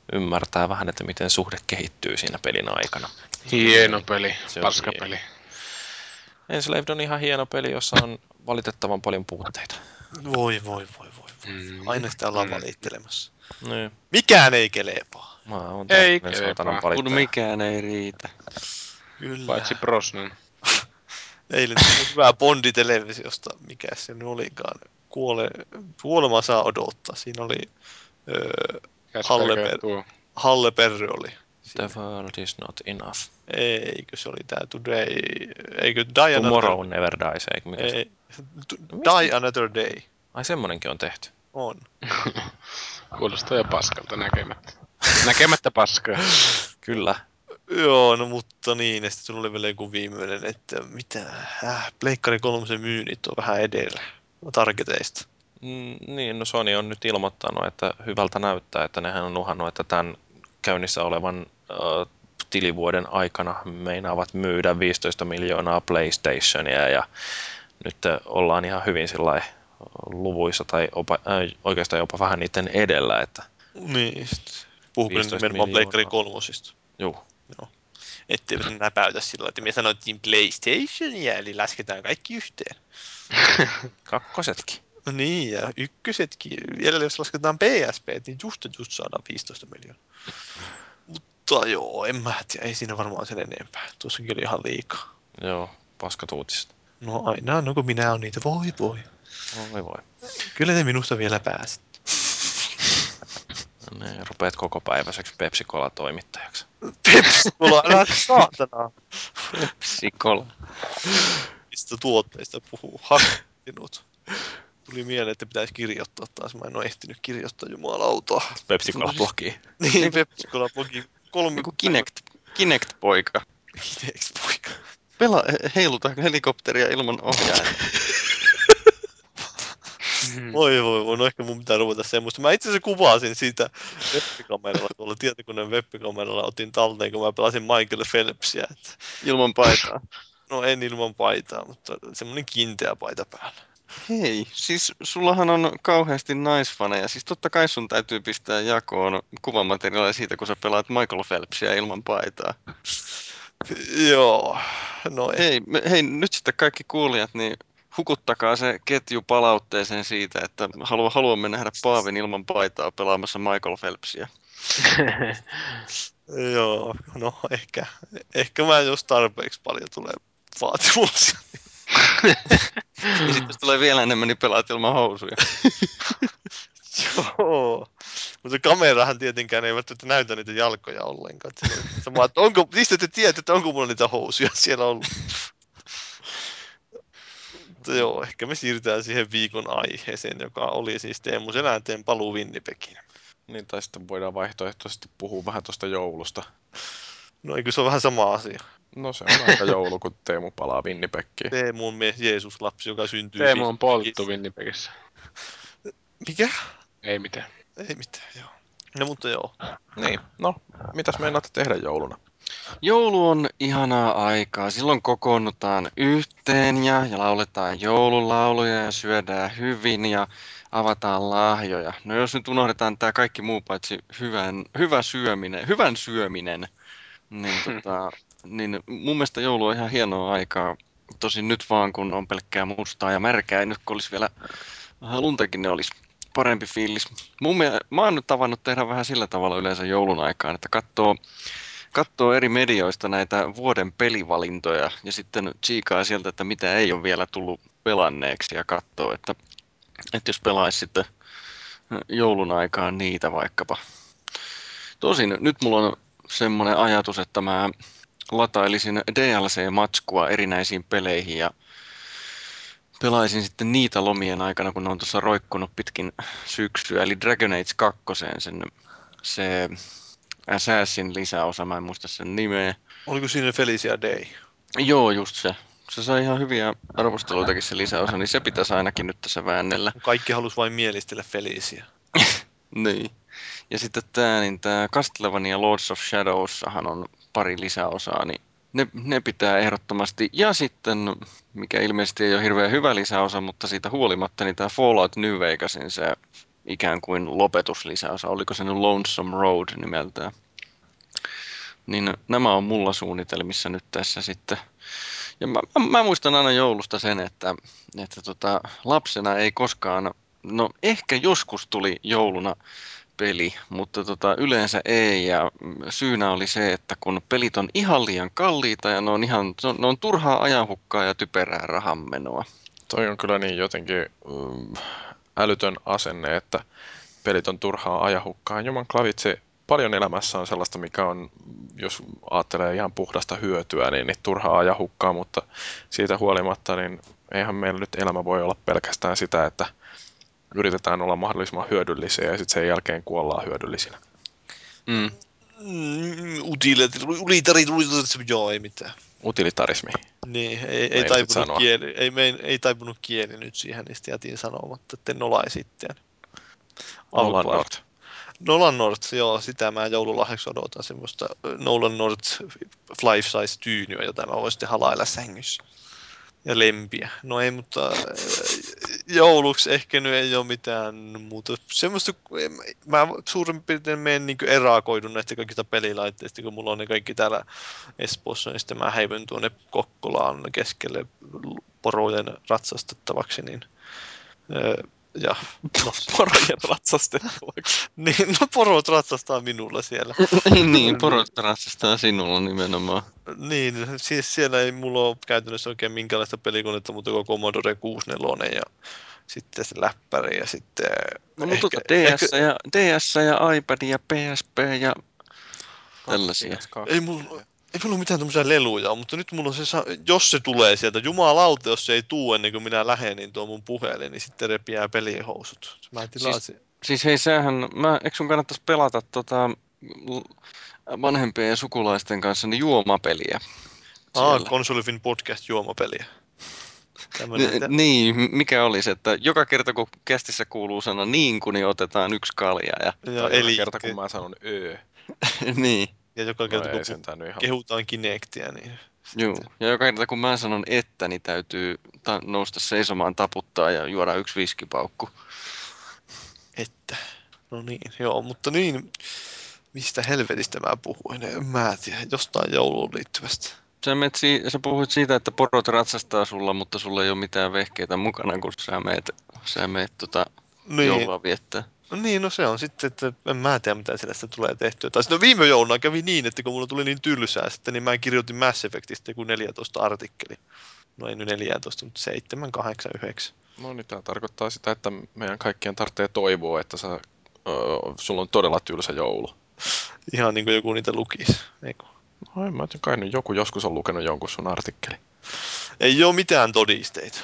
ymmärtää vähän, että miten suhde kehittyy siinä pelin aikana. Hieno peli, Se on paskapeli. Enslaved on ihan hieno peli, jossa on valitettavan paljon puutteita. Voi. Aina sitä ollaan Mm. valittelemassa. Niin. Mikään ei kelepaa. Mä oon Ei tämmönen saatanan kelepaa. Kun valittaja. mikään ei riitä. Kyllä. Paitsi Brosnan. Eilen tuli hyvää Bondi-televisiosta. Mikä se nyt olikaan? Kuolema saa odottaa. Siinä oli Käsperkö tuo. Halle Perry oli. The world is not enough. Eikö se oli tää Today? Eikö Die Tomorrow never dies, eikö mikä se? Ei. mistä? Die Another Day. Ai semmonenkin on tehty. On. Kuulostaa jo paskalta näkemättä. Näkemättä paskaa. Kyllä. Joo, no mutta niin, ja sitten tuli vielä joku viimeinen, että mitä, Pleikkari 3 myynnit on vähän edellä targeteista. Niin, no Sony on nyt ilmoittanut, että hyvältä näyttää, että nehän on uhannut, että tämän käynnissä olevan tilivuoden aikana meinaavat myydä 15 miljoonaa PlayStationia ja nyt ollaan ihan hyvin sillai luvuissa tai oikeastaan jopa vähän niiden edellä, että Niin, puhuuko nyt 15 nimenomaan Pleikkari miljoonaa. 3:sta? juu, Ettei ne näpäytä sillä, että me sanottiin PlayStationia, eli lasketaan kaikki yhteen. kakkosetkin. No niin, ja ykkösetkin. Vielä jos lasketaan PSP, niin just saadaan 15 miljoonaa. Mutta joo, en mä tiedä, ei siinä varmaan sen enempää. Tuossakin oli ihan liikaa. Joo, paskat uutiset. No aina, no kun minä on niitä, voi. Voi. Kyllä te minusta vielä pääsit. Ne rupeat koko päiväiseksi Pepsi-Cola-toimittajaksi. Pepsi-Cola, älä saatana. Pepsi-Cola. Mistä tuotteista puhuu? Hakkinut. Tuli mieleen, että pitäisi kirjoittaa taas. Mä en ole ehtinyt kirjoittaa jumalauta. Pepsi-Cola-blogiin. Niin, Pepsi-Cola blogi 3 Joku Kinect-poika. Kinect-poika. Heiluta helikopteria ilman ohjaaja. Voi. No ehkä mun pitää ruveta semmoista. Mä itse asiassa kuvasin siitä web-kameralla, tuolla tietokoneen web-kameralla otin talteen, kun mä pelasin Michael Phelpsia. Että, Ilman paitaa. no en ilman paitaa, mutta semmonen kiinteä paita päällä. Hei, siis sullahan on kauheasti naisfaneja. Siis totta kai sun täytyy pistää jakoon kuvamateriaalia siitä, kun sä pelaat Michael Phelpsia ilman paitaa. Joo, no Hei, nyt sitten kaikki kuulijat, niin hukuttakaa se ketju palautteeseen siitä, että haluamme nähdä Paavin ilman paitaa pelaamassa Michael Phelpsia. Joo, no ehkä mä jos tarpeeksi paljon tulee vaatimuksia. Ja sitten jos tulee vielä enemmän, niin pelaat ilman housuja. Joo, mutta kamerahan tietenkään ei välttämättä näytä niitä jalkoja ollenkaan. Sama, että mistä te tiedätte, että onko mulla niitä housuja siellä ollut? Mutta joo, ehkä me siirrytään siihen viikon aiheeseen, joka oli siis Teemu Selänteen paluu Winnipegiin. Niin, tai sitten voidaan vaihtoehtoisesti puhua vähän tuosta joulusta. No eikö se ole vähän sama asia? No se on aika joulu, kun Teemu palaa Winnipegkiin. Teemu on Jeesus-lapsi, joka syntyy Teemu on polttu Winnipegissä. Mikä? Ei mitään. Ei mitään, joo. No mutta joo. Niin, no, mitäs meinaatte tehdä jouluna? Joulu on ihanaa aikaa. Silloin kokoonnutaan yhteen ja lauletaan joululauluja ja syödään hyvin ja avataan lahjoja. No jos nyt unohdetaan tämä kaikki muu paitsi hyvän syöminen, niin, niin mun mielestä joulu on ihan hienoa aikaa. Tosin nyt vaan kun on pelkkää mustaa ja märkää, ja nyt kun olisi vielä vähän luntakin, ne olisi parempi fiilis. Mä oon nyt tavannut tehdä vähän sillä tavalla yleensä joulun aikaan, että katsoo eri medioista näitä vuoden pelivalintoja ja sitten tsiikaa sieltä, että mitä ei ole vielä tullut pelanneeksi ja katsoo, että jos pelaisi sitten joulun aikaan niitä vaikkapa. Tosin nyt mulla on semmoinen ajatus, että mä latailisin DLC-matskua erinäisiin peleihin ja pelaisin sitten niitä lomien aikana, kun ne on tuossa roikkunut pitkin syksyä, eli Dragon Age 2, se Assassin lisäosa, mä en muista sen nimeä. Oliko siinä Felicia Day? Joo, just se. Se sai ihan hyviä arvosteluitakin se lisäosa, niin se pitäisi ainakin nyt tässä väännellä. Kaikki halus vain mielistellä Felicia. Niin. Ja sitten tää Castlevania Lords of Shadowssahan on pari lisäosaa, niin ne pitää ehdottomasti. Ja sitten, mikä ilmeisesti ei ole hirveän hyvä lisäosa, mutta siitä huolimatta, niin tämä Fallout New Vegasin se ikään kuin lopetuslisäys. Oliko se nyt Lonesome Road nimeltään? Niin nämä on mulla suunnitelmissa nyt tässä sitten. Ja mä muistan aina joulusta sen, että lapsena ei koskaan, no ehkä joskus tuli jouluna peli, mutta yleensä ei. Ja syynä oli se, että kun pelit on ihan liian kalliita ja ne on turhaa ajanhukkaa ja typerää rahanmenoa. Toi on kyllä niin jotenkin älytön asenne, että pelit on turhaa ajanhukkaa. Juman klavitse, paljon elämässä on sellaista, mikä on, jos ajattelee ihan puhdasta hyötyä, niin turhaa ajanhukkaa, mutta siitä huolimatta, niin eihän meillä nyt elämä voi olla pelkästään sitä, että yritetään olla mahdollisimman hyödyllisiä ja sitten sen jälkeen kuollaan hyödyllisinä. Mm. Joo, ei mitään. Utilitarismi. Niin, Meinasit sanoa. ei taipunut kieli nyt siihen, niin sitten jätin sanomatta, että nolaisi itseäni. Nolan North. Nolan North, joo, sitä mä joululahjaksi odotan, semmoista Nolan North life size tyynyä, jota mä voin sitten halailla sängyssä. Ja lempiä. No ei, mutta jouluksi ehkä nyt ei ole mitään muuta. Semmoista, mä suurin piirtein menen niin erakoidun näistä kaikista pelilaitteista, kun mulla on ne kaikki täällä Espoossa, niin sitten mä häivyn tuonne Kokkolaan keskelle porojen ratsastettavaksi, niin ja no, Porojen ratsastettavaksi. niin, no porot ratsastaa minulla siellä. Niin, porot ratsastaa sinulla nimenomaan. Niin, siis siellä ei mulla ole käytännössä oikein minkäänlaista pelikonetta, mutta kuin Commodore 64 ja sitten se läppäri ja sitten No mutta DS ja iPad ja PSP ja tällaisia. ei mulla mitään tämmöisiä leluja ole, mutta nyt mulla on se, jos se tulee sieltä, jumalauta, jos se ei tuu ennen kuin minä lähden, niin tuo mun puhelin, niin sitten repiää pelihousut. Mä tilasin. Siis hei, eikö sun kannattaisi pelata vanhempien ja sukulaisten kanssa niin juomapeliä siellä? Konsolifin podcast juomapeliä. Niin, mikä olisi, että joka kerta kun kästissä kuuluu sana niin kun, niin otetaan yksi kalja ja Tai joka kerta kun mä sanon niin. Ja joka No kerta ei kun sentään nyt ihan. kehutaan Kinectia, niin Joo. Ja joka kerta kun mä sanon että, niin täytyy nousta seisomaan, taputtaa ja juoda yksi viskipaukku. että. No niin, joo, mutta niin, mistä helvetistä mä puhuin, en mä tiedä, jostain jouluun liittyvästä. Sä puhuit siitä, että porot ratsastaa sulla, mutta sulla ei ole mitään vehkeitä mukana, kun sä meet Niin, joulua viettää. no niin, no se on sitten, että en mä tiedä, mitä sitä tulee tehtyä. Tai sitten viime jouluna kävi niin, että kun mulla tuli niin tylsää sitten, niin mä kirjoitin Mass Effectistä joku 14 artikkeli. No ei nyt 14, mutta 7, 8, 9. No niin, tämä tarkoittaa sitä, että meidän kaikkien tarvitsee toivoa, että sulla on todella tylsä joulu. Ihan niin kuin joku niitä lukisi, eikö? No en mä tiedä, kai nyt joku joskus on lukenut jonkun sun artikkeli. Ei ole mitään todisteita.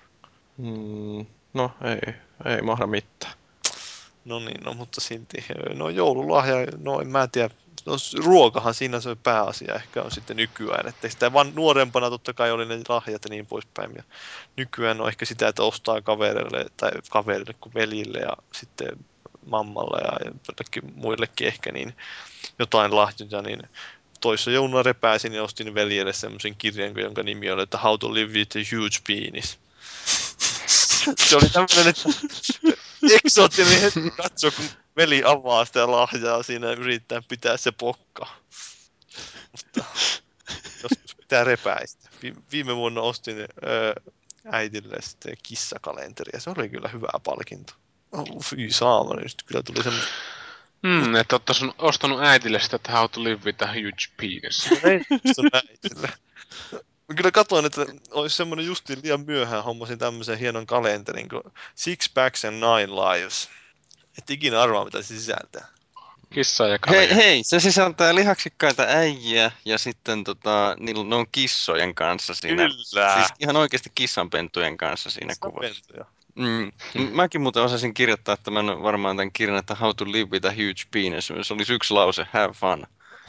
No ei mahda mitään. No niin, no mutta silti. No joululahja, no en mä tiedä. No, ruokahan siinä se pääasia ehkä on sitten nykyään. Että sitä vaan nuorempana totta kai oli ne lahjat ja niin poispäin. Ja nykyään on ehkä sitä, että ostaa kaverille kuin velille ja sitten mammalle ja jollekin muillekin ehkä niin jotain lahjoja. Niin toissa jouluna repäisin ja ostin veljelle semmoisen kirjan, jonka nimi oli, että How to live with a huge penis. Se oli tämmöinen, että eksoottinen hetki katsoa, kun veli avaa sitä lahjaa siinä ja yrittää pitää se pokka. Mutta joskus pitää repäistä. Viime vuonna ostin äitille sitten kissakalenteri ja se oli kyllä hyvä palkinto. Oh, fy saamani, nyt kyllä tuli semmoista. että ostanut äitille sitä, että how to live with a huge penis. No ei ostin äitille. Mä kyllä katsoin, että olisi semmoinen justiin liian myöhään hommasin tämmöisen hienon kalenterin kuin Six Packs and Nine Lives. Et ikinä arvaa, mitä se sisältää. Kissa ja kalja. Hei, se sisältää lihaksikkaita äijiä ja sitten ne on kissojen kanssa siinä. Kyllä. Siis ihan oikeasti kissanpentujen kanssa siinä kuvassa. Pentuja. Mäkin muuten osasin kirjoittaa varmaan tämän kirjan, että How to live with a huge penis. Se olisi yksi lause, have fun.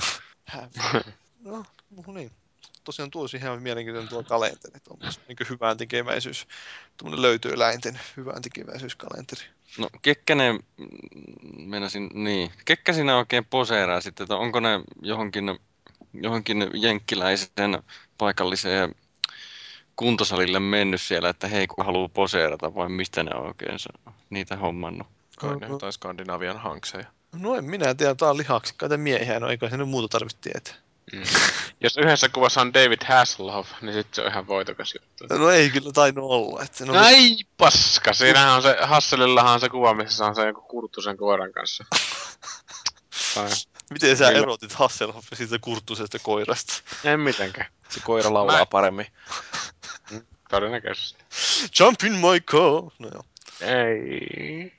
No niin. Tosiaan tuo olisi ihan mielenkiintoinen tuo kalenteri. Niin hyvään tekeväisyys, tuommoinen löytyeläinten hyvään tekeväisyyskalenteri. No Kekkänen, Kekkä siinä oikein poseeraa sitten, että onko ne johonkin jenkkiläisen paikalliseen kuntosalille mennyt siellä, että hei kun haluaa poseerata vai mistä ne on oikein niitä hommannut? Kai ne jotain Skandinavian hankseja. No en minä tiedä, tää on lihaksikkaita miehiä, no eikä sinne muuta tarvitse tietää. Mm. Jos yhdessä kuvassa on David Hasselhoff, niin sit se on ihan voitokas juttu. No ei kyllä tainnut olla. Että no, Ai paska, siinähän on se, Hasselillahan on se kuva, missä on se joku Kurttusen koiran kanssa. Tai, miten sä millä? erotit Hasselhoffin siitä kurttusesta koirasta? En mitenkään. Se koira laulaa paremmin. Todennäköisesti. Jump in my car! No joo. Ei.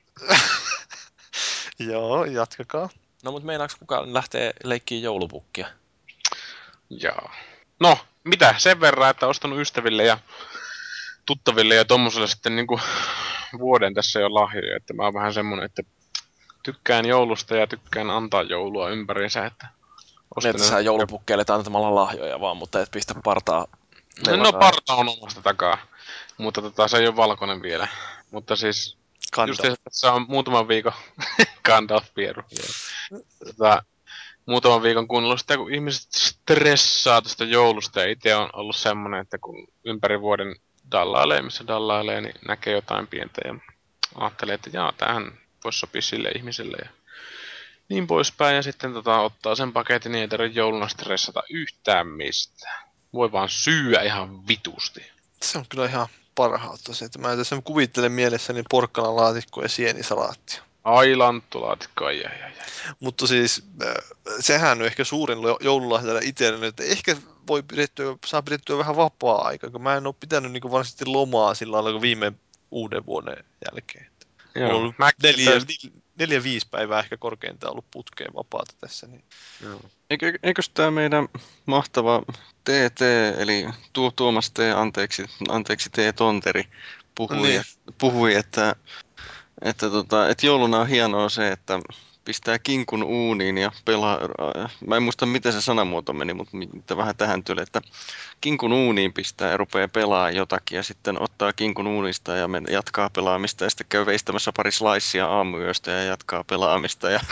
Joo, jatkakaa. No mut meinaaks kukaan lähtee leikkiin joulupukkia? Joo. No, mitä? Sen verran, että ostanut ystäville ja tuttaville ja tommoselle sitten niinku vuoden tässä jo lahjoja. Että mä oon vähän semmonen, että tykkään joulusta ja tykkään antaa joulua ympäriinsä, että Niin, että sä joulupukkeille antamalla lahjoja vaan, mutta et pistä partaa No levataan. parta on omasta takaa, mutta se ei ole valkoinen vielä. Mutta siis just tässä on muutaman viikon Gandalf-pieru. Muutaman viikon kuunnellut sitä, kun ihmiset stressaa tästä joulusta ja itse on ollut semmonen, että kun ympäri vuoden dallailee, missä dallailee, niin näkee jotain pientä ja ajattelee, että jaa, tämähän voisi sopia sille ihmiselle ja niin poispäin. Ja sitten ottaa sen paketin, niin ei tarvitse jouluna stressata yhtään mistään. Voi vaan syyä ihan vitusti. Se on kyllä ihan parhautta se, että mä tässä kuvittelen mielessäni porkkanalaatikko ja sienisalaattia. Ai lanttulaatikko, ai. Mutta siis sehän on ehkä suurin joululahja itselleni, että ehkä saa pidettyä vähän vapaa-aikaa, kun mä en ole pitänyt niin varsinaisesti lomaa sillä lailla kuin viime uuden vuoden jälkeen. Mulla on ollut 4-5 päivää ehkä korkeintaan ollut putkeen vapaata tässä. Niin. Eikös tämä meidän mahtava TT, eli Tuomas T, anteeksi T. Tonteri, puhui että jouluna on hienoa se, että pistää kinkun uuniin ja pelaa, mä en muista miten se sanamuoto meni, mutta vähän tähän tyyliin, että kinkun uuniin pistää ja rupeaa pelaa jotakin ja sitten ottaa kinkun uunista ja jatkaa pelaamista ja sitten käy veistämässä pari slicea aamuyöstä ja jatkaa pelaamista. Ja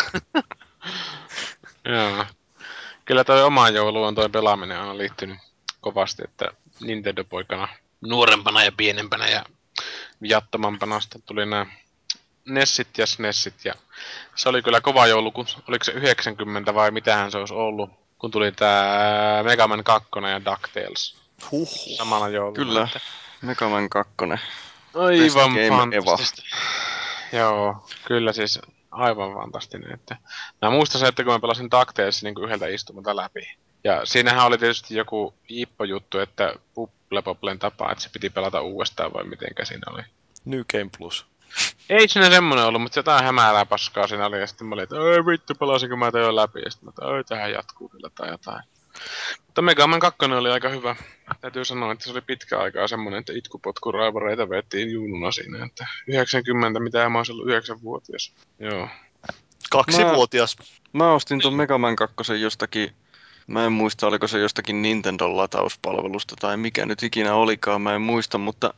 Joo. Kyllä toi oma joulu on toi pelaaminen on liittynyt kovasti, että Nintendo-poikana nuorempana ja pienempänä ja viattomampana sitten tuli nämä Nessit ja SNESit ja se oli kyllä kova joulu, kun oliko se 90 vai mitähän se olisi ollut, kun tuli tää Mega Man 2 ja DuckTales samana jouluna. Kyllä, että Mega Man 2. aivan Game fantastista. Joo, kyllä siis aivan fantastinen. Että mä muistan se, että kun mä pelasin DuckTales niin yhdeltä istumalta läpi. Ja siinähän oli tietysti joku Ippo-juttu, että Bubble tapaa, että se piti pelata uudestaan vai mitenkä siinä oli. New Game Plus. Ei siinä semmonen ollut, mutta jotain hämärää paskaa siinä oli. Ja sitten mä olin, että ei vittu, pelasinko mä jo läpi. Ja sitten mä että ei, tähän jatkuu vielä tai jotain. Mutta Mega Man 2 oli aika hyvä. Täytyy sanoa, että se oli pitkä aikaa semmonen, että itkupotkuraivareita vettiin juununa siinä. Että 90, mitä mä oon ollut 9-vuotias. Joo. 2-vuotias. Mä ostin ton Mega Man 2 jostakin, mä en muista oliko se jostakin Nintendo latauspalvelusta tai mikä nyt ikinä olikaan, mä en muista, mutta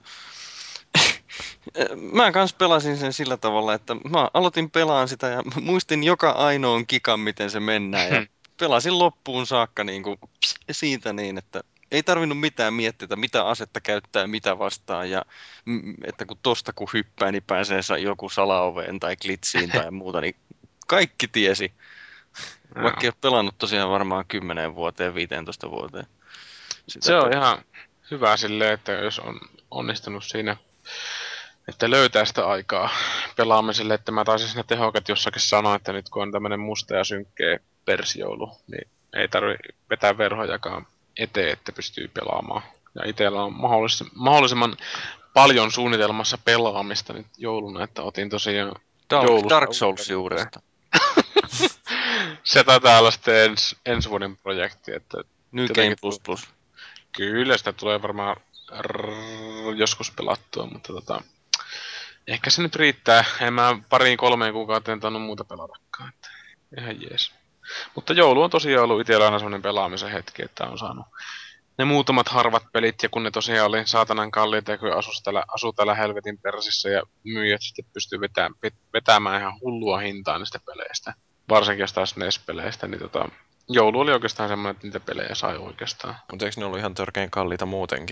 mä kans pelasin sen sillä tavalla, että mä aloitin pelaan sitä ja muistin joka ainoan kikan, miten se mennään ja pelasin loppuun saakka niin kuin siitä niin, että ei tarvinnut mitään miettiä, että mitä asetta käyttää ja mitä vastaan ja että kun hyppää, niin pääsee joku salaoveen tai glitsiin tai muuta, niin kaikki tiesi. Vaikka ei ole pelannut tosiaan varmaan 10 vuoteen, 15 vuoteen. Se on ihan hyvä silleen, että jos on onnistunut siinä, että löytää sitä aikaa pelaamiselle, että mä taisin siinä tehokat jossakin sanoa, että nyt kun on tämmönen musta ja synkkeä persjoulu, niin ei tarvi vetää verhojakaan eteen, että pystyy pelaamaan. Ja itsellä on mahdollisimman paljon suunnitelmassa pelaamista nyt jouluna, että otin tosiaan Dark Souls uudestaan. Se taitaa olla sitten ensi vuoden projekti, että New Game Plus. Kyllä sitä tulee varmaan joskus pelattua, mutta ehkä se nyt riittää. En mä 2-3 kuukauteen tainnut muuta pelatakaan. Että ihan jees. Mutta joulu on tosiaan ollut itsellä aina semmonen pelaamisen hetki, että on saanut ne muutamat harvat pelit, ja kun ne tosiaan oli saatanan kalliita, ja kun asuu täällä helvetin persissä, ja myyjät sitten pystyy vetämään ihan hullua hintaa niistä peleistä. Varsinkin jostain SNES-peleistä, niin joulu oli oikeastaan semmoinen, että niitä pelejä sai oikeastaan. Mutta eikö ne ollut ihan törkeän kalliita muutenkin?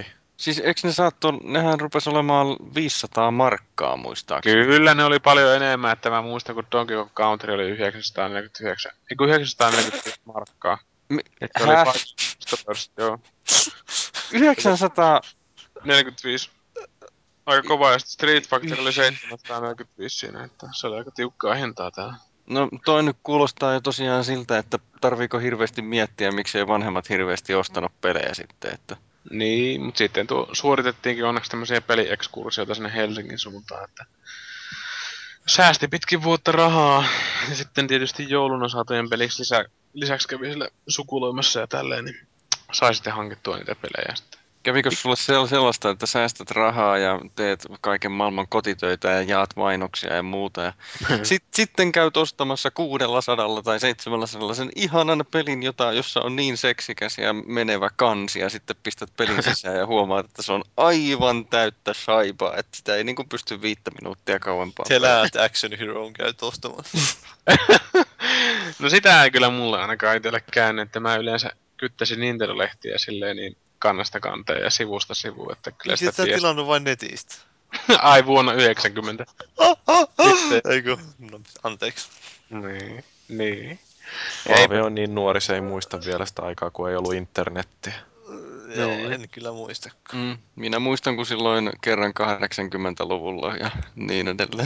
Siis eikö ne nehän rupes olemaan 500 markkaa muistaakseni. Kyllä ne oli paljon enemmän, että mä muistan, kun Donkey Kong Country oli 949, ei kun 949 markkaa. Että se oli Häh? paikasta pörssi, joo. 900... 45. Aika kova, ja sitten Street Fighter oli 745 siinä, että se oli aika tiukkaa hintaa täällä. No toi nyt kuulostaa jo tosiaan siltä, että tarviiko hirveästi miettiä, miksei vanhemmat hirveästi ostanut pelejä sitten, että... Niin, mutta sitten suoritettiinkin onneksi tämmöisiä peliekskursioita sinne Helsingin suuntaan, että säästi pitkin vuotta rahaa. Ja sitten tietysti jouluna saatujen peliksi lisäksi kävi sille sukuloimassa ja tälleen, niin sai sitten hankittua niitä pelejä sitten. Kävikö sulle sellaista, että säästät rahaa ja teet kaiken maailman kotitöitä ja jaat mainoksia ja muuta ja sitten käyt ostamassa 600 tai 700 sen ihanan pelin, jossa on niin seksikäs ja menevä kansi ja sitten pistät pelin sisään ja huomaat, että se on aivan täyttä shaibaa, että sitä ei niinku pysty 5 minuuttia kauempaa pelaamaan. Selät Action Heroon käyt ostamassa. No sitä ei kyllä mulle ainakaan itselle käynyt, että mä yleensä kyttäsin Nintendo-lehtiä silleen niin kannasta kanteen ja sivusta sivuun, että kyllä Miksi sitä et sä ties. tilannut vain netistä? Ai vuonna 90. Miksi? Eikö? No, anteeksi. Niin, niin. Paavi on niin nuori, se ei muista vielä sitä aikaa, kun ei ollut internettiä. Joo, Niin. en kyllä muista. Minä muistan, kun silloin kerran 80-luvulla ja niin edelleen.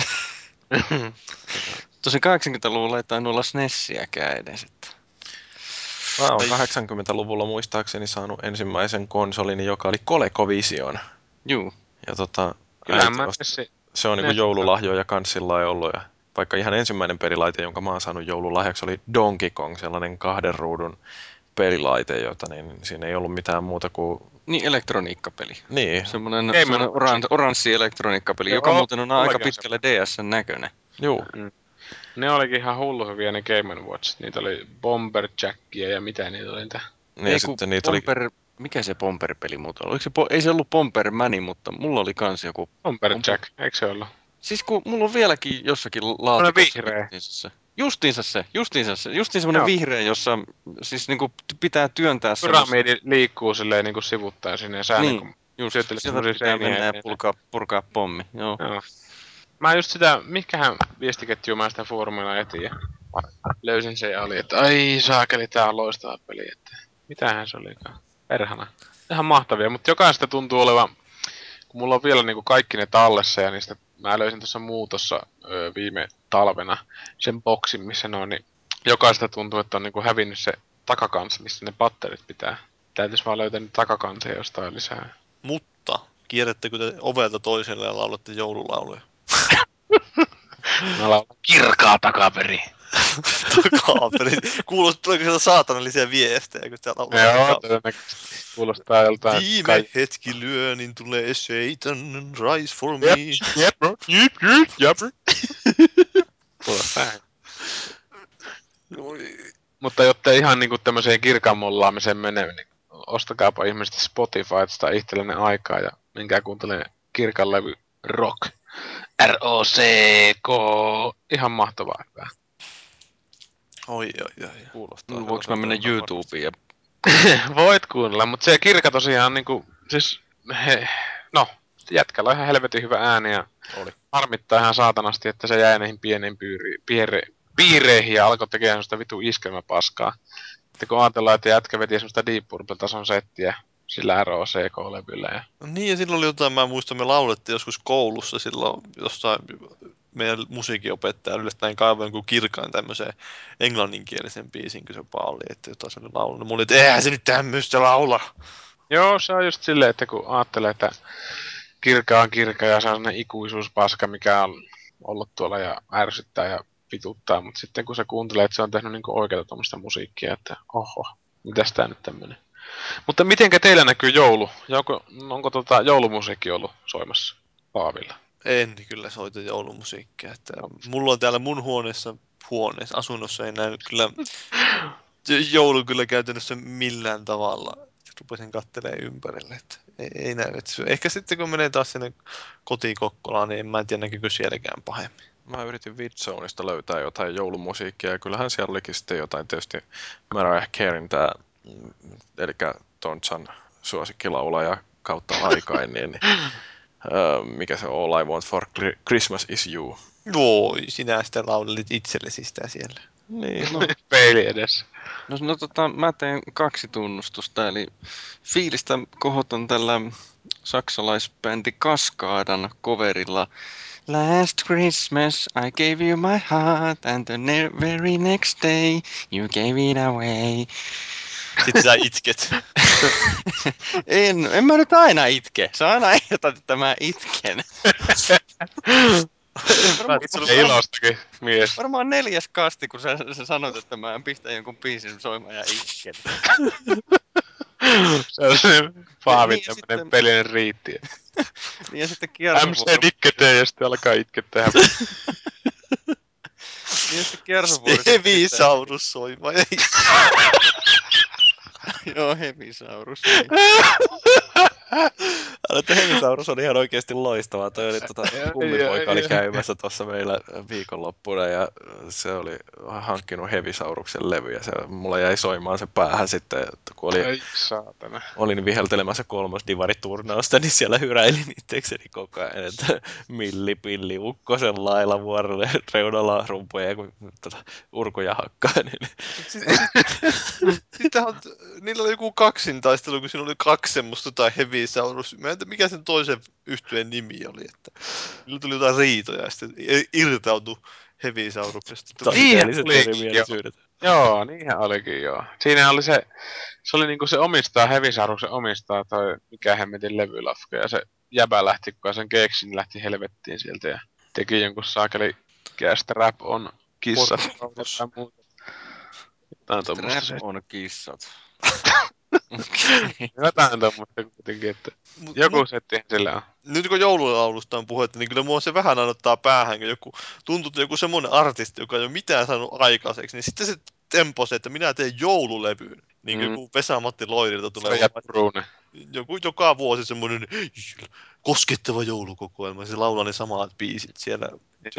Tosi 80-luvulla ei tainnut olla SNESiäkään edes. Että... Mä oon Ai. 80-luvulla muistaakseni saanut ensimmäisen konsolin, joka oli ColecoVision. Juu. Ja Kyllä äiti mä se on niinku joululahjoja kans sillä lailla ollut. Ja vaikka ihan ensimmäinen pelilaite, jonka mä oon saanut joululahjaksi, oli Donkey Kong, sellainen 2 ruudun pelilaite, jota niin siinä ei ollut mitään muuta kuin... Niin, elektroniikkapeli. Niin, Semmoinen Watch. oranssi elektroniikkapeli, joka Joo, muuten on aika mullakin on pitkälle DS:n näköinen. juu. Ne olikin ihan hullu hyviä ne Game Watch. Niitä oli Bomberjackia ja mitä niitä oli niitä. Niin, ja sitten niitä oli... Mikä se Bomber-peli muuten oli? Oliko ei se ollut Bombermani, mutta mulla oli kans joku... Bomberjack, eikö se ollut? Siis kun mulla on vieläkin jossakin Semmoinen laatikossa vihreä. justiinsa se. Justiin semmonen Joo. vihreä, jossa siis niinku pitää työntää Pyramidi liikkuu silleen niinku sivuttain sinne ja sä Niin, niinku just. syöttelet Sieltä semmosia pitää seiniä mennä ja eteen. purkaa pommi, joo. Joo. Mä just sitä, mikähän viestiketjua mä sitä foorumilla etin ja löysin se ja oli, että ai saakeli, tää on loistava peli, että mitähän se olikaan. Perhana. Ihan mahtavia, mutta jokaista tuntuu olevan, kun mulla on vielä niinku kaikki ne tallessa ja niistä mä löysin tuossa muutossa viime talvena sen boksin, missä ne on, niin jokaista tuntuu, että on niinku hävinnyt se takakansi, missä ne patterit pitää. Täytyis vaan löytää ne takakansia jostain lisää. Mutta kierrättekö te ovelta toiselle ja laulatte joululauluja? Mä laulan kirkaa takaperi. Takaperin. Tuleeko sieltä saatanallisia viestejä, kun täällä ollaan Joo, takaperin? todennäköisesti kuulostaa joltain Viime hetki lyö, niin tulee Satan, rise for me. Jep. Kuulostaa. Mutta jotta ihan niinku tämmöiseen kirkan mollaamiseen menee, niin ostakaapa ihmiset Spotifysta itsellenne aikaa ja menkää kuuntelemaan kirkan levy Rock. R-O-C-K. Ihan mahtavaa hyvää. Oi. Kuulostaa Voinko mä mennä YouTubeen ja... Voit kuunnella, mutta se kirka tosiaan niinku, siis no, jätkällä on ihan helvetin hyvä ääni ja Oli. harmittaa ihan saatanasti, että se jäi näihin pieniin piireihin ja alkoi tekemään semmoista vitu iskelmäpaskaa. Että kun ajatellaan, että jätkä veti semmoista Deep Purple-tason settiä sillä ROCK-levyllä. Ja... No niin, ja silloin oli jotain, mä muistan, me laulettiin joskus koulussa silloin jossain meidän musiikinopettaja yllättäen kaivoi jonkun kirkaan tämmöiseen englanninkielisen biisin, kun se oli, että jotain se oli laulanut. Mulla oli, että eihän se nyt tämmöistä laula. Joo, se on just silleen, että kun ajattelee, että kirka on kirka ja se on sellainen ikuisuuspaska, mikä on ollut tuolla ja ärsyttää ja vituttaa, mutta sitten kun se kuuntelee, että se on tehnyt niinku oikeata tuommoista musiikkia, että oho, mitäs tää nyt tämmönen. Mutta mitenkä teillä näkyy joulu? Ja onko joulumusiikki ollut soimassa Paavilla? En kyllä soita joulumusiikkia. Että mulla on täällä mun asunnossa ei näy kyllä joulu kyllä käytännössä millään tavalla. Rupesin katselemaan ympärille, että ei näy. Että ehkä sitten kun menee taas sinne kotikokkolaan, niin en mä tiedä näkyykö sielläkään pahemmin. Mä yritin Vidzoneista löytää jotain joulumusiikkia, ja kyllähän siellä olikin sitten jotain tietysti Mariah Careyn eli Tontsan suosikkilaulaja kautta aikain, niin mikä se All I Want for Christmas is You. Voi, sinä sitä laulelit itsellesi sitä siellä. Niin. Peili edessä. Mä teen 2 tunnustusta, eli fiilistä kohotan tällä saksalaisbändi Kaskaadan coverilla Last Christmas I gave you my heart and the very next day you gave it away. Sitten sä itket. En mä nyt aina itke. Sä aina ehdotat, että mä itken. Ei ilostakin mies. Varmaan 4. kasti, kun sä sanot, että mä pistän jonkun biisin soimaan ja itken. Se on se Paavin Niin, ja tämmönen sitten- pelinen riitti. Niin ja sitten MC kiertovuoro. Dikketee ja sitten alkaa itkeä tehdä. Niin ja sitten kiertovuorossa. Hevisaurus soima. Ei. Joo, Hevisaurus. Niin. Että Hevisaurus on ihan oikeasti loistava. Toi oli kummipoika oli Ai. käymässä tuossa meillä viikonloppuna ja se oli hankkinut Hevisauruksen levyjä. Mulla jäi soimaan se päähän sitten, että kun Ai saatana. olin viheltelemässä 3. divariturnausta, niin siellä hyräilin itsekseni koko ajan, että millipilli ukkosen lailla vuorelle reunalla rumpuja kun urkuja hakkaa. Niin. Sittenhän niillä oli joku kaksintaistelu, kun siinä oli 2 semmoista tai Hevisaurus. Mä en tiedä, mikä sen toisen yhtyeen nimi oli. Että niillä tuli jotain riitoja ja sitten irtautui Hevisauruksesta. Taiteelliset olikin, erimielisyydet. Joo, niinhän olikin joo. Siinä oli se oli niinku se omistaa, Hevisauruksen omistaa toi mikä hemmetin levylafka ja se jäbä lähti, kun sen keksin, lähti helvettiin sieltä ja teki jonkun saakeli Cast Rap on kissa. Porkkaus. Tai muuta. Jotain tommosta se. Trap on kissat. Jotain tommosta kuitenkin, että joku setti sillä on. Nyt kun joululaulusta on puhetta, niin kyllä mua se vähän annottaa päähän, kun tuntuu, että joku semmoinen artisti, joka ei ole mitään saanut aikaiseksi, niin sitten se tempo se, että minä teen joululevyyn. Niin kuin joku Vesa-Matti Loirilta tulee Ja Brune. joku joka vuosi semmoinen koskettava joulukokoelma. Se laulaa ne samat biisit siellä.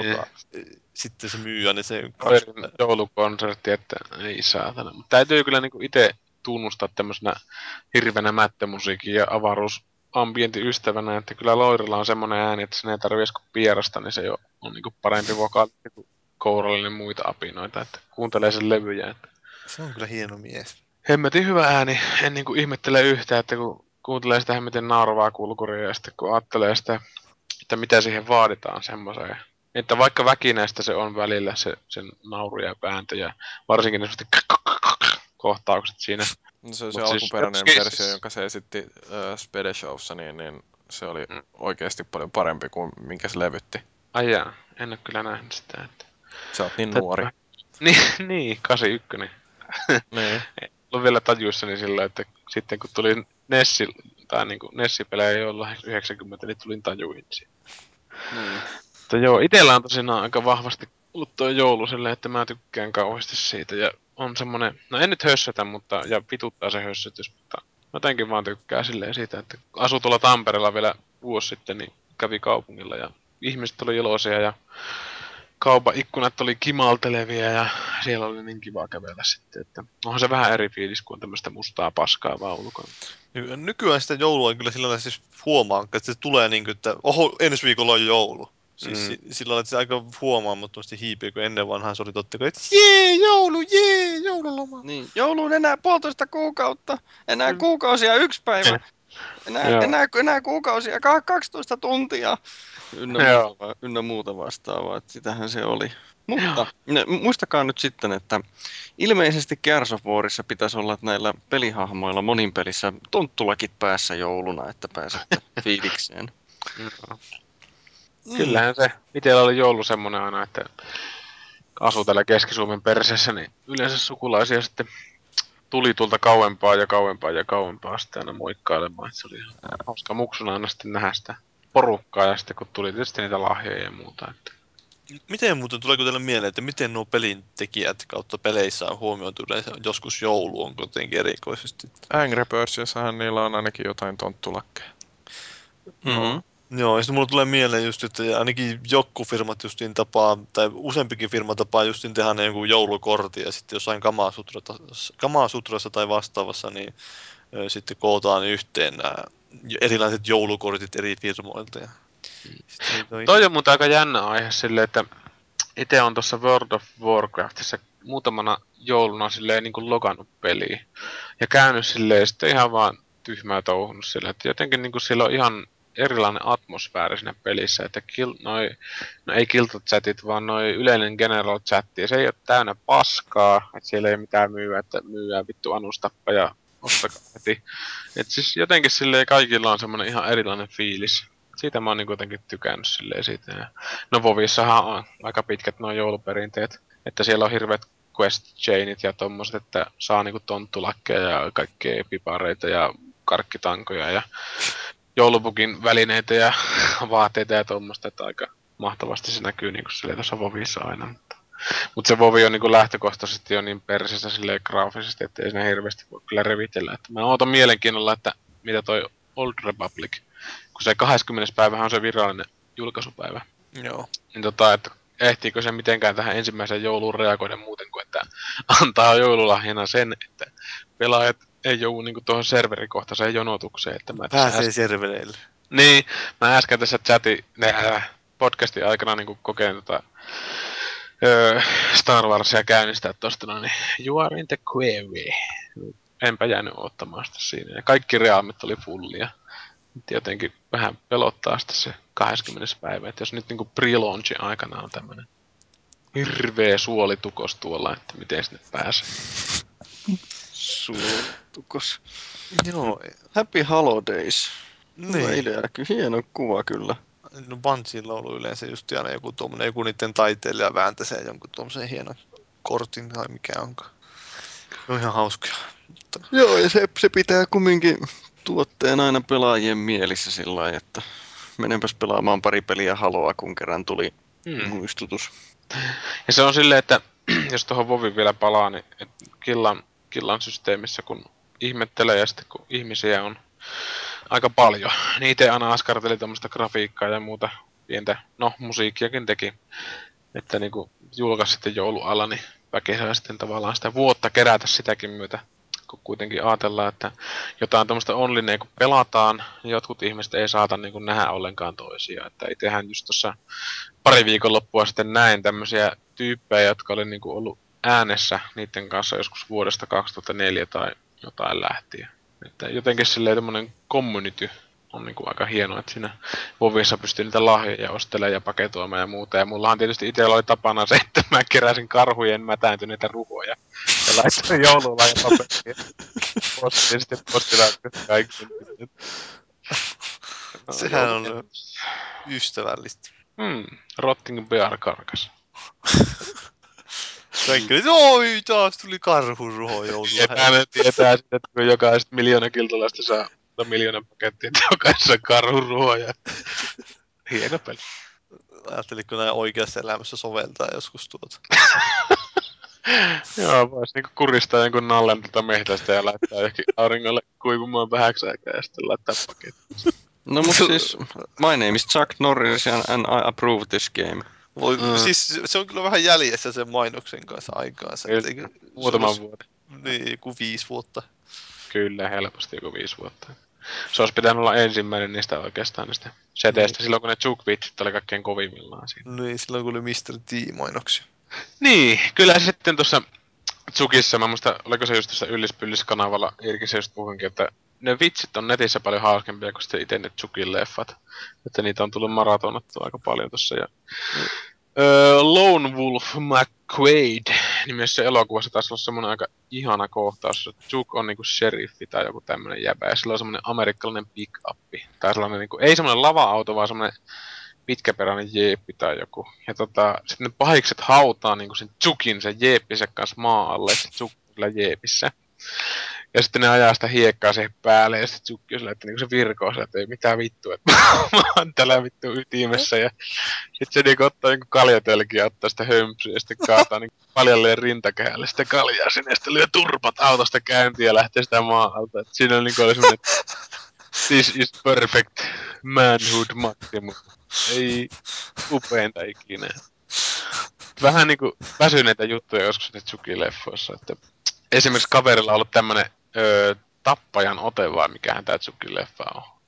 Sitten se myy aina se Loirin joulukonsertti, että ei saatana. Mutta täytyy kyllä niinku itse tunnustaa tämmöisenä hirveänä mättömusiikin ja avaruusambientiystävänä, että kyllä Loirilla on semmoinen ääni, että sen ei tarvitse kuin pierasta, niin se jo on niinku parempi vokaali kuin kourallinen muita apinoita, että kuuntelee sen levyjä. Että Se on kyllä hieno mies. hemmetin hyvä ääni, en niinku ihmettele yhtään, että kun kuuntelee sitä hemmetin nauravaa kulkuria ja sitten kun ajattelee sitä, että mitä siihen vaaditaan semmoiseen. Että vaikka väkinäistä se on välillä sen nauru ja vääntö ja varsinkin ne kohtaukset siinä. No se on se Mut siis alkuperäinen siis- versio, jonka se esitti Spede Showssa, niin se oli oikeasti paljon parempi kuin minkä se levytti. Ai jaa, en ole kyllä nähnyt sitä. Että... Sä oot niin nuori. niin, 81. Niin. En ollut vielä tajuissani silloin, että sitten kun tuli Nessi, tai niinku Nessi-pelejä jolla 90, niin tulin tajuin. Niin. Mutta joo, itellä on tosiaan aika vahvasti ollut tuo joulu silleen, että mä tykkään kauheasti siitä. Ja on semmonen, no en nyt hössötä, mutta ja vituttaa se hössötys, mutta jotenkin vaan tykkää silleen siitä, että asui tuolla Tampereella vielä vuosi sitten, niin kävi kaupungilla ja ihmiset oli iloisia ja kaupan ikkunat oli kimaltelevia ja siellä oli niin kiva kävellä sitten, että onhan se vähän eri fiilis kuin tämmöistä mustaa paskaa vaan ulkona. Nykyään sitä joulua kyllä sillä lailla siis huomaa, että se tulee niin kuin, että oho, ensi viikolla on joulu. Siis sillä lailla, että se aika huomaamattomasti hiipii, kun ennen vanhaan se oli totta kai, että jee, joululoma. Niin, jouluun enää 1,5 kuukautta, enää kuukausia 1 päivä, Joo. enää kuukausia 12 tuntia, ynnä muuta vastaavaa, että sitähän se oli. Mutta muistakaa nyt sitten, että ilmeisesti Gears of Warissa pitäisi olla näillä pelihahmoilla monin pelissä tonttulakit päässä jouluna, että pääsette fiilikseen. Kyllähän se. Itellä oli joulu semmonen aina, että asuu täällä Keski-Suomen perseessä, niin yleensä sukulaisia sitten tuli tuolta kauempaa ja kauempaa ja kauempaa sitten aina moikkailemaan. Se oli ihan hauska muksuna aina sitten nähdä sitä porukkaa ja sitten kun tuli tietysti niitä lahjoja ja muuta. Että... Miten muuten, tuleeko teille mieleen, että miten nuo pelintekijät kautta peleissä on huomioitu yleensä joskus joulu on jotenkin erikoisesti? Angry Birdsissähän niillä on ainakin jotain tonttulakkeja. Mm-hmm. Joo, ja sitten mulle tulee mieleen just, että ainakin joku firmat justiin tapaa, tai useampikin firma tapaa justiin tehdä ne jonkun joulukortin, ja sitten jossain Kamasutrassa tai vastaavassa, niin sitten kootaan yhteen nämä erilaiset joulukortit eri firmoilta. Ja Toi on muuten aika jännä aihe silleen, että itse on tuossa World of Warcraftissa muutamana jouluna silleen niin kuin logannut peliin. Ja käynyt silleen sitten ihan vaan tyhmää touhunut silleen, että jotenkin niin kuin siellä on ihan erilainen atmosfääri siinä pelissä, että no ei kiltochatit, vaan noi yleinen general chatti, ja se ei ole täynnä paskaa, että siellä ei mitään myyä, että myyää vittu anustappa ja ostakaa heti. Et siis jotenkin silleen kaikilla on semmonen ihan erilainen fiilis. Siitä mä oon niin jotenkin tykännyt silleen siitä. Ja no Vovissahan on aika pitkät nuo jouluperinteet, että siellä on hirveät quest chainit ja tommoset, että saa niinku tonttulakkeja ja kaikkea pipareita ja karkkitankoja ja joulupukin välineitä ja vaatteita ja tommosta, että aika mahtavasti se näkyy niinku silleen tuossa Vovissa aina. Mutta se Vovi on niinku lähtökohtaisesti jo niin persissä silleen graafisesti, että ei siinä hirveästi voi kyllä revitellä. Että mä ootan mielenkiinnolla, että mitä toi Old Republic, kun se 20. päivähän on se virallinen julkaisupäivä. Joo. Niin että ehtiikö se mitenkään tähän ensimmäiseen jouluun reagoida muuten kuin, että antaa joululahjana sen, että pelaajat ei joudu niinku tuohon serverikohtaiseen jonotukseen. Että mä Pääsee servereille. Niin, mä äsken tässä podcastin aikana niinku kokeilin Star Warsia käynnistää tosta noin, You are in the query. Enpä jäänyt ottamaan sitä siinä. Ja kaikki reaamit oli fullia. Nyt jotenkin vähän pelottaa sitten se 20. päivä. Että jos nyt niinku pre-launchin aikana on tämmönen hirveä suolitukos tuolla, että miten sinne pääsee. Suolitukos. Joo. Happy Holidays. Hyvä Niin. idea. Kyllä hieno kuva kyllä. No Bungiella on ollut yleensä just aina joku niiden taiteilija vääntäsee jonkun tuommoisen hienon kortin tai mikä onkaan. Ne on ihan hauskoja. Mutta Joo, ja se pitää kumminkin tuotteen aina pelaajien mielissä sillä lailla, että menenpäs pelaamaan pari peliä Haloa, kun kerran tuli muistutus. Ja se on silleen, että jos tuohon Vovin vielä palaa, niin killan systeemissä kun ihmettelee ja sitten kun ihmisiä on aika paljon, niin itse aina askarteli tämmöistä grafiikkaa ja muuta pientä, no musiikkiakin teki, että niinku julkaisi sitten joulualla, niin väkisellä sitten tavallaan sitä vuotta kerätä sitäkin myötä, kun kuitenkin ajatellaan, että jotain tämmöistä onlinea kun pelataan, niin jotkut ihmiset ei saata niin nähdä ollenkaan toisiaan, että itsehän just tuossa pari viikonloppua sitten näin tämmöisiä tyyppejä, jotka oli niinku ollut äänessä niiden kanssa joskus vuodesta 2004 tai jotain lähtien. Että jotenkin silleen tämmönen community on niinku aika hieno, että siinä Vovissa pystyy niitä lahjoja ostelemaan ja paketoimaan ja muuta. Ja mullahan tietysti itsellä oli tapana se, että mä keräsin karhujen mätääntyneitä ruhoja ja laitoin joululahja paperia. Postiin sitten postilaatikosta kaikki. sehän on ystävällistä. Rotting Bear karkas. Kaikki oli, oi taas tuli karhuruho joululahja. Tietää sitä, että kun jokaisesta miljoonakiltalaista saa miljoonan pakettia, että jokaisessa on karhuruoja. Hieno peli. Ajattelinko näin oikeassa elämässä soveltaa joskus tuota. Joo, vois niinku kuristaa jonkun nallen mehtästä ja laittaa johonkin auringolle kuivumaan vähäksi aikaa ja sitten laittaa pakettiin. No mut siis, my name is Chuck Norris and I approve this game. Siis se on kyllä vähän jäljessä sen mainoksen kanssa aikaansa. Muutaman vuoden. Niin, joku 5 vuotta. Kyllä, helposti joku 5 vuotta. Se olisi pitänyt olla ensimmäinen niistä oikeastaan niistä seteistä, silloin kun ne Juk-vitsit oli kaikkein kovimmillaan siinä. Niin, silloin kun oli Mr. T-mainoksia. Niin, kyllä sitten tuossa Tsukissa, mä muista, oliko se just tuossa Yllis-Pyllis-kanavalla, Irki se just puhuinkin, että ne vitsit on netissä paljon hauskempia kuin sitten itse ne Tsukin leffat. Että niitä on tullut maratonattua aika paljon tossa. Ja Lone Wolf McQuaid nimessä elokuvassa taisi olla semmonen aika ihana kohtaus, että Tsuk on niinku sheriffi tai joku tämmönen jäbä, ja sillä on semmonen amerikkalainen pick-up. Tai sellainen niinku, ei semmonen lava-auto, vaan semmonen pitkäperäinen jeeppi tai joku. Ja sitten ne pahikset hautaa niinku sen Tsukin sen jeeppinsä kanssa maa alle, se Tsuk sillä jeepissä. Ja sitten ne ajaa sitä hiekkaa siihen päälle, ja sitten Tsukki on sillä, että niinku se virkoo sillä, että ei mitään vittua, että mä oon täällä vittu ytimessä. Ja sitten se niinku ottaa niinku kaljatölkiä, ottaa sitä hömpsyä, ja sitten kaataa niinku paljalleen rintakehälle sitä kaljaa sinne, ja sitten lyö turpat autosta käyntiin ja lähtee sitä maa alta. Et siinä niinku oli semmonen, this is perfect manhood maximum. Ei upeinta ikinä. Vähän niinku väsyneitä juttuja joskus ne Tsuki-leffoissa, että esimerkiksi kaverilla on ollut tämmönen tappajan ote vai mikähän tää Tsuki-leffa on.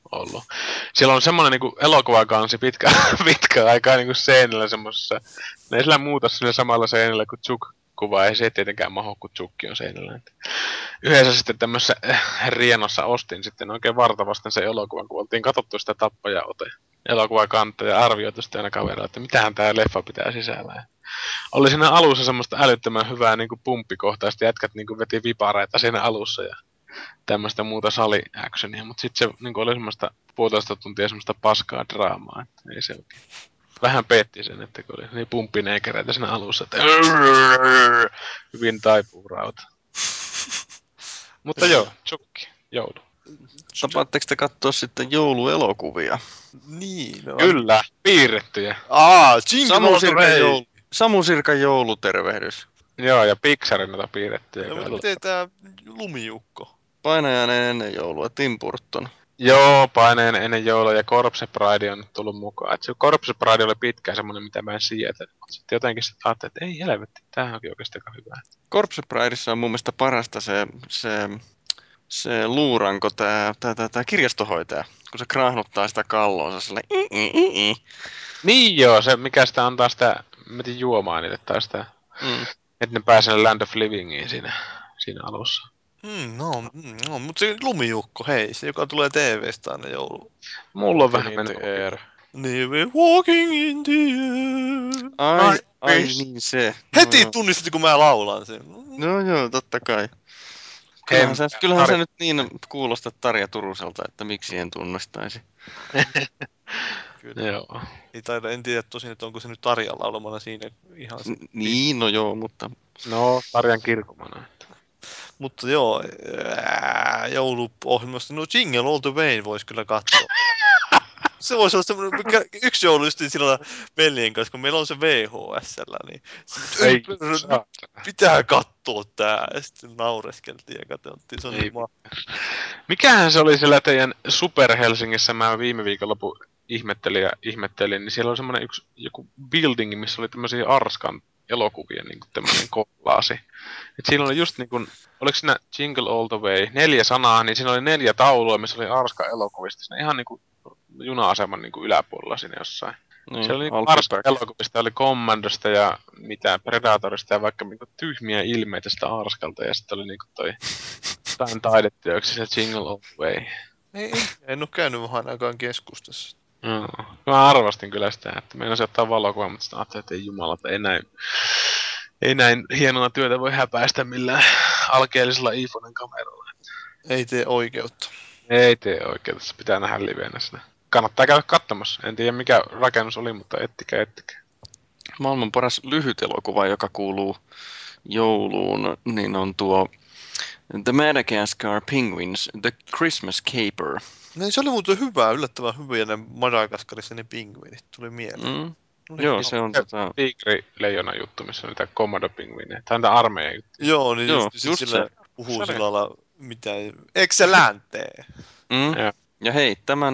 ollut. Siellä on semmoinen niinku elokuvakansi pitkä aikaa niinku seinällä semmoisessa. Ne ei sillä muuta sillä samalla seinällä kuin Chuk-kuva, ei se tietenkään maho, kun Chukki on seinällä. Et yhdessä sitten tämmöisessä rienossa ostin sitten oikein vartavasten se elokuvan, kun oltiin katsottu sitä tappajaote elokuvakantta ja arvioitu sitten aina kaverilla, että mitähän tää leffa pitää sisällään. Oli siinä alussa semmoista älyttömän hyvää niinku pumppikohtaa, sitten jätkät niinku veti vipareita siinä alussa ja tämmöistä muuta sali-actionia, mutta sitten se niinku oli semmoista puolitoista tuntia semmoista paskaa draamaa, että ei se oikein. Vähän petti sen, että kun oli niin pumppineekereitä siinä alussa, että hyvin taipuu rauta. Mutta joo, Chukki, joulu. Tapaatteko te katsoa sitten jouluelokuvia? Niin, no. Kyllä, piirrettyjä. Jingle all the way! Samu Sirkan joulutervehdys. Joo, ja Pixarin noita piirrettyjä. No, mutta kyllä. miten tää Lumijukko? Painajainen ennen joulua, Tim Burton. Joo, paineen ennen joulua ja Corpse Bride on nyt tullut mukaan. Et se Corpse Bride oli pitkään semmonen, mitä mä en sietänyt. Mutta sitten jotenkin sit ajattelin, että ei helvetti, tämähän onkin oikeasti aika hyvää. Corpse Brideissa on mun mielestä parasta se luuranko, tää kirjastohoitaja, kun se kraahnuttaa sitä kalloonsa silleen. Niin joo, se mikä sitä antaa sitä, mä tiedän juomaa niille tai sitä, että ne pääsee Land of Livingiin siinä alussa. No, mutta se Lumijukko, hei, se joka tulee TV-stä aina joulu. Mulla on Walking vähän in mennyt the air. Niin, we're walking in the air. Ai niin se. Heti No, tunnistit, kun mä laulan sen. no joo, totta kai. Hei, Kyllähän Harri. se nyt niin kuulostaa Tarja Turuselta, että miksi en tunnistaisi. Kyllä. Joo. En tiedä tosin, että onko se nyt Tarjan laulamana siinä ihan se. Niin, no joo, mutta No, Tarjan kirkumana. Mutta joo, jouluohjelmasta, no Jingle All the Way voisi kyllä katsoa. Se voisi olla semmoinen, yksi joulu just sillä veljen kanssa, kun meillä on se VHS:llä, niin Ei, nyt pitää katsoa tää. Ja sitten naureskeltiin ja katsottiin, se on Ei niin Mikähän se oli siellä teidän Super Helsingissä, mä viime viikonloppu ihmettelin, niin siellä oli semmoinen joku building, missä oli tämmöisiä Arskan elokuvia, niin kuin tämmöinen kollaasi. Et siinä oli just niin kuin, oliko siinä Jingle All the Way, 4 sanaa, niin siinä oli 4 taulua, missä oli Arskan elokuvista. Siinä ihan niin kuin juna-aseman niin kuin yläpuolella siinä jossain. niin, Siellä oli niin Arskan Alpiback. elokuvista, oli Commandosta ja mitä Predatorista ja vaikka niin kuin tyhmiä ilmeitä sitä Arskalta. Ja sitten oli niin kuin toi jotain taideteoksi se Jingle All the Way. en ole käynyt vähän aikaan keskustassa. Joo. Mä arvostin kyllä sitä, että meinasin ottaa valokuvan, mutta sitten ajattelin, että ei jumala, että ei näin hienoa työtä voi häpäistä millään alkeellisella iPhonen kameralla. Ei tee oikeutta. Ei tee oikein, tässä pitää nähdä livenä sitä. Kannattaa käydä katsomassa. En tiedä mikä rakennus oli, mutta ettikää. Maailman paras lyhyt elokuva, joka kuuluu jouluun, niin on tuo The Madagascar Penguins, The Christmas Caper. No, se oli muuten hyvä, yllättävän hyviä ne Madagaskarissa ne pingviinit, tuli mieleen. Joo, se on Tigri-leijona juttu, missä on niitä kommodopingviinejä. Tai niitä armeijan juttu. Joo, niin Joo, just se just sillä se. puhuu Se oli. sillä lailla, mitä, excellente. Joo. Ja hei,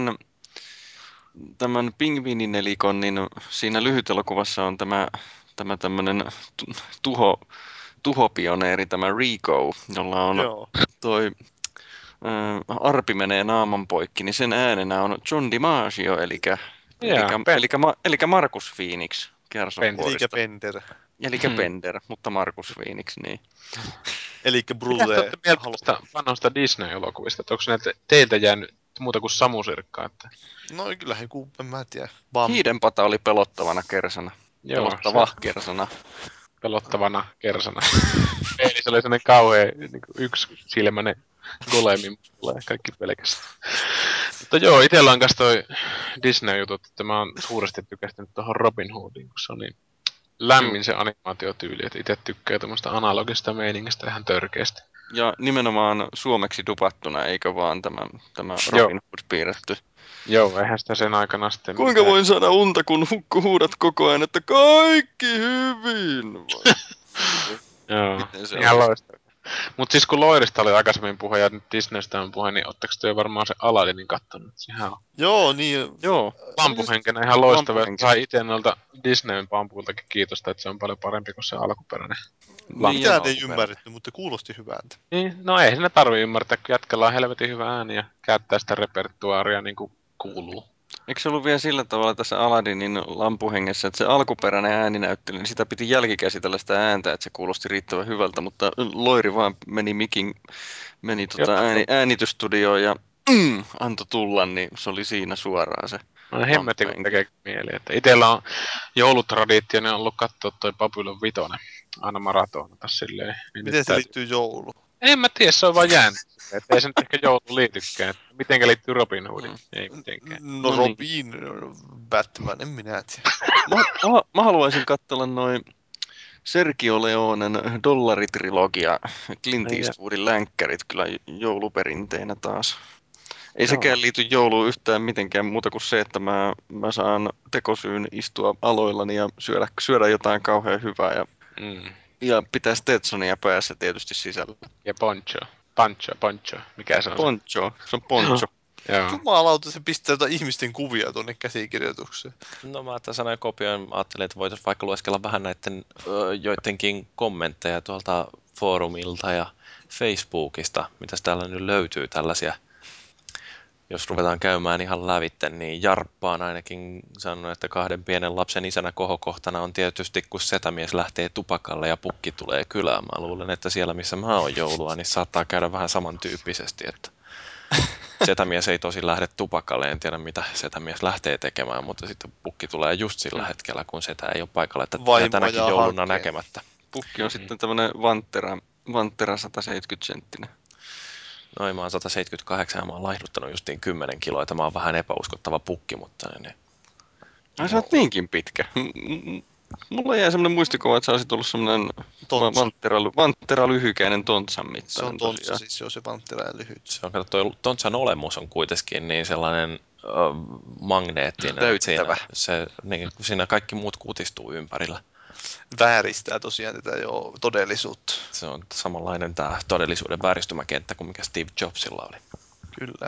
tämän pingviininelikon, niin siinä lyhytelokuvassa on tämä tämmönen tuhopioneeri, tämä Rico, jolla on Joo. toi arpi menee naaman poikki, niin sen äänenä on John DiMaggio, eli Markus Phoenix Gears of Pender. Elikkä Warista. Pender. Elikkä Bender, mutta Markus Phoenix, niin. Elikkä Mitä te Brule. olette mieltä tästä vanhoista Disney-elokuvista? Että onko näitä teiltä jäänyt muuta kuin Samu Sirkka? Että... No kyllä joku, en mä tiedä. Hiidenpata oli pelottavana kersana. Joo, Pelottava se kersana. pelottavana kersana. Eli se oli sellainen kauhean niin yksisilmäinen golemi mulla ja kaikki pelkästään. Mutta joo, itsellä on kanssa toi Disney-jutut, että mä oon suuresti tykästynyt tuohon Robin Hoodiin, kun se on niin lämmin se animaatiotyyli, että itse tykkää tämmöistä analogista meiningistä ihan törkeästi. Ja nimenomaan suomeksi dupattuna, eikö vaan tämä Joo. Robin Hood piirretty. Joo, eihän sitä sen aikana sitten Kuinka mitään. voin saada unta, kun huudat koko ajan, että kaikki hyvin? Joo, Miten se ihan oli? loistava. Mut siis kun Loirista oli aikaisemmin puhe ja nyt Disneystä on puhe, niin ootteko te varmaan se Aladdinin kattonut? Sehän on Joo, niin. Joo. lampuhenkenä ihan loistava. Lampuhenkenä. Sai itse noilta Disneyn pampuiltakin kiitosta, että se on paljon parempi kuin se alkuperäinen. Niin, Mitään joo, ei ymmärretty, mutta kuulosti hyvältä. Niin, no ei sinne tarvi ymmärtää, kun jätkällä on helvetin hyvä ääni ja käyttää sitä repertuaaria niin kuin kuuluu. Eikö se ollut vielä sillä tavalla tässä Aladdinin lampuhengessä, että se alkuperäinen ääninäyttely, niin sitä piti jälkikäsitellä sitä ääntä, että se kuulosti riittävän hyvältä, mutta Loiri vaan meni Joo. äänitysstudioon ja antoi tulla, niin se oli siinä suoraan se No hemmetti, kun lampuhenki. tekee mieli. Että itellä on joulutraditio, niin on ollut katsoa toi Babylon 5 aina maratonata silleen. Niin nyt Miten se liittyy jouluun? En mä tiedä, se on vaan jäänyt. Että ei se nyt ehkä jouluun liitykään. Että mitenkä liittyy Robin Hoodiin? Mm. Ei mitenkään. No No niin. Robin, Batman, en minä tiedä. Mä haluaisin katsella noin Sergio Leonen dollaritrilogia, Clint Ai jaa. Eastwoodin länkkärit kyllä jouluperinteenä taas. Ei Joo. sekään liity jouluun yhtään mitenkään muuta kuin se, että mä saan tekosyyn istua aloillani ja syödä jotain kauhean hyvää ja pitää Stetsonia päässä tietysti sisällä. Ja Poncho. Mikä se on Poncho, se on poncho. Joo. Jumalauta, se pistää jotain ihmisten kuvia tuonne käsikirjoitukseen. No mä tässä sanoin kopioin, ajattelin, että voitaisiin vaikka lueskella vähän näiden joidenkin kommentteja tuolta foorumilta ja Facebookista, mitä täällä nyt löytyy tällaisia. Jos ruvetaan käymään ihan lävitte, niin Jarppa on ainakin sanonut, että 2 pienen lapsen isänä kohokohtana on tietysti, kun setämies lähtee tupakalle ja pukki tulee kylään. Mä luulen, että siellä missä mä oon joulua, niin saattaa käydä vähän samantyyppisesti, että setämies ei tosi lähde tupakalle, en tiedä mitä setämies lähtee tekemään, mutta sitten pukki tulee just sillä hetkellä, kun setä ei ole paikalla, että jää Vaimoa tänäkin ja jouluna hankkeen. näkemättä. Pukki on sitten tämmönen Vanttera 170-senttinen. Noin, mä oon 178 ja mä oon laihduttanut justiin 10 kiloa, että mä oon vähän epäuskottava pukki, mutta niin. Ai sä oot niinkin pitkä. Mulla jäi semmonen muistikuva, että sä olisit ollut semmonen Tontsa. Vanttera lyhykäinen tontsan Se mittainen on tontsa, tosiaan. siis se on se Vanttera ja lyhyt. Se on, kato, toi Tontsan olemus on kuitenkin niin sellainen magneettinen, että Täyttävä. siinä kaikki muut kutistuu ympärillä. Vääristää tosiaan tätä jo todellisuutta. Se on samanlainen tämä todellisuuden vääristymäkenttä kuin mikä Steve Jobsilla oli. Kyllä.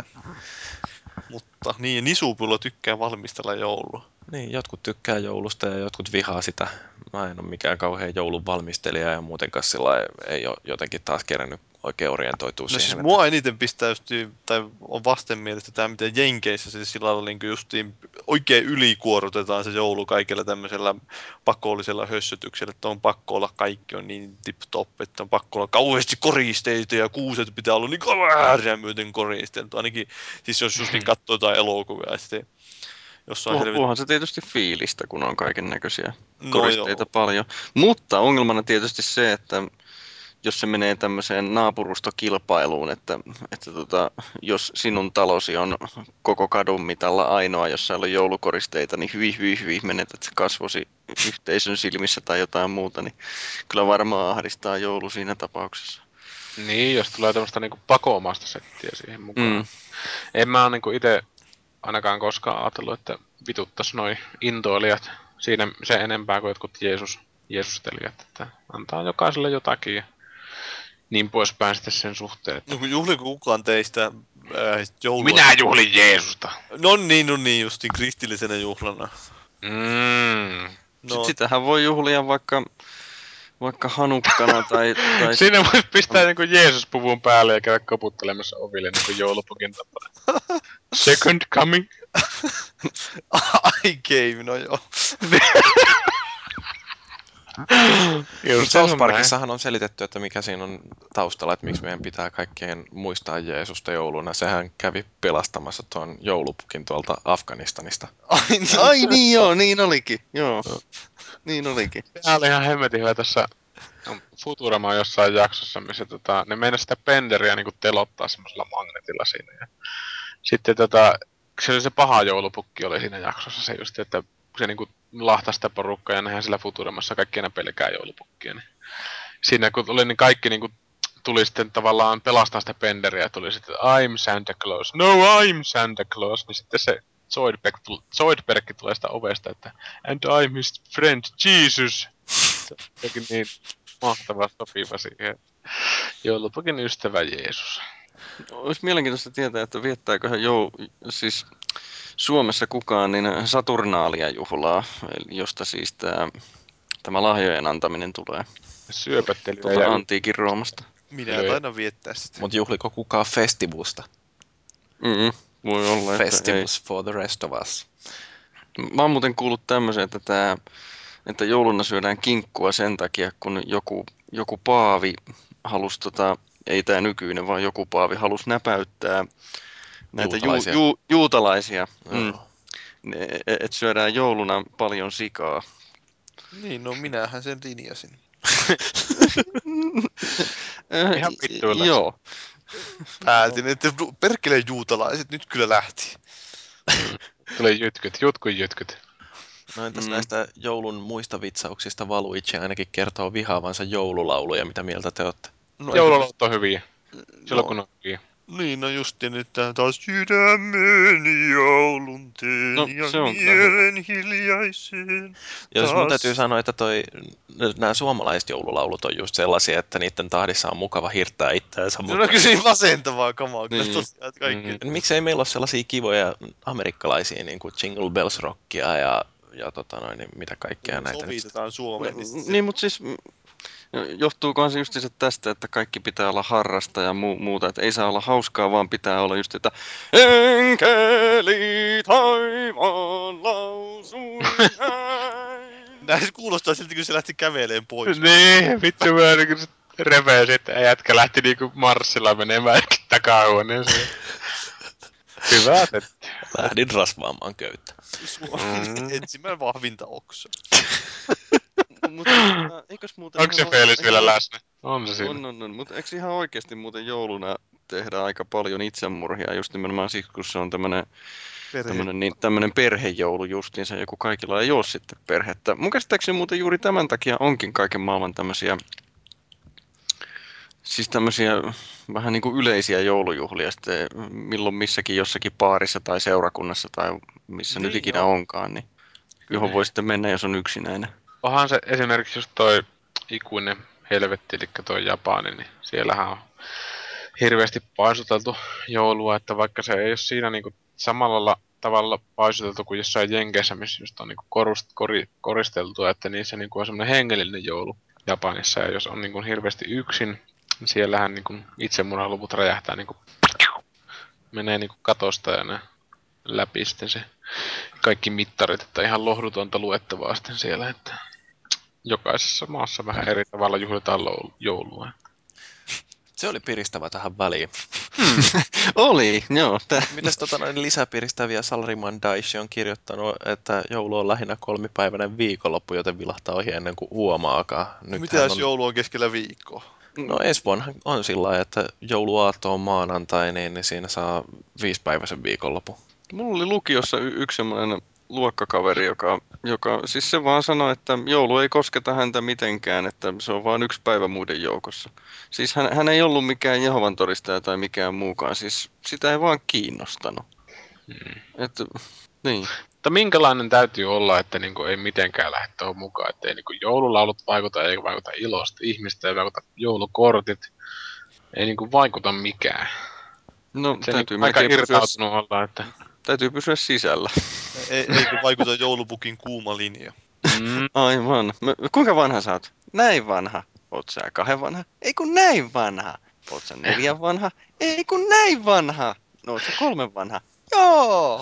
Mutta niin, Nisupulla tykkää valmistella joulua. Niin, jotkut tykkää joulusta ja jotkut vihaa sitä. Mä en ole mikään kauhean joulun valmistelija ja muutenkaan sillä ei ole jotenkin taas kerännyt oikein orientoitua No siihen. siis mua eniten pistää justiin, tai on vastenmielistä tämä, miten Jenkeissä siis sillä lailla niin justiin oikein ylikuorutetaan se joulu kaikella tämmöisellä pakollisella hössötyksellä, että on pakko olla, kaikki on niin tip-top, että on pakko olla kauheasti koristeita ja kuuset pitää olla niin väärin myöten koristeltu. Ainakin siis jos justiin katsoo jotain elokuvia ja sitten jossain Tuohan se tietysti fiilistä, kun on kaiken näköisiä No koristeita joo. paljon. Mutta ongelmana tietysti se, että jos se menee tämmöiseen naapurustokilpailuun, että jos sinun talosi on koko kadun mitalla ainoa, jossa ei ole joulukoristeita, niin hyvin menetät kasvosi yhteisön silmissä tai jotain muuta, niin kyllä varmaan ahdistaa joulu siinä tapauksessa. Niin, jos tulee tämmöistä niinku pakomaista settiä siihen mukaan. Mm. En mä oo niinku ite ainakaan koskaan ajatellut, että vituttais noi intoilijat siinä se enempää kuin jotkut Jeesustelijat, että antaa jokaiselle jotakin ja niin poispäin sitten sen suhteen. Että No kun juhliko kukaan teistä joulua? minä juhlin Jeesusta! No niin, justiin kristillisenä juhlana. No, Sitähän voi juhlia vaikka hanukkana tai Siinä voisi pistää joku Jeesus-puvun päälle ja käydä koputtelemassa oville niin kuin joulupukin tapaan. Second coming. I came, no joo. Just se South on näin. Parkissahan on selitetty, että mikä siinä on taustalla, että miksi meidän pitää kaikkien muistaa Jeesusta jouluna. Sehän kävi pelastamassa tuon joulupukin tuolta Afganistanista. Ai niin joo, niin olikin. Joo. Niin olikin. Sehän oli ihan hemmetin hyvä tässä Futurama jossain jaksossa, missä ne meinasi sitä Benderiä niinku telottaa semmoisella magnetilla siinä. Ja sitten se oli se paha joulupukki oli siinä jaksossa se just, että se niinku lahtasi sitä porukkaa ja nehän sillä Futuramassa kaikki aina pelkää joulupukkia. Niin siinä kun oli, niin kaikki niinku tuli sitten tavallaan pelastaa sitä Benderiä ja tuli sitten I'm Santa Claus, no I'm Santa Claus, niin sitten se Zoidberg tulee sitä ovesta, että and I'm his friend Jesus. Se on jotenkin niin mahtavaa sopiva siihen. Joulupukin ystävä Jeesus. Olisi mielenkiintoista tietää, että viettääköhän siis Suomessa kukaan niin Saturnaalia juhlaa, eli josta siis tämä lahjojen antaminen tulee Syöpöttelyä ja antiikin Roomasta. Minä taidan viettää sitä. Mutta juhliko kukaan Festivusta? Voi olla, että ei. Festivus for the rest of us. Mä oon muuten kuullut tämmöisen, että jouluna syödään kinkkua sen takia, kun joku paavi halusi, ei tämä nykyinen, vaan joku paavi halusi näpäyttää näitä Juutalaisia. juutalaisia. Joo. Että syödään jouluna paljon sikaa. Niin, no minähän sen linjasin. Ihan vittuilla. Joo. Päätin, että perkeleen juutalaiset nyt kyllä lähti. Tulee jutkun jytkyt. No entäs näistä joulun muista vitsauksista Valuichi ainakin kertoo vihaavansa joululauluja, mitä mieltä te olette? No, Joululaulut on hyviä. Silloin Joo. kun on hyviä. Niin, no justiin nyt tää taas sydämeni joulun teen No, ja se on kyllä mielen hiljaiseen. Ja jos mun Taas- täytyy sanoa, että nämä suomalaiset joululaulut on just sellaisia, että niiden tahdissa on mukava hirttää itseänsä. Se on kyllä niin masentavaa kamaa kyllä Niin. tosiaan, että kaikki. Miksei meillä ole sellaisia kivoja amerikkalaisia, niin kuin Jingle Bells Rockia ja niin mitä kaikkea näitä nyt. Sovitetaan Suomeen. Niin, mutta siis johtuukohan se just tästä, että kaikki pitää olla harrasta ja muuta, että ei saa olla hauskaa, vaan pitää olla just, että enkeli taivaan lausui näin. Näin se kuulostaa siltä, kun se lähti käveleen pois. Niin, vittu mä niinku repee sitten ja jätkä lähti niinku marssilla menemään takahuoneeseen. Hyvä, että Lähdin rasvaamaan köyttä. Suomen ensimmäinen vahvinta oksa. Mutta eikös muuten onko se ihan Felis vielä ihan- läsnä? On se siinä. On, mutta eikö ihan oikeasti muuten jouluna tehdä aika paljon itsemurhia, just nimenomaan siksi, kun se on tämmöinen perhejoulu justiinsa, joku kaikilla ei ole sitten perhettä. Mun käsittääkseni muuten juuri tämän takia onkin kaiken maailman tämmöisiä vähän niin kuin yleisiä joulujuhlia sitten milloin missäkin jossakin baarissa tai seurakunnassa tai missä nyt Niin ikinä on. onkaan, niin johon voi sitten mennä, jos on yksinäinen. Onhan se esimerkiksi just toi ikuinen helvetti, eli toi Japani, niin siellähän on hirveästi paisuteltu joulua, että vaikka se ei ole siinä niinku samalla tavalla paisuteltu kuin jossain Jenkeissä, missä just on niinku koristeltu, että niissä niinku on semmoinen hengellinen joulu Japanissa, ja jos on niinku hirveästi yksin, niin siellähän niinku itsemurhaluvut räjähtää niinku menee niinku katosta ja ne läpi sitten se kaikki mittarit, että ihan lohdutonta luettavaa sitten siellä, että jokaisessa maassa vähän eri tavalla juhlitaan joulua. Se oli piristävä tähän väliin. Oli, joo. Mitäs lisäpiristäviä Salariman Daishi on kirjoittanut, että joulu on lähinnä kolmipäiväinen viikonloppu, joten vilahtaa ohi ennen kuin huomaakaan. Mitä jos joulu on keskellä viikkoa? No ensi vuonna on sillä lailla, että jouluaatto on maanantai, niin siinä saa 5-päiväisen viikonlopun. Mulla oli lukiossa yksi semmoinen luokkakaveri, joka siis se vaan sanoi, että joulu ei kosketa häntä mitenkään, että se on vain yksi päivä muiden joukossa. Siis hän ei ollut mikään Jehovan todistaja tai mikään muukaan, siis sitä ei vaan kiinnostanut. Että, niin. Mutta minkälainen täytyy olla, että niinku ei mitenkään lähde tuohon mukaan, että ei niinku joululaulut vaikuta, ei vaikuta ilosta ihmistä, ei vaikuta joulukortit, ei niinku vaikuta mikään. No Se täytyy niinku aika melkein pysyä, irtautunut olla, että täytyy pysyä sisällä. Eikö vaikuta joulupukin kuuma linja? Aivan. Kuinka vanha sä oot? Näin vanha. Oot sä 2 vanha? Ei kun näin vanha. Oot sä 4 vanha? Ei kun näin vanha. No oot sä 3 vanha? Joo!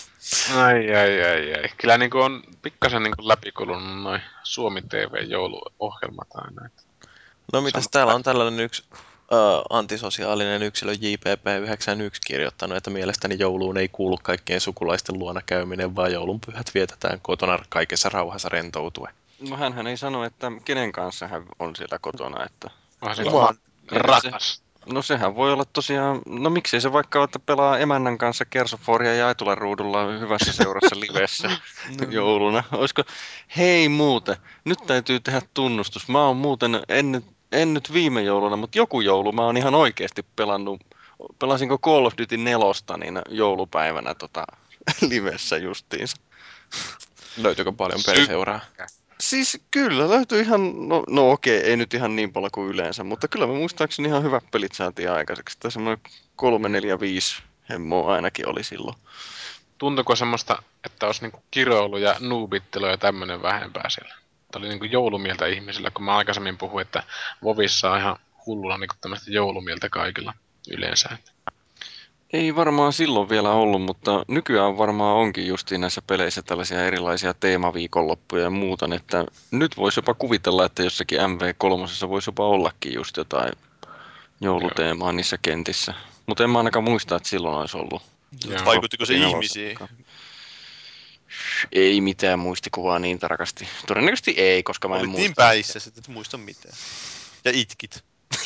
ai. Kyllä niinku on pikkasen niinku läpikulunut noin Suomi TV-jouluohjelmat aina. Että No mitäs sama- täällä on tällainen yksi antisosiaalinen yksilö JPP91 kirjoittanut, että mielestäni jouluun ei kuulu kaikkien sukulaisten luona käyminen, vaan joulunpyhät vietetään kotona kaikessa rauhassa rentoutuen. No hänhän ei sano, että kenen kanssa hän on siellä kotona, että... Onhan se Oman rakas. No sehän voi olla tosiaan, no miksei se vaikka että pelaa emännän kanssa Kersoforia jaetulla ruudulla hyvässä seurassa livessä jouluna. Olisiko, hei muuten, nyt täytyy tehdä tunnustus. Mä oon muuten, en nyt viime jouluna, mutta joku joulu mä oon ihan oikeasti pelasinko Call of Duty 4 niin joulupäivänä livessä justiinsa. Löytyykö paljon peliseuraa? Siis kyllä, löytyy ihan, no okei, ei nyt ihan niin paljon kuin yleensä, mutta kyllä mä muistaakseni ihan hyvät pelit saatiin aikaiseksi. Tai semmoinen 3, 4, 5 hemmoa ainakin oli silloin. Tuntuiko semmoista, että olisi niinku kiroilu ja noobittelu ja tämmönen vähempää siellä? Tämä oli niinku joulumieltä ihmisillä, kun mä aikaisemmin puhuin, että Vovissa on ihan hulluna niinku tämmöistä joulumieltä kaikilla yleensä. Ei varmaan silloin vielä ollut, mutta nykyään varmaan onkin justiin näissä peleissä tällaisia erilaisia teemaviikonloppuja ja muuta, että nyt voisi jopa kuvitella, että jossakin MV3 voisi jopa ollakin just jotain jouluteemaa niissä kentissä. Mutta en mä ainakaan muista, että silloin olisi ollut. Joo. Vaikuttiko se Nelosen ihmisiin? aikaan. Ei mitään muistikuvaa niin tarkasti. Todennäköisesti ei, koska mä en Olit muista. niin päissä, että et muista mitään. Ja itkit.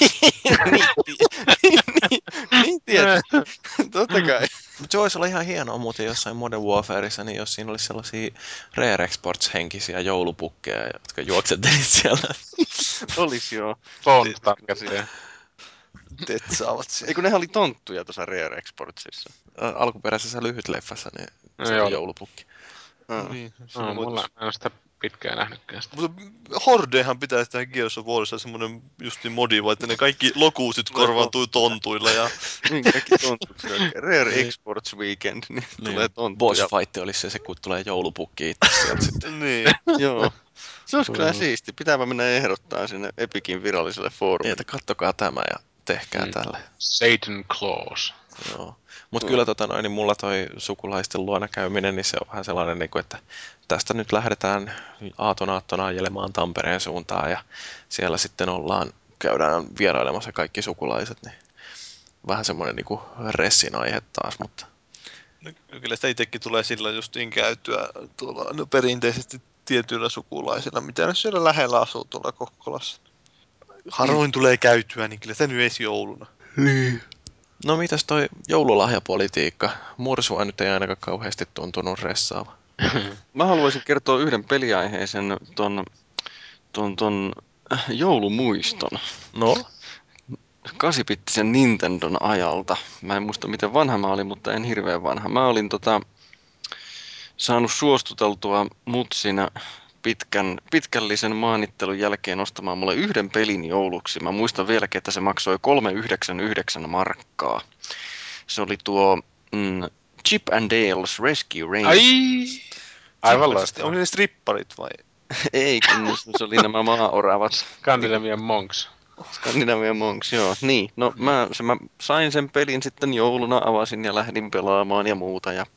niin tietysti. Totta kai. Mutta se voisi olla ihan hienoa muuten jossain Modern Warfareissa, niin jos siinä olisi sellaisia Rare Exports-henkisiä joulupukkeja, jotka juoksettelit siellä. Olisi joo. Phone-takkaisia. Tetsaavat siellä. Ei kun nehän oli tonttuja tuossa Rare Exportsissa. Alkuperäisessä lyhytleffassa niin No se joo. oli joulupukki. Niin, No, silloin mulla voitais. en ole sitä pitkään nähnytkään sitä. Mutta Hordehan pitäisi tehdä Gears of Warissa semmonen justiin modi, vaan että ne kaikki lokuusit Tulee korvaantui tontuilla ja Niin, kaikki tontut hyökkää. Rare Niin. Exports Weekend, niin Niin, tulee tonttuja. boss fight olisi se, kun tulee joulupukki itse sieltä sitten. niin. Joo. Se olisi kyllä siisti. Pitääpä mennä ehdottaa sinne Epicin viralliselle Niin, foorumille. että kattokaa tämä ja tehkää tälle. Satan Claus. Joo. Mutta kyllä niin mulla toi sukulaisten luona käyminen, niin se on vähän sellainen, niin kuin, että tästä nyt lähdetään aattona ajelemaan Tampereen suuntaan ja siellä sitten käydään vierailemassa kaikki sukulaiset, niin vähän semmoinen niin kuin ressin aihe taas, mutta No, kyllä sitä itsekin tulee silloin justiin käytyä tuolla perinteisesti tietyillä sukulaisilla, mitä nyt siellä lähellä asuu tuolla Kokkolassa. Harvoin tulee käytyä, niin kyllä sitä nyt ensi jouluna. no mitäs toi joululahjapolitiikka? Mursua nyt ei ainakaan kauheasti tuntunut ressaava. Mä haluaisin kertoa yhden peliaiheisen ton joulumuiston. No? 8-bittisen Nintendon ajalta. Mä en muista miten vanha mä olin, mutta en hirveän vanha. Mä olin saanut suostuteltua mut siinä pitkällisen maanittelun jälkeen ostamaan mulle yhden pelin jouluksi. Mä muistan vieläkin, että se maksoi 3,99 markkaa. Se oli tuo Chip and Dale's Rescue Rangers. Ai! Aivan Onko loistavaa. ne stripparit vai? Ei, kun se oli nämä maaoravat. Scandinavian Monks. Skandinavian Monks, joo. Niin, no mä sain sen pelin sitten jouluna, avasin ja lähdin pelaamaan ja muuta. Ja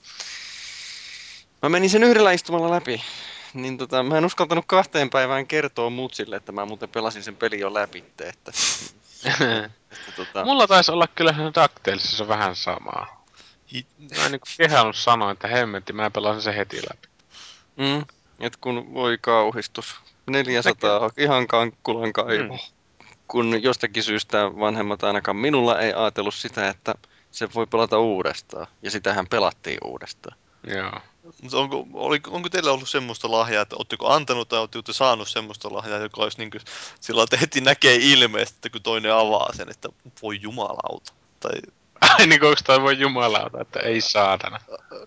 mä menin sen yhdellä istumalla läpi. Niin mä en uskaltanut 2 päivään kertoa mutsille, että mä muuten pelasin sen pelin jo läpi. Että Mulla taisi olla kyllä se DuckTalesissa vähän samaa. Mä en niinku kehannut sanoa, että hemmetti, mä pelasin sen heti läpi. et kun voi kauhistus. 400, ihan kankkulan kaivo. Kun jostakin syystä vanhemmat ainakaan minulla ei ajatellut sitä, että se voi pelata uudestaan. Ja sitähän pelattiin uudestaan. Joo. Mutta onko teillä ollut semmoista lahjaa, että ootteko antanut tai ootteko te saanut semmoista lahjaa, joka olisi niin kuin, sillä että heti näkee ilmeisesti, että kun toinen avaa sen, että voi jumalauta. Tai Ai niinku onks toi voi jumalauta, että ei saatana.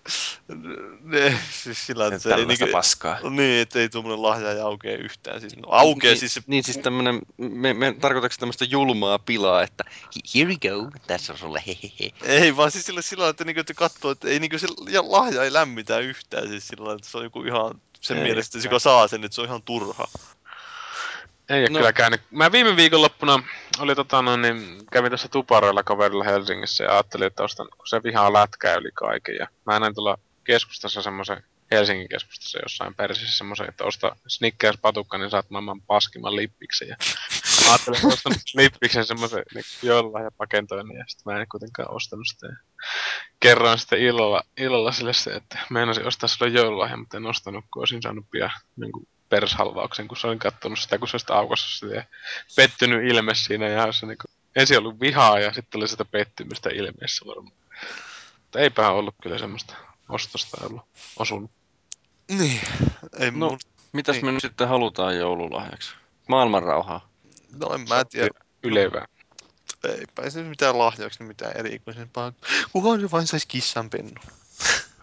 siis sillä, että se ei Tällaista niinku, paskaa. niin, että ei tuommoinen lahja ei aukea yhtään. Siis, no, aukea niin, siis se, niin siis tämmönen, tarkoitatko tämmöistä julmaa pilaa, että here we go, tässä on sulle hehehe. ei vaan siis sillä että, niinku, että katsoo, että ei, niinku, se lahja ei lämmitä yhtään. Siis sillä että se on joku ihan sen Ei. mielestä, joka saa sen, että se on ihan turha. Ei oo No. kyllä käynyt. Mä viime viikonloppuna oli niin kävin tuossa tuparoilla kaverilla Helsingissä ja ajattelin, että ostan, kun se vihaa lätkää yli kaiken. Ja mä näin tuolla keskustassa semmoisen, Helsingin keskustassa jossain persissä semmoisen, että osta Snickers patukka, niin saat maailman paskimman lippiksen. Ja mä ajattelin, että ostan lippiksen semmoisen niin jollain ja pakentoinnin ja sitten mä en kuitenkaan ostanut sitä. Ja kerroin sitten illalla sille se, että meinasin ostaa sulle joululahja, mutta en ostanut, kun olisin saanut pian niin pershalvauksen, kun se olin kattonut sitä, kun se olisi aukossa sitä ja pettynyt ilme siinä ja se niin kuin, ensin ollut vihaa ja sitten oli sitä pettymystä ilmeessä varmaan. Mutta eipä ollut kyllä semmoista ostosta ollut osunut. Niin, ei No, mun, mitäs niin. me nyt sitten halutaan joululahjaksi? Maailmanrauhaa. No en Se mä on tiedä. ylevää. Eipä se mitään lahjaksi, niin mitään erikoisempaa. Kukaan se vain saisi kissanpennu.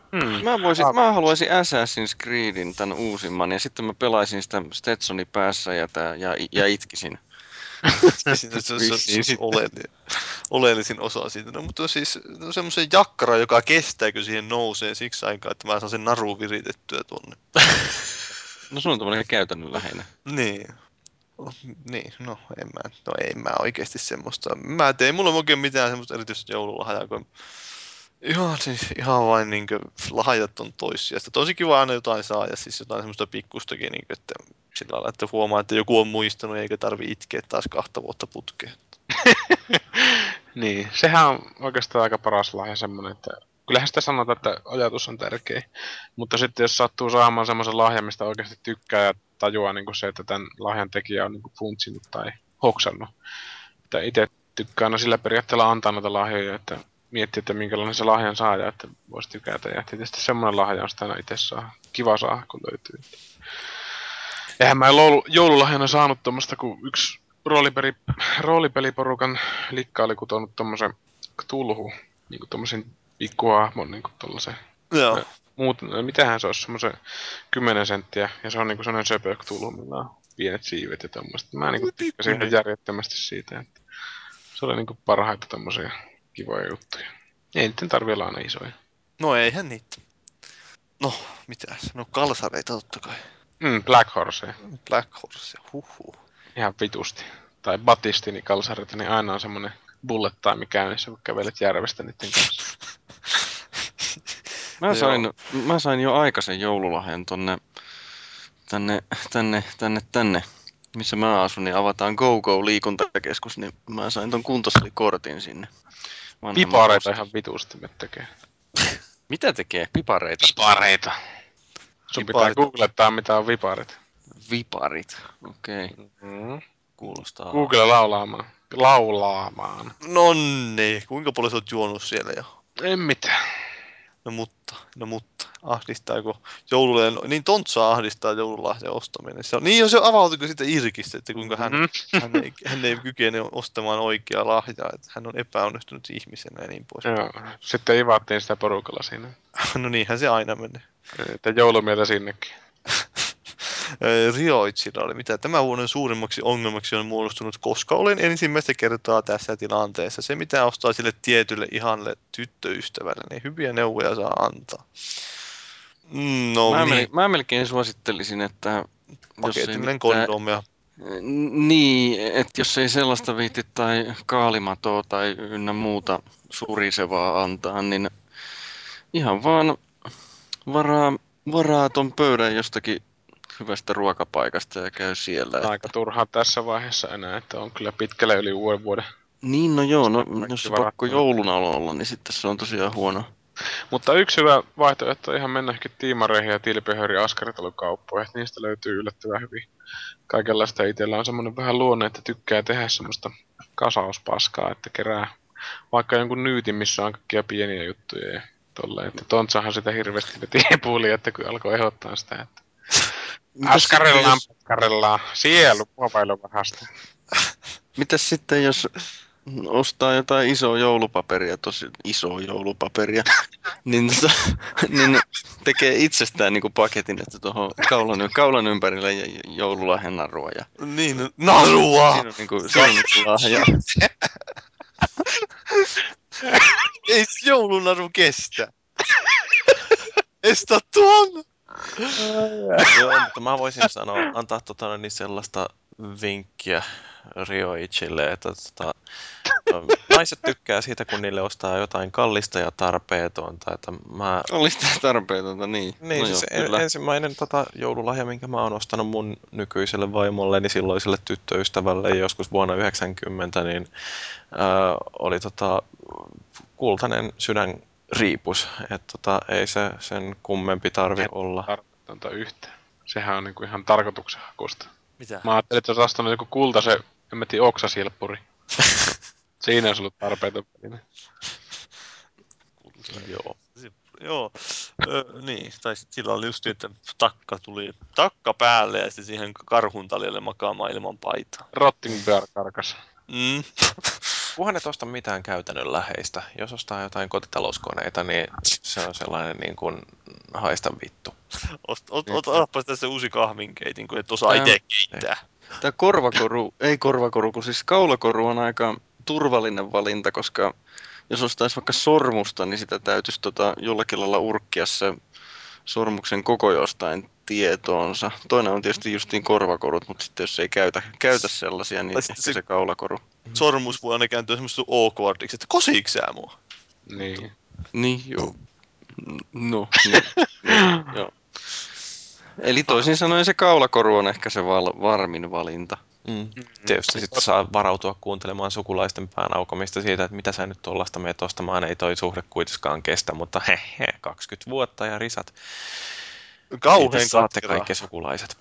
Mä haluaisin Assassin's Creedin tän uusimman ja sitten mä pelaisin sitä Stetsoni päässä ja itkisin. Se Vissiin on oleellisin osa siitä. No, mutta siis semmoisen jakkara, joka kestääkö siihen nousee siksi aikaa, että mä saan sen naruun viritettyä tuonne. No se on tämmöinen käytännönläheinen. Niin. Niin, en mä oikeesti semmoista. Mä tein, mulla ei oikein mitään semmoista erityistä joululahjaa, kun ihan vain niinkö lahjat on toissijasta. Tosi kiva aina jotain saa ja siis jotain semmoista pikkustakin, niinkö, että sillä lailla, että huomaa, että joku on muistanut eikä tarvi itkeä taas 2 vuotta putkeen. Niin, sehän on oikeastaan aika paras lahja semmonen, että kyllähän sitä sanotaan, että ajatus on tärkeä. Mutta sitten jos sattuu saamaan semmoisen lahjan, mistä oikeasti tykkää ja tajuaa niin se, että tämän lahjan tekijä on niin funtsinut tai hoksannut. Että itse tykkään aina sillä periaatteella antaa noita lahjoja, että miettii, että minkälainen se lahjan saaja, että voisi tykätä. Ja tietysti semmoinen lahja on sitä aina itse saa. Kiva saa, kun löytyy. Eihän mä joululahjana saanut tuommoista, kun yksi roolipeliporukan likka oli kutonut tommosen tulhu, niinku tommosen pikkuhahmon, niinku tollasen. Joo. Mitähän se olisi, semmosen 10 senttiä, ja se on niinku semmonen söpök tulhu, millä on pienet siivet ja tommoista. Mä niinku tykkäsin ihan järjettömästi siitä, että se oli niinku parhaita tommosia kivoja juttuja. Ei niiden tarvi olla aina isoja. No eihän niitä. No, mitäs? No kalsareita totta kai. Black Horse. Black Horse, huhhuh. Ihan vitusti. Tai Batistini kalsareita, niin aina on semmonen bullet time käynnissä, kun kävelet järvestä niiden kanssa. Mä sain jo aikaisen joululahjan tänne, missä mä asun, niin avataan GoGo liikuntakeskus, niin mä sain ton kuntosalikortin sinne. Pipareita ihan vitusti me tekee. Mitä tekee? Pipareita? Pipareita. Sun pitää googlettaa mitä on viparit. Viparit, okei. Kuulostaa. Google laulaamaan. Nonni, kuinka paljon sä oot juonut siellä jo? En mitään. No mutta, ahdistaako joululle, niin Tontsaa ahdistaa joululahjan ostaminen. Se on, niin jos se avautuiko siitä Irkistä, että kuinka hän ei kykene ostamaan oikeaa lahjaa, että hän on epäonnistunut ihmisenä ja niin pois. Joo, sitten ivattiin sitä porukalla siinä. No niinhän se aina menee. Että joulumietä sinnekin. Rioitsilla oli mitä tämän vuoden suurimmaksi ongelmaksi on muodostunut, koska olen ensimmäistä kertaa tässä tilanteessa. Se mitä ostaa sille tietylle ihanle tyttöystävälle, niin hyviä neuvoja saa antaa. Mä melkein suosittelisin, että paketillinen kondomia. Niin, että jos ei sellaista viitti tai kaalimatoa tai ynnä muuta surisevaa antaa, niin ihan vaan varaa ton pöydän jostakin hyvästä ruokapaikasta ja käy siellä. Aika turhaa tässä vaiheessa enää, että on kyllä pitkälle yli uuden vuoden. Niin, no joo, no jos se pakko jouluna olla, niin sitten se on tosiaan huono. Mutta yksi hyvä vaihtoehto on ihan mennäkin tiimareihin ja tilpihööri askaritelukauppoihin, että niistä löytyy yllättävän hyvin kaikenlaista. Itsellä on semmoinen vähän luonne, että tykkää tehdä semmoista kasauspaskaa, että kerää vaikka jonkun nyytin, missä on kaikkia pieniä juttuja ja tolleen. Että Tontsahan sitä hirveästi veti epuuli, että kun alkoi ehdottaa sitä, että askarellaan, sielu muovailuvahasta. Mitäs sitten, jos ostaa jotain isoa joulupaperia, tosi isoa joulupaperia, niin tekee itsestään niinku paketin, että tuohon kaulan ympärille joululahjan narua. Niin, narua! Siinä on niinku lahja. Ei joulunaru kestä. Estä tuon! Joo, mutta mä voisin antaa niin sellaista vinkkiä Rioichille, että naiset tykkää siitä, kun niille ostaa jotain kallista ja tarpeetonta. Että kallista ja tarpeetonta, niin. Niin, no siis ensimmäinen joululahja, minkä mä oon ostanut mun nykyiselle vaimolleni silloiselle tyttöystävälle joskus vuonna 1990, niin oli kultainen sydänriipus. Että ei se sen kummempi tarvi olla. Tarpeetonta yhtään. Sehän on niinku ihan tarkoituksenhakuista. Mitä? Mä ajattelin, että olisi ostanut joku kultaisen, en mä tiedä, oksasilppuri. Siinä olisi ollut tarpeeton pelinen. Joo. Niin, tai sillä oli just että takka päälle ja sitten siihen karhun taljalle makaamaan ilman paitaa. Rottingbear karkas. Kunhan et osta mitään käytännönläheistä. Jos ostaa jotain kotitalouskoneita, niin se on sellainen niin kuin haista vittu. Otapa tässä uusi kahvinkeitin, kun et osaa Tää- itse keittää. Tämä korvakoru, ei korvakoru, kun siis kaulakoru on aika turvallinen valinta, koska jos ostaisi vaikka sormusta, niin sitä täytyisi jollakin lailla urkkia se sormuksen koko jostain tietoonsa. Toinen on tietysti justiin korvakorut, mutta sitten jos ei käytä sellaisia, niin Tai sitten ehkä se se kaulakoru. sormus voi aina kääntyä semmoista awkwardiksi, että kosiiks sä mua? Niin. Niin, joo. No, niin, joo. Eli toisin sanoen se kaulakoru on ehkä se varmin valinta. Tietysti sitten saa varautua kuuntelemaan sukulaisten pään aukomista siitä, että mitä sä nyt tollasta meet ostamaan, ei toi suhde kuitenkaan kestä, mutta 20 vuotta ja risat. Kauheen Siitä saatte katkeraa. kaikki sukulaiset.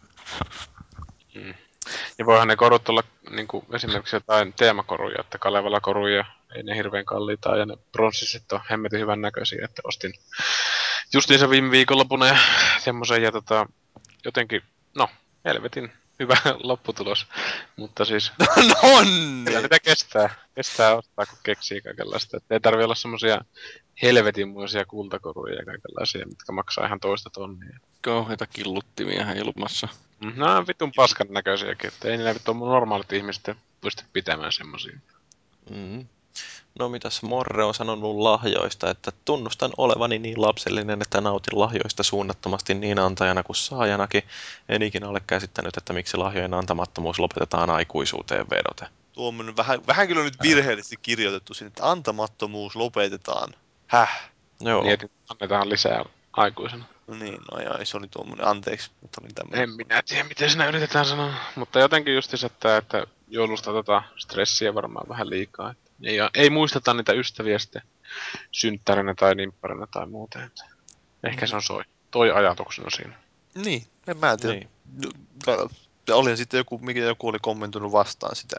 Ja voihan ne korut olla niin kuin esimerkiksi jotain teemakoruja, että Kalevala-koruja, ei ne hirveän kalliita ja ne pronssiset on hemmetin hyvän näköisiä, että ostin justiinsa viime viikonloppuna ja semmoisen ja jotenkin, no, helvetin hyvä lopputulos, mutta siis kyllä Nonni! niitä kestää ostaa, kun keksii kaikenlaista, että ei tarvi olla semmoisia helvetinmoisia kultakoruja ja kaikenlaisia, mitkä maksaa ihan toista tonnia. Kauheita killuttimia heilumassa. No on vitun paskan näköisiäkin, että ei niillä vittu normaalit ihmiset pysty pitämään semmosia. Mm. No mitäs Morre on sanonut lahjoista, että tunnustan olevani niin lapsellinen, että nautin lahjoista suunnattomasti niin antajana kuin saajanakin. En ikinä ole käsittänyt, että miksi lahjojen antamattomuus lopetetaan aikuisuuteen vedoten. Tuo on vähän kyllä nyt virheellisesti kirjoitettu sinne, että antamattomuus lopetetaan. Häh? Joo. Niin, että annetaan lisää aikuisena. No niin, no joo, se oli tuommoinen, anteeksi, mutta olin tämmöinen. En minä tiedä, miten sinä yritetään sanoa. Mutta jotenkin justiinsa, että joulusta stressiä varmaan vähän liikaa. Että ei muisteta niitä ystäviä sitten synttärinä tai nimpparina tai muuten. Että ehkä se on toi ajatuksena siinä. Niin, en mä tiedä. Niin. Oli sitten joku oli kommentoinut vastaan sitä,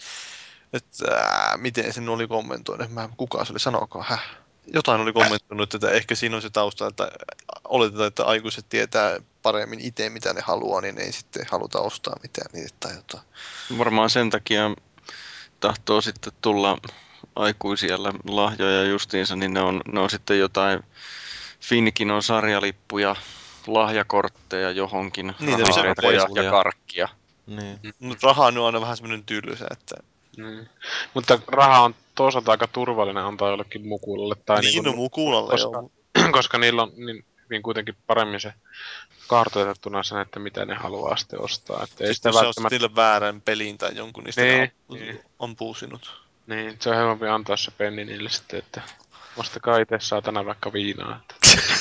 että miten sen oli kommentoinut. Kuka se oli, sanokaa, Jotain oli kommentoinut, että ehkä siinä on se tausta, että oletetaan, että aikuiset tietää paremmin itse, mitä ne haluaa, niin ei sitten haluta ostaa mitään niitä tai jotain. Varmaan sen takia tahtoo sitten tulla aikuisilla lahjoja justiinsa, niin ne on sitten jotain Finkinon sarjalippuja, lahjakortteja johonkin, Niin, rahapoja ja reisulia. karkkia. Niin. Mutta raha on aina vähän semmoinen tylsä, että Niin. Mutta raha on toisaalta aika turvallinen antaa jollekin mukulolle. Tai niin kuin, on mukulalle koska, joo. koska niillä on niin hyvin kuitenkin paremmin se kartoitettuna sen, että mitä ne haluaa sitten ostaa. Että ei Sitten sitä jos se on välttämättä... niille väärän pelin tai jonkun, niin sitten Niin. on puusinut. Niin, se on helpompi antaa se penni niille sitten, että ostakaa itse saatana vaikka viinaa. Että.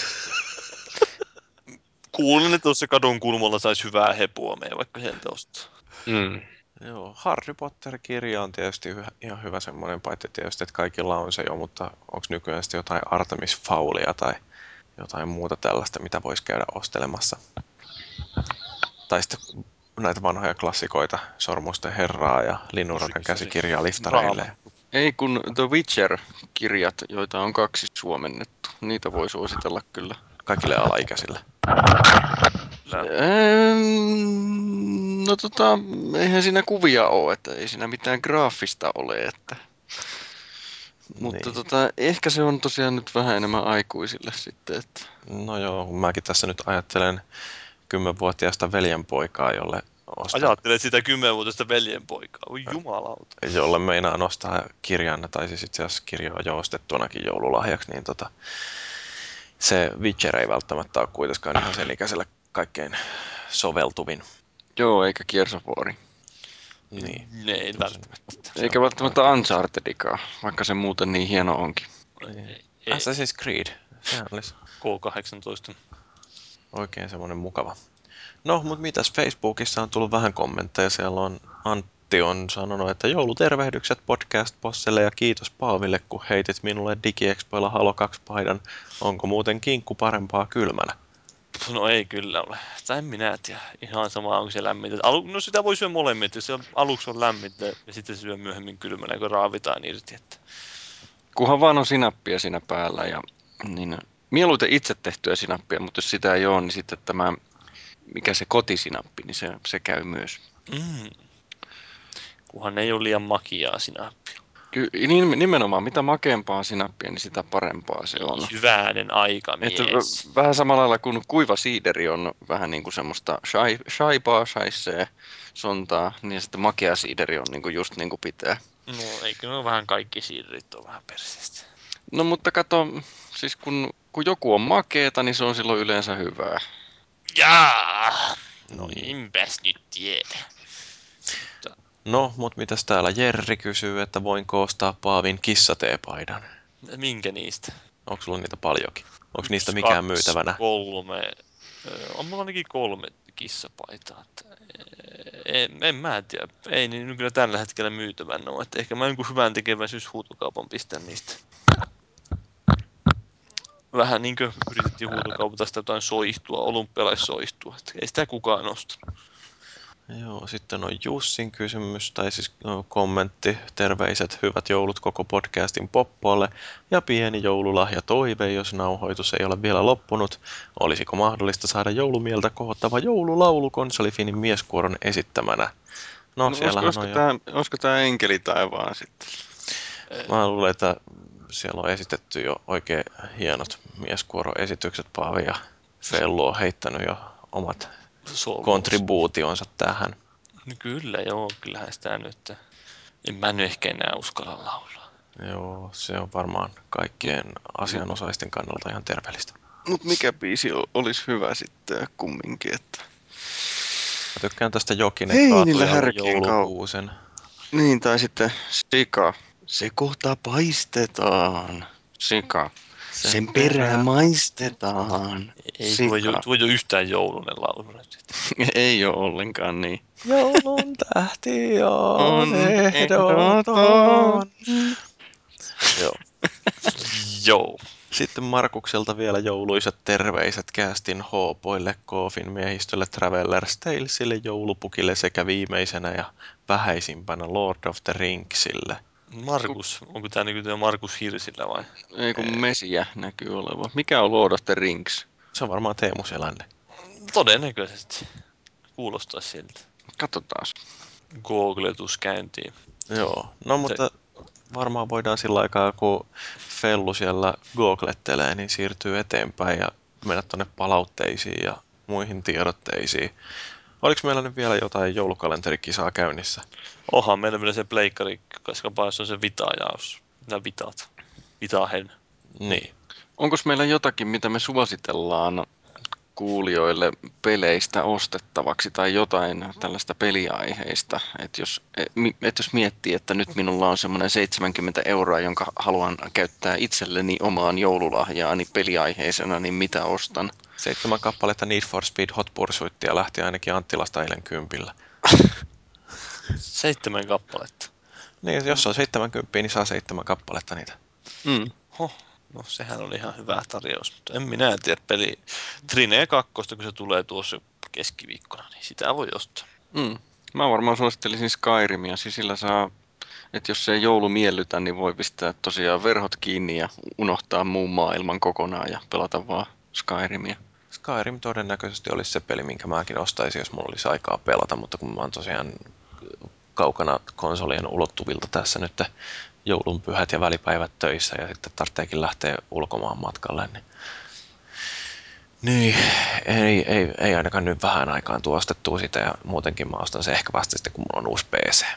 Kuulin, että tuossa kadun kulmalla saisi hyvää hepua meidän vaikka sieltä ostaa. Mm. Joo, Harry Potter-kirja on tietysti ihan hyvä semmoinen, paitsi tietysti, että kaikilla on se jo, mutta onko nykyään sitten jotain Artemis Fowlia tai jotain muuta tällaista, mitä voisi käydä ostelemassa? Tai sitten näitä vanhoja klassikoita, Sormusten herraa ja Linnunradan käsikirjaa liftareille. Ei kun The Witcher-kirjat, joita on 2 suomennettu, niitä voi suositella kyllä. Kaikille alaikäisille. No eihän siinä kuvia ole, että ei siinä mitään graafista ole, että. Mutta Niin. ehkä se on tosiaan nyt vähän enemmän aikuisille sitten, että. No joo, kun mäkin tässä nyt ajattelen 10-vuotiaasta veljenpoikaa, Ajattelet sitä 10-vuotiaista veljenpoikaa. Oi jumalauta. jolle meinaan ostaa kirjan, tai siis itse asiassa kirjoa jo ostettunakin joululahjaksi, niin se Witcher ei välttämättä ole kuitenkaan ihan sen ikäisellä kaikkein soveltuvin. Joo, eikä Kiersovuori. Niin. Ne ei välttämättä. Eikä välttämättä Unchartedikaan, vaikka se muuten niin hieno onkin. Assassin's Creed, sehän olisi K18. oikein semmoinen mukava. No, mutta mitäs Facebookissa on tullut vähän kommentteja. Siellä on Antti on sanonut, että joulutervehdykset podcast-bosselle ja kiitos Paaville, kun heitit minulle DigiExpoilla Halo 2 paidan. Onko muuten kinkku parempaa kylmänä? No ei kyllä ole. Tai en minä tiedä. Ihan sama, onko se lämmintä. No sitä voi syödä molemmin. Jos se aluksi on lämmintä ja sitten se syö myöhemmin kylmänä, kun raavitaan irti. Että. Kunhan vaan on sinappia siinä päällä ja niin mieluiten itse tehtyä sinappia, mutta jos sitä ei ole, niin sitten tämä, mikä se kotisinappi, niin se käy myös. Kunhan ei ole liian makiaa sinä. Nimenomaan, mitä makeampaa sinappia, niin sitä parempaa se on. Hyvänen aika, Että mies. vähän samalla lailla kuin kuiva siideri on vähän niin kuin semmoista shaipaa, shaisee, sontaa, niin sitten makea siideri on niin kuin just niin kuin pitää. No, eikö ne ole vähän kaikki siiderit on vähän perseestä? No mutta kato, siis kun joku on makeeta, niin se on silloin yleensä hyvää. Jaa! No enpäs nyt tiedä. No, mutta mitäs täällä Jerri kysyy, että voinko ostaa Paavin kissateepaidan? Minkä niistä? Onko sulla niitä paljonkin? Onko niistä 1, mikään 2, myytävänä? 3. On mulla ainakin 3 kissapaitaa. En mä tiedä. Ei niin kyllä tällä hetkellä myytävänä ole. Että ehkä mä jonkun hyvän tekeväisyyshuutokaupan pistän niistä. Vähän niin kuin yritettiin huutokaupata sitä jotain soihtua, olympialaissoihtua. Että ei sitä kukaan osta. Joo, sitten on Jussin kysymys, tai siis kommentti, terveiset, hyvät joulut koko podcastin poppolle, ja pieni joululahja toive, jos nauhoitus ei ole vielä loppunut. Olisiko mahdollista saada joulumieltä kohottava joululaulu konsolifinin mieskuoron esittämänä? No, No, siellähän on jo... olisiko tää enkeli taivaan sitten? Mä luulen, että siellä on esitetty jo oikein hienot mieskuoroesitykset. Paavi ja Fellu on heittänyt jo omat kontribuutionsa tähän. No kyllä joo, kyllähän sitä nyt. En mä nyt ehkä enää uskalla laulaa. Joo, se on varmaan kaikkien asianosaisten kannalta ihan terveellistä. Mut mikä biisi olisi hyvä sitten kumminkin, että... Mä tykkään tästä Jokinen Heinillä kaatuja härkien joulukuusen. Niin, tai sitten sika. Se kohta paistetaan. Sika. Sen perään maistetaan. Ei Sika. tuo jo yhtään joulunen laulu nyt. Ei ole ollenkaan niin. Joulun tähti on On ehdoton. Joo. Joo. Sitten Markukselta vielä jouluisat terveiset kästin hoopoille, Koofin miehistölle, Traveller's Talesille, joulupukille sekä viimeisenä ja vähäisimpänä Lord of the Ringsille. Markus, onko tää niinku Markus Hirsillä vai? Ei kun mesiä näkyy olevan. Mikä on Lord of the Rings? Se on varmaan Teemu Selänne. Todennäköisesti. Kuulostaa siltä. Katsotaan. Googletus käyntiin. Joo, no mutta varmaan voidaan sillä aikaa, kun Fellu siellä googlettelee, niin siirtyy eteenpäin ja mennä tuonne palautteisiin ja muihin tiedotteisiin. Oliko meillä nyt vielä jotain joulukalenterikisaa käynnissä? Onhan meillä vielä se pleikkari, koska paassa on se vitajaus. Nämä vitat. Vitahen. Niin. Onko meillä jotakin, mitä me suositellaan kuulijoille peleistä ostettavaksi tai jotain tällaista peliaiheista? Että jos miettii, että nyt minulla on semmoinen 70 €, jonka haluan käyttää itselleni omaan joululahjaani peliaiheisena, niin mitä ostan? 7 kappaletta Need for Speed Hot Pursuitia lähti ainakin Anttilasta eilen 10. 7 kappaletta. Niin, jos on 70, niin saa 7 kappaletta niitä. Mm. No sehän oli ihan hyvä tarjous, mutta en minä tiedä peli. Trine 2, kun se tulee tuossa keskiviikkona, niin sitä voi ostaa. Mm. Mä varmaan suosittelisin Skyrimia, siis sillä saa, että jos se ei joulu miellytä, niin voi pistää tosiaan verhot kiinni ja unohtaa muun maailman kokonaan ja pelata vaan Skyrimia. Skyrim todennäköisesti olisi se peli, minkä mäkin ostaisin, jos mulla olisi aikaa pelata, mutta kun mä oon tosiaan kaukana konsolien ulottuvilta tässä nyt joulunpyhät ja välipäivät töissä ja sitten tarvitseekin lähteä ulkomaan matkalle, niin ei ainakaan nyt vähän aikaan tuostettua sitä ja muutenkin mä ostan se ehkä vasta sitten, kun mulla on uusi PC.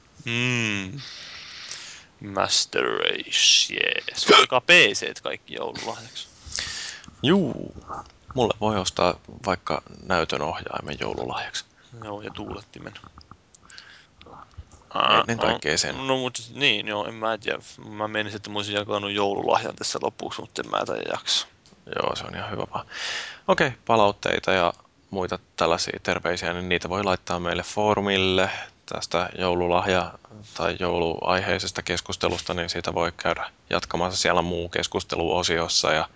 Master Race, yes. Ottakaa PC kaikki joululahjaksi. Juu, mulle voi ostaa vaikka näytön ohjaimen joululahjaksi. Joo, ja tuulettimen. Ennen kaikkea sen. No mutta niin, joo, en mä tiedä. Mä menisin, että mä olisin jakanut joululahjan tässä lopuksi, mutta en mä tämän jaksa. Joo, se on ihan hyvä vaan. Okei, palautteita ja muita tällaisia terveisiä, niin niitä voi laittaa meille foorumille tästä joululahja- tai jouluaiheisesta keskustelusta, niin siitä voi käydä jatkamassa siellä muu keskusteluosiossa ja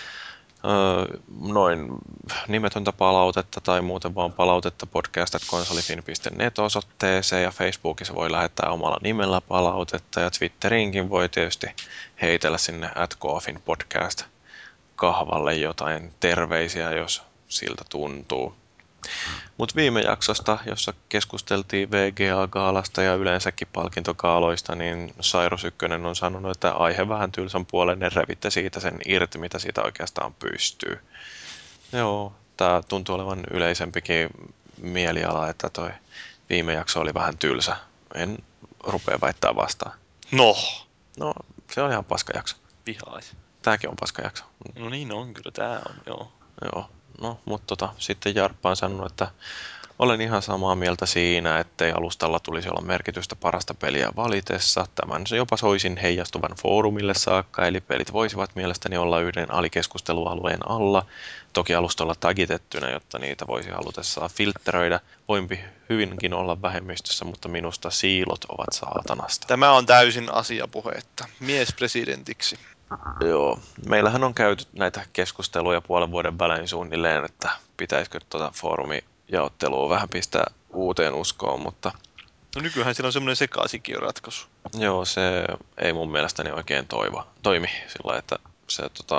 noin nimetöntä palautetta tai muuten vaan palautetta podcast@konsolifin.net osoitteeseen ja Facebookissa voi lähettää omalla nimellä palautetta ja Twitteriinkin voi tietysti heitellä sinne @kofinpodcast kahvalle jotain terveisiä, jos siltä tuntuu. Mutta viime jaksosta, jossa keskusteltiin VGA-gaalasta ja yleensäkin palkintogaaloista, niin Sairus 1 on sanonut, että aihe vähän tylsän puolen, ne revitte siitä sen irti, mitä siitä oikeastaan pystyy. Joo, tää tuntuu olevan yleisempikin mieliala, että toi viime jakso oli vähän tylsä. En rupea väittää vastaan. No, No, se on ihan paskajakso. vihais. Tääkin on paskajakso. No niin on, kyllä tää on, joo. Joo, no, mutta sitten Jarppa on sanonut, että olen ihan samaa mieltä siinä, ettei alustalla tulisi olla merkitystä parasta peliä valitessa. Tämän se jopa soisin heijastuvan foorumille saakka, eli pelit voisivat mielestäni olla yhden alikeskustelualueen alla. Toki alustalla tagitettynä, jotta niitä voisi halutessaan filtteröidä. Voimpi hyvinkin olla vähemmistössä, mutta minusta siilot ovat saatanasta. Tämä on täysin asiapuhetta. Mies presidentiksi. Joo, meillähän on käyty näitä keskusteluja puolen vuoden välein suunnilleen, että pitäisikö tuota foorumijaottelua vähän pistää uuteen uskoon, mutta No nykyään siellä on semmoinen sekaisinkin ratkaisu. joo, se ei mun mielestäni oikein toimi sillä lailla, että se,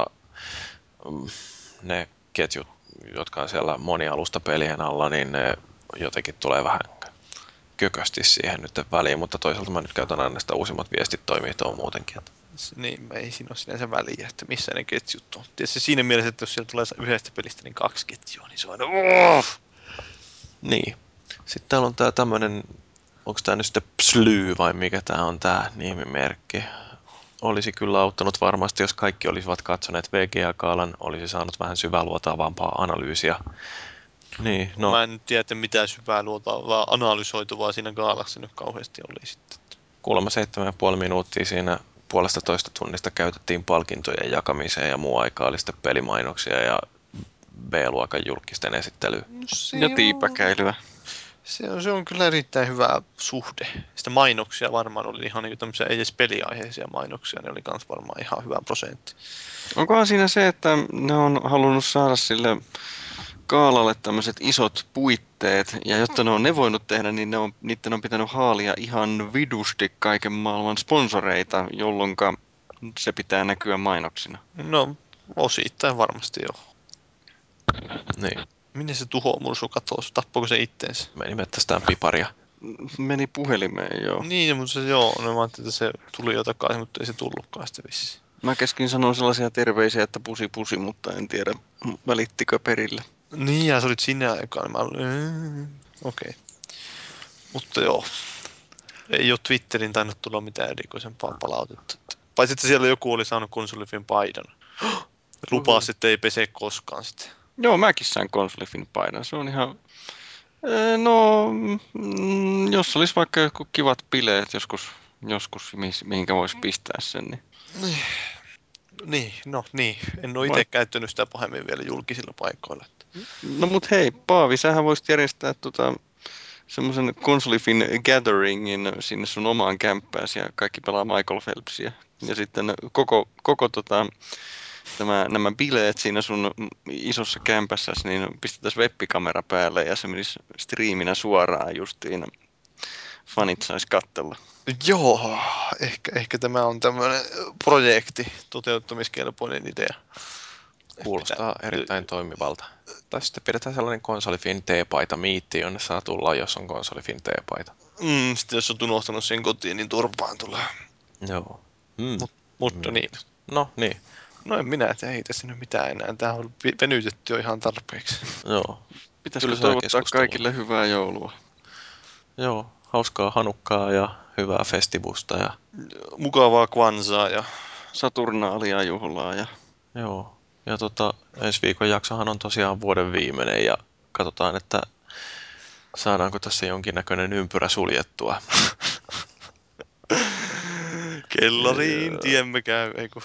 ne ketjut, jotka on siellä monialusta pelien alla, niin ne jotenkin tulee vähän kökösti siihen nyt väliin, mutta toisaalta mä nyt käytän aina sitä uusimmat viestit toimii tuon muutenkin. Että Niin, ei siinä ole sinänsä väliä, että missä ne ketjut on. Tietysti siinä mielessä, että jos siellä tulee yhdestä pelistä niin 2 ketjua, niin se on aina niin. Sitten täällä on tää tämmönen, onko tää nyt sitten Psyly vai mikä tää on tää nimimerkki? Olisi kyllä auttanut varmasti, jos kaikki olisivat katsoneet VGA-kaalan, olisi saanut vähän syväluotaavampaa analyysiä. Niin, no. Mä en nyt tiedä, että mitään syvää luotavaa analysoituvaa siinä gaalassa nyt kauheasti oli sitten. Kuulemma 7,5 minuuttia siinä 1,5 tunnista käytettiin palkintojen jakamiseen ja muu aikaa oli sitten pelimainoksia ja B-luokan julkisten esittelyä. Ja tiipäkäilyä. Se on kyllä erittäin hyvä suhde. Sitä mainoksia varmaan oli ihan niin tämmöisiä ei edes peliaiheisia mainoksia, ne oli kans varmaan ihan hyvä prosentti. Onkohan siinä se, että ne on halunnut saada sille gaalalle tämmöiset isot puitteet, ja jotta ne voinut tehdä, niin niiden on pitänyt haalia ihan vidusti kaiken maailman sponsoreita, jolloin se pitää näkyä mainoksina. No, osittain varmasti joo. Niin, Minne se tuhomursu katosi? Tappoiko se itteensä? meni mettästään piparia. Meni puhelimeen, joo. Niin, mutta se joo, no mä ajattelin, että se tuli jo takaisin, mutta ei se tullutkaan sitten vissiin. Mä keskin sanoa sellaisia terveisiä, että pusi pusi, mutta en tiedä välittikö perille. Niin, ja se olit sinne aikaan. Mä okei. Mutta joo, ei ole Twitterin tainnut tulla mitään erikoisempaa palautetta. Paitsi, että siellä joku oli saanut konsolifin paidan. Lupasi, että ei pese koskaan sitten. Joo, mäkin sain konsolifin paidan. Se on ihan... No, jos olisi vaikka jotkut kivat bileet joskus mihinkä voisi pistää sen, niin... Niin. En ole itse käyttänyt sitä pahemmin vielä julkisilla paikoilla. No mut hei, Paavi, sähän voisit järjestää semmoisen konsolifin gatheringin sinne sun omaan kämppääsi ja kaikki pelaa Michael Phelpsia. Ja sitten nämä bileet siinä sun isossa kämpässäsi, niin pistettäisiin webbikamera päälle ja se menisi striiminä suoraan justiin. Fanit sais katsella. Joo, ehkä tämä on tämmöinen projekti, toteuttamiskelpoinen idea. Kuulostaa erittäin toimivalta. Tai sitten pidetään sellainen konsolifin T-paita miitti, jonne saa tulla, jos on konsolifin T-paita. Sitten jos on unohtanut sen kotiin, niin turpaan tulee. Joo. Mutta niin. No niin. No en minä ei tässä nyt mitään enää. Tämä on venytetty jo ihan tarpeeksi. Joo. Pitäisikö Tylsää toivottaa keskustelua. kaikille hyvää joulua? Joo. Hauskaa Hanukkaa ja hyvää festivusta. Ja... Mukavaa Kwanzaa ja... Saturnaalia juhlaa ja... Joo. Ja ensi viikon jaksohan on tosiaan vuoden viimeinen ja katsotaan, että saadaanko tässä jonkinnäköinen ympyrä suljettua. Kellariin tiemme käy, eikö?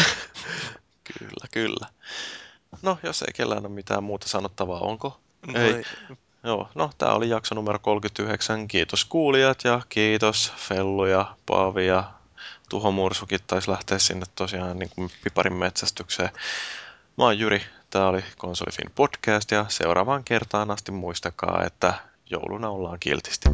Kyllä. No, jos ei kellään ole mitään muuta sanottavaa, onko? No ei. Joo, no tää oli jakso numero 39. Kiitos kuulijat ja kiitos Fellu ja Paavi ja Tuho Mursukin taisi lähteä sinne tosiaan niin kuin piparin metsästykseen. Mä oon Jyri, tää oli Konsolifin podcast ja seuraavaan kertaan asti muistakaa, että jouluna ollaan kiltisti.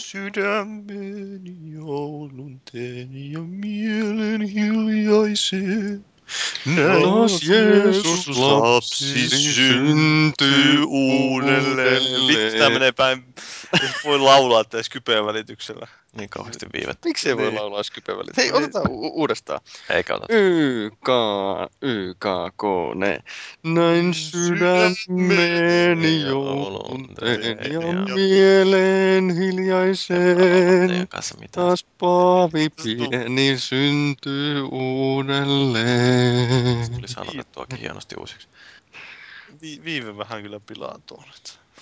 sydämeni joulun teen ja mielen hiljaisen. Taas Jeesus lapsi syntyy uudelleen. Vittu, tää menee päin. Jos voi laulaa tässä Skypen välityksellä. Niin kauheasti viivet. Miksi ei voi Niin. laulaa Skypen välityksellä? Hei, otetaan uudestaan. Eikä ota. YK-kone. Näin sydämeni joulun teen ja mielen hiljaisen. kanssa mitään. Taas paavi pieni syntyy uudelleen. Tuli sanotettuakin hienosti uusiksi. Viive vähän kyllä pilaa tuon.